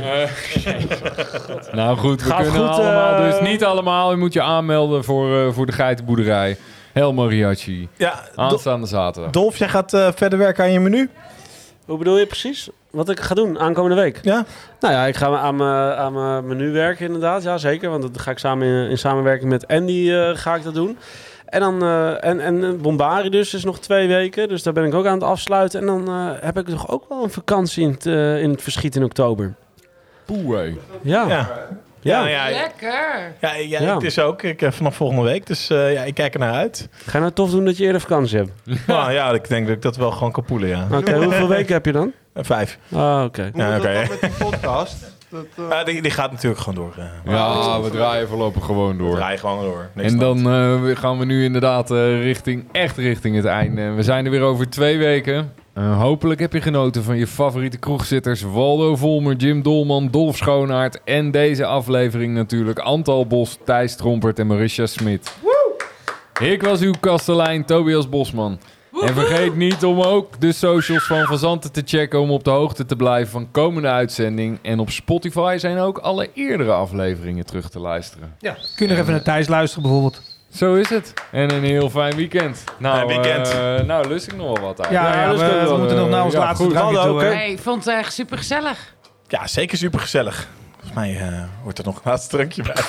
Uh, nou goed, we Gaat kunnen goed, allemaal, uh, dus niet allemaal. Je moet je aanmelden voor, uh, voor de geitenboerderij. Heel Mariachi. Ja, aanstaande zaterdag. Dolf, jij gaat uh, verder werken aan je menu? Hoe bedoel je precies? Wat ik ga doen aankomende week? Ja. Nou ja, ik ga aan mijn aan mijn menu werken inderdaad. Ja, zeker. Want dat ga ik samen in, in samenwerking met Andy uh, ga ik dat doen. En dan uh, en, en Bombari dus is nog twee weken. Dus daar ben ik ook aan het afsluiten. En dan uh, heb ik toch ook wel een vakantie in het, uh, in het verschiet in oktober. Poeh, hé. Ja. Ja. Ja, ja, ja. Lekker. Ja, ja, Ja. het is ook. Ik uh, vanaf volgende week. Dus uh, ja, ik kijk er naar uit. Ga je nou tof doen dat je eerder vakantie hebt? Nou ja, ik denk dat ik dat wel gewoon kan poelen, ja. Oké, okay, hoeveel weken heb je dan? Uh, vijf. Ah, oké. Okay. Hoe Ja, moet oké. dat dan met die podcast? Dat, uh... Uh, die, die gaat natuurlijk gewoon door. Uh. Ja, we draaien voorlopig gewoon We door. draaien gewoon door. Niks En dan. dan uh, gaan we nu inderdaad uh, richting, echt richting het einde. We zijn er weer over twee weken. Uh, hopelijk heb je genoten van je favoriete kroegzitters Waldo Volmer, Jim Dolman, Dolf Schoonaert en deze aflevering natuurlijk Antal Bos, Thijs Trompert en Marisha Smit. Ik was uw kastelein Tobias Bosman. En vergeet niet om ook de socials van Fazanten te checken om op de hoogte te blijven van komende uitzending. En op Spotify zijn ook alle eerdere afleveringen terug te luisteren. Ja, kun je nog even naar Thijs luisteren bijvoorbeeld. Zo is het. En een heel fijn weekend. Nou, Fijn weekend. Uh, nou lust ik nog wel wat uit. Ja, ja, Ja, we, dat is ook we wel, moeten nog naar ons ja, laatste goed. drankje Hallo, toe. oké. hè? Hey, ik vond het echt super gezellig. Ja, zeker super gezellig. Volgens mij uh, wordt er nog een laatste drankje bij.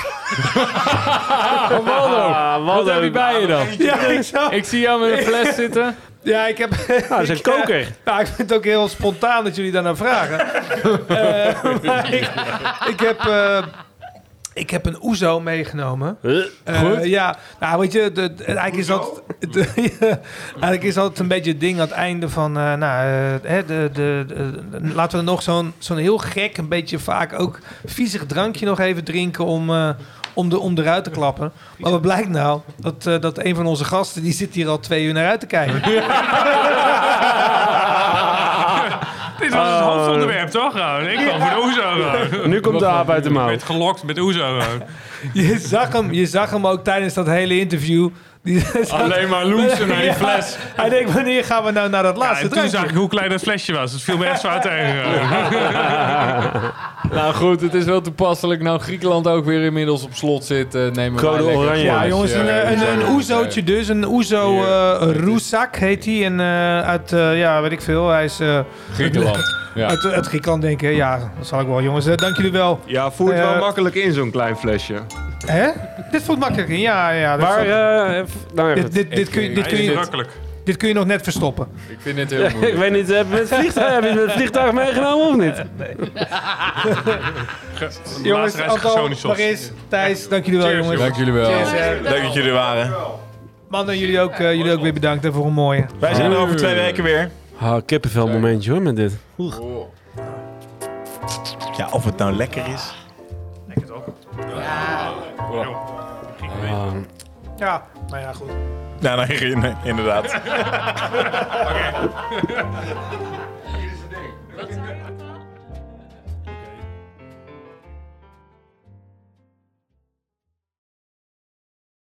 Oh, Waldo, Ah, wat heb je bij je dan? Ja, ik, zou- Ik zie jou met een fles zitten. ja, ik heb... Ah, dat is een koker. Nou, ik vind het ook heel spontaan dat jullie daarnaar vragen. uh, maar ik, ik heb... Uh, Ik heb een Ouzo meegenomen. Uh, Uh, ja, nou weet je, de, de- eigenlijk, is dat, de, ja, eigenlijk is altijd een beetje het ding aan het einde van... Uh, nou, uh, hè, de, de, de- laten we nog zo'n zo'n heel gek, een beetje vaak ook viezig drankje nog even drinken om, uh, om, de, om eruit te klappen. Maar wat blijkt nou? Dat, uh, dat een van onze gasten, die zit hier al twee uur naar uit te kijken. Dit was het hoofdonderwerp, toch? Gewoon. Ik kwam voor de Oezo gewoon. Nu komt de aap uit de Ik mouw. werd gelokt met Oezo gewoon. Je zag hem, je zag hem ook tijdens dat hele interview. Die zat- Alleen maar loesen naar die fles. Ja, hij denkt, wanneer gaan we nou naar dat Ja, laatste en toen drankje? zag ik hoe klein dat flesje was. Het viel me echt zwaar tegen. Nou goed, het is wel toepasselijk. Nou Griekenland ook weer inmiddels op slot zit. Uh, nemen wij Code lekker oranje. een Ja, flesje, jongens, een, uh, een, een uh, Oezootje dus. Een Oezo uh, Roesak heet hij. En uh, uit, uh, ja, weet ik veel. Hij is uh, Griekenland. Ja. uit, uit Griekenland, denk ik. Ja, dat zal ik wel. Jongens, uh, dank jullie wel. Ja, voert Eh, wel makkelijk in zo'n klein flesje. Hè? Dit voelt makkelijk in. Ja, ja. Dat Maar, is- uh, nou ja, dit, goed. dit, dit, kun je, dit, kun Hij is je, makkelijk. dit kun je nog net verstoppen. Ik vind het heel ik moeilijk. weet niet, heb je het vliegtuig, heb je het vliegtuig meegenomen of niet? Jongens, reis Antal, Gesonisos. Maris, Thijs, dank jullie wel, Cheers, jongens. Dank jullie wel. Cheers, hè. Leuk dat jullie er waren. Mannen, jullie ook, uh, jullie ook weer bedankt hè, voor een mooie. Wij zijn er over twee weken weer. Ah, kippenvel momentje hoor met dit. Ja, of het nou lekker is. Lekker toch? Ja. Ah. Ja, maar ja, goed. Nou, nee, nee, inderdaad.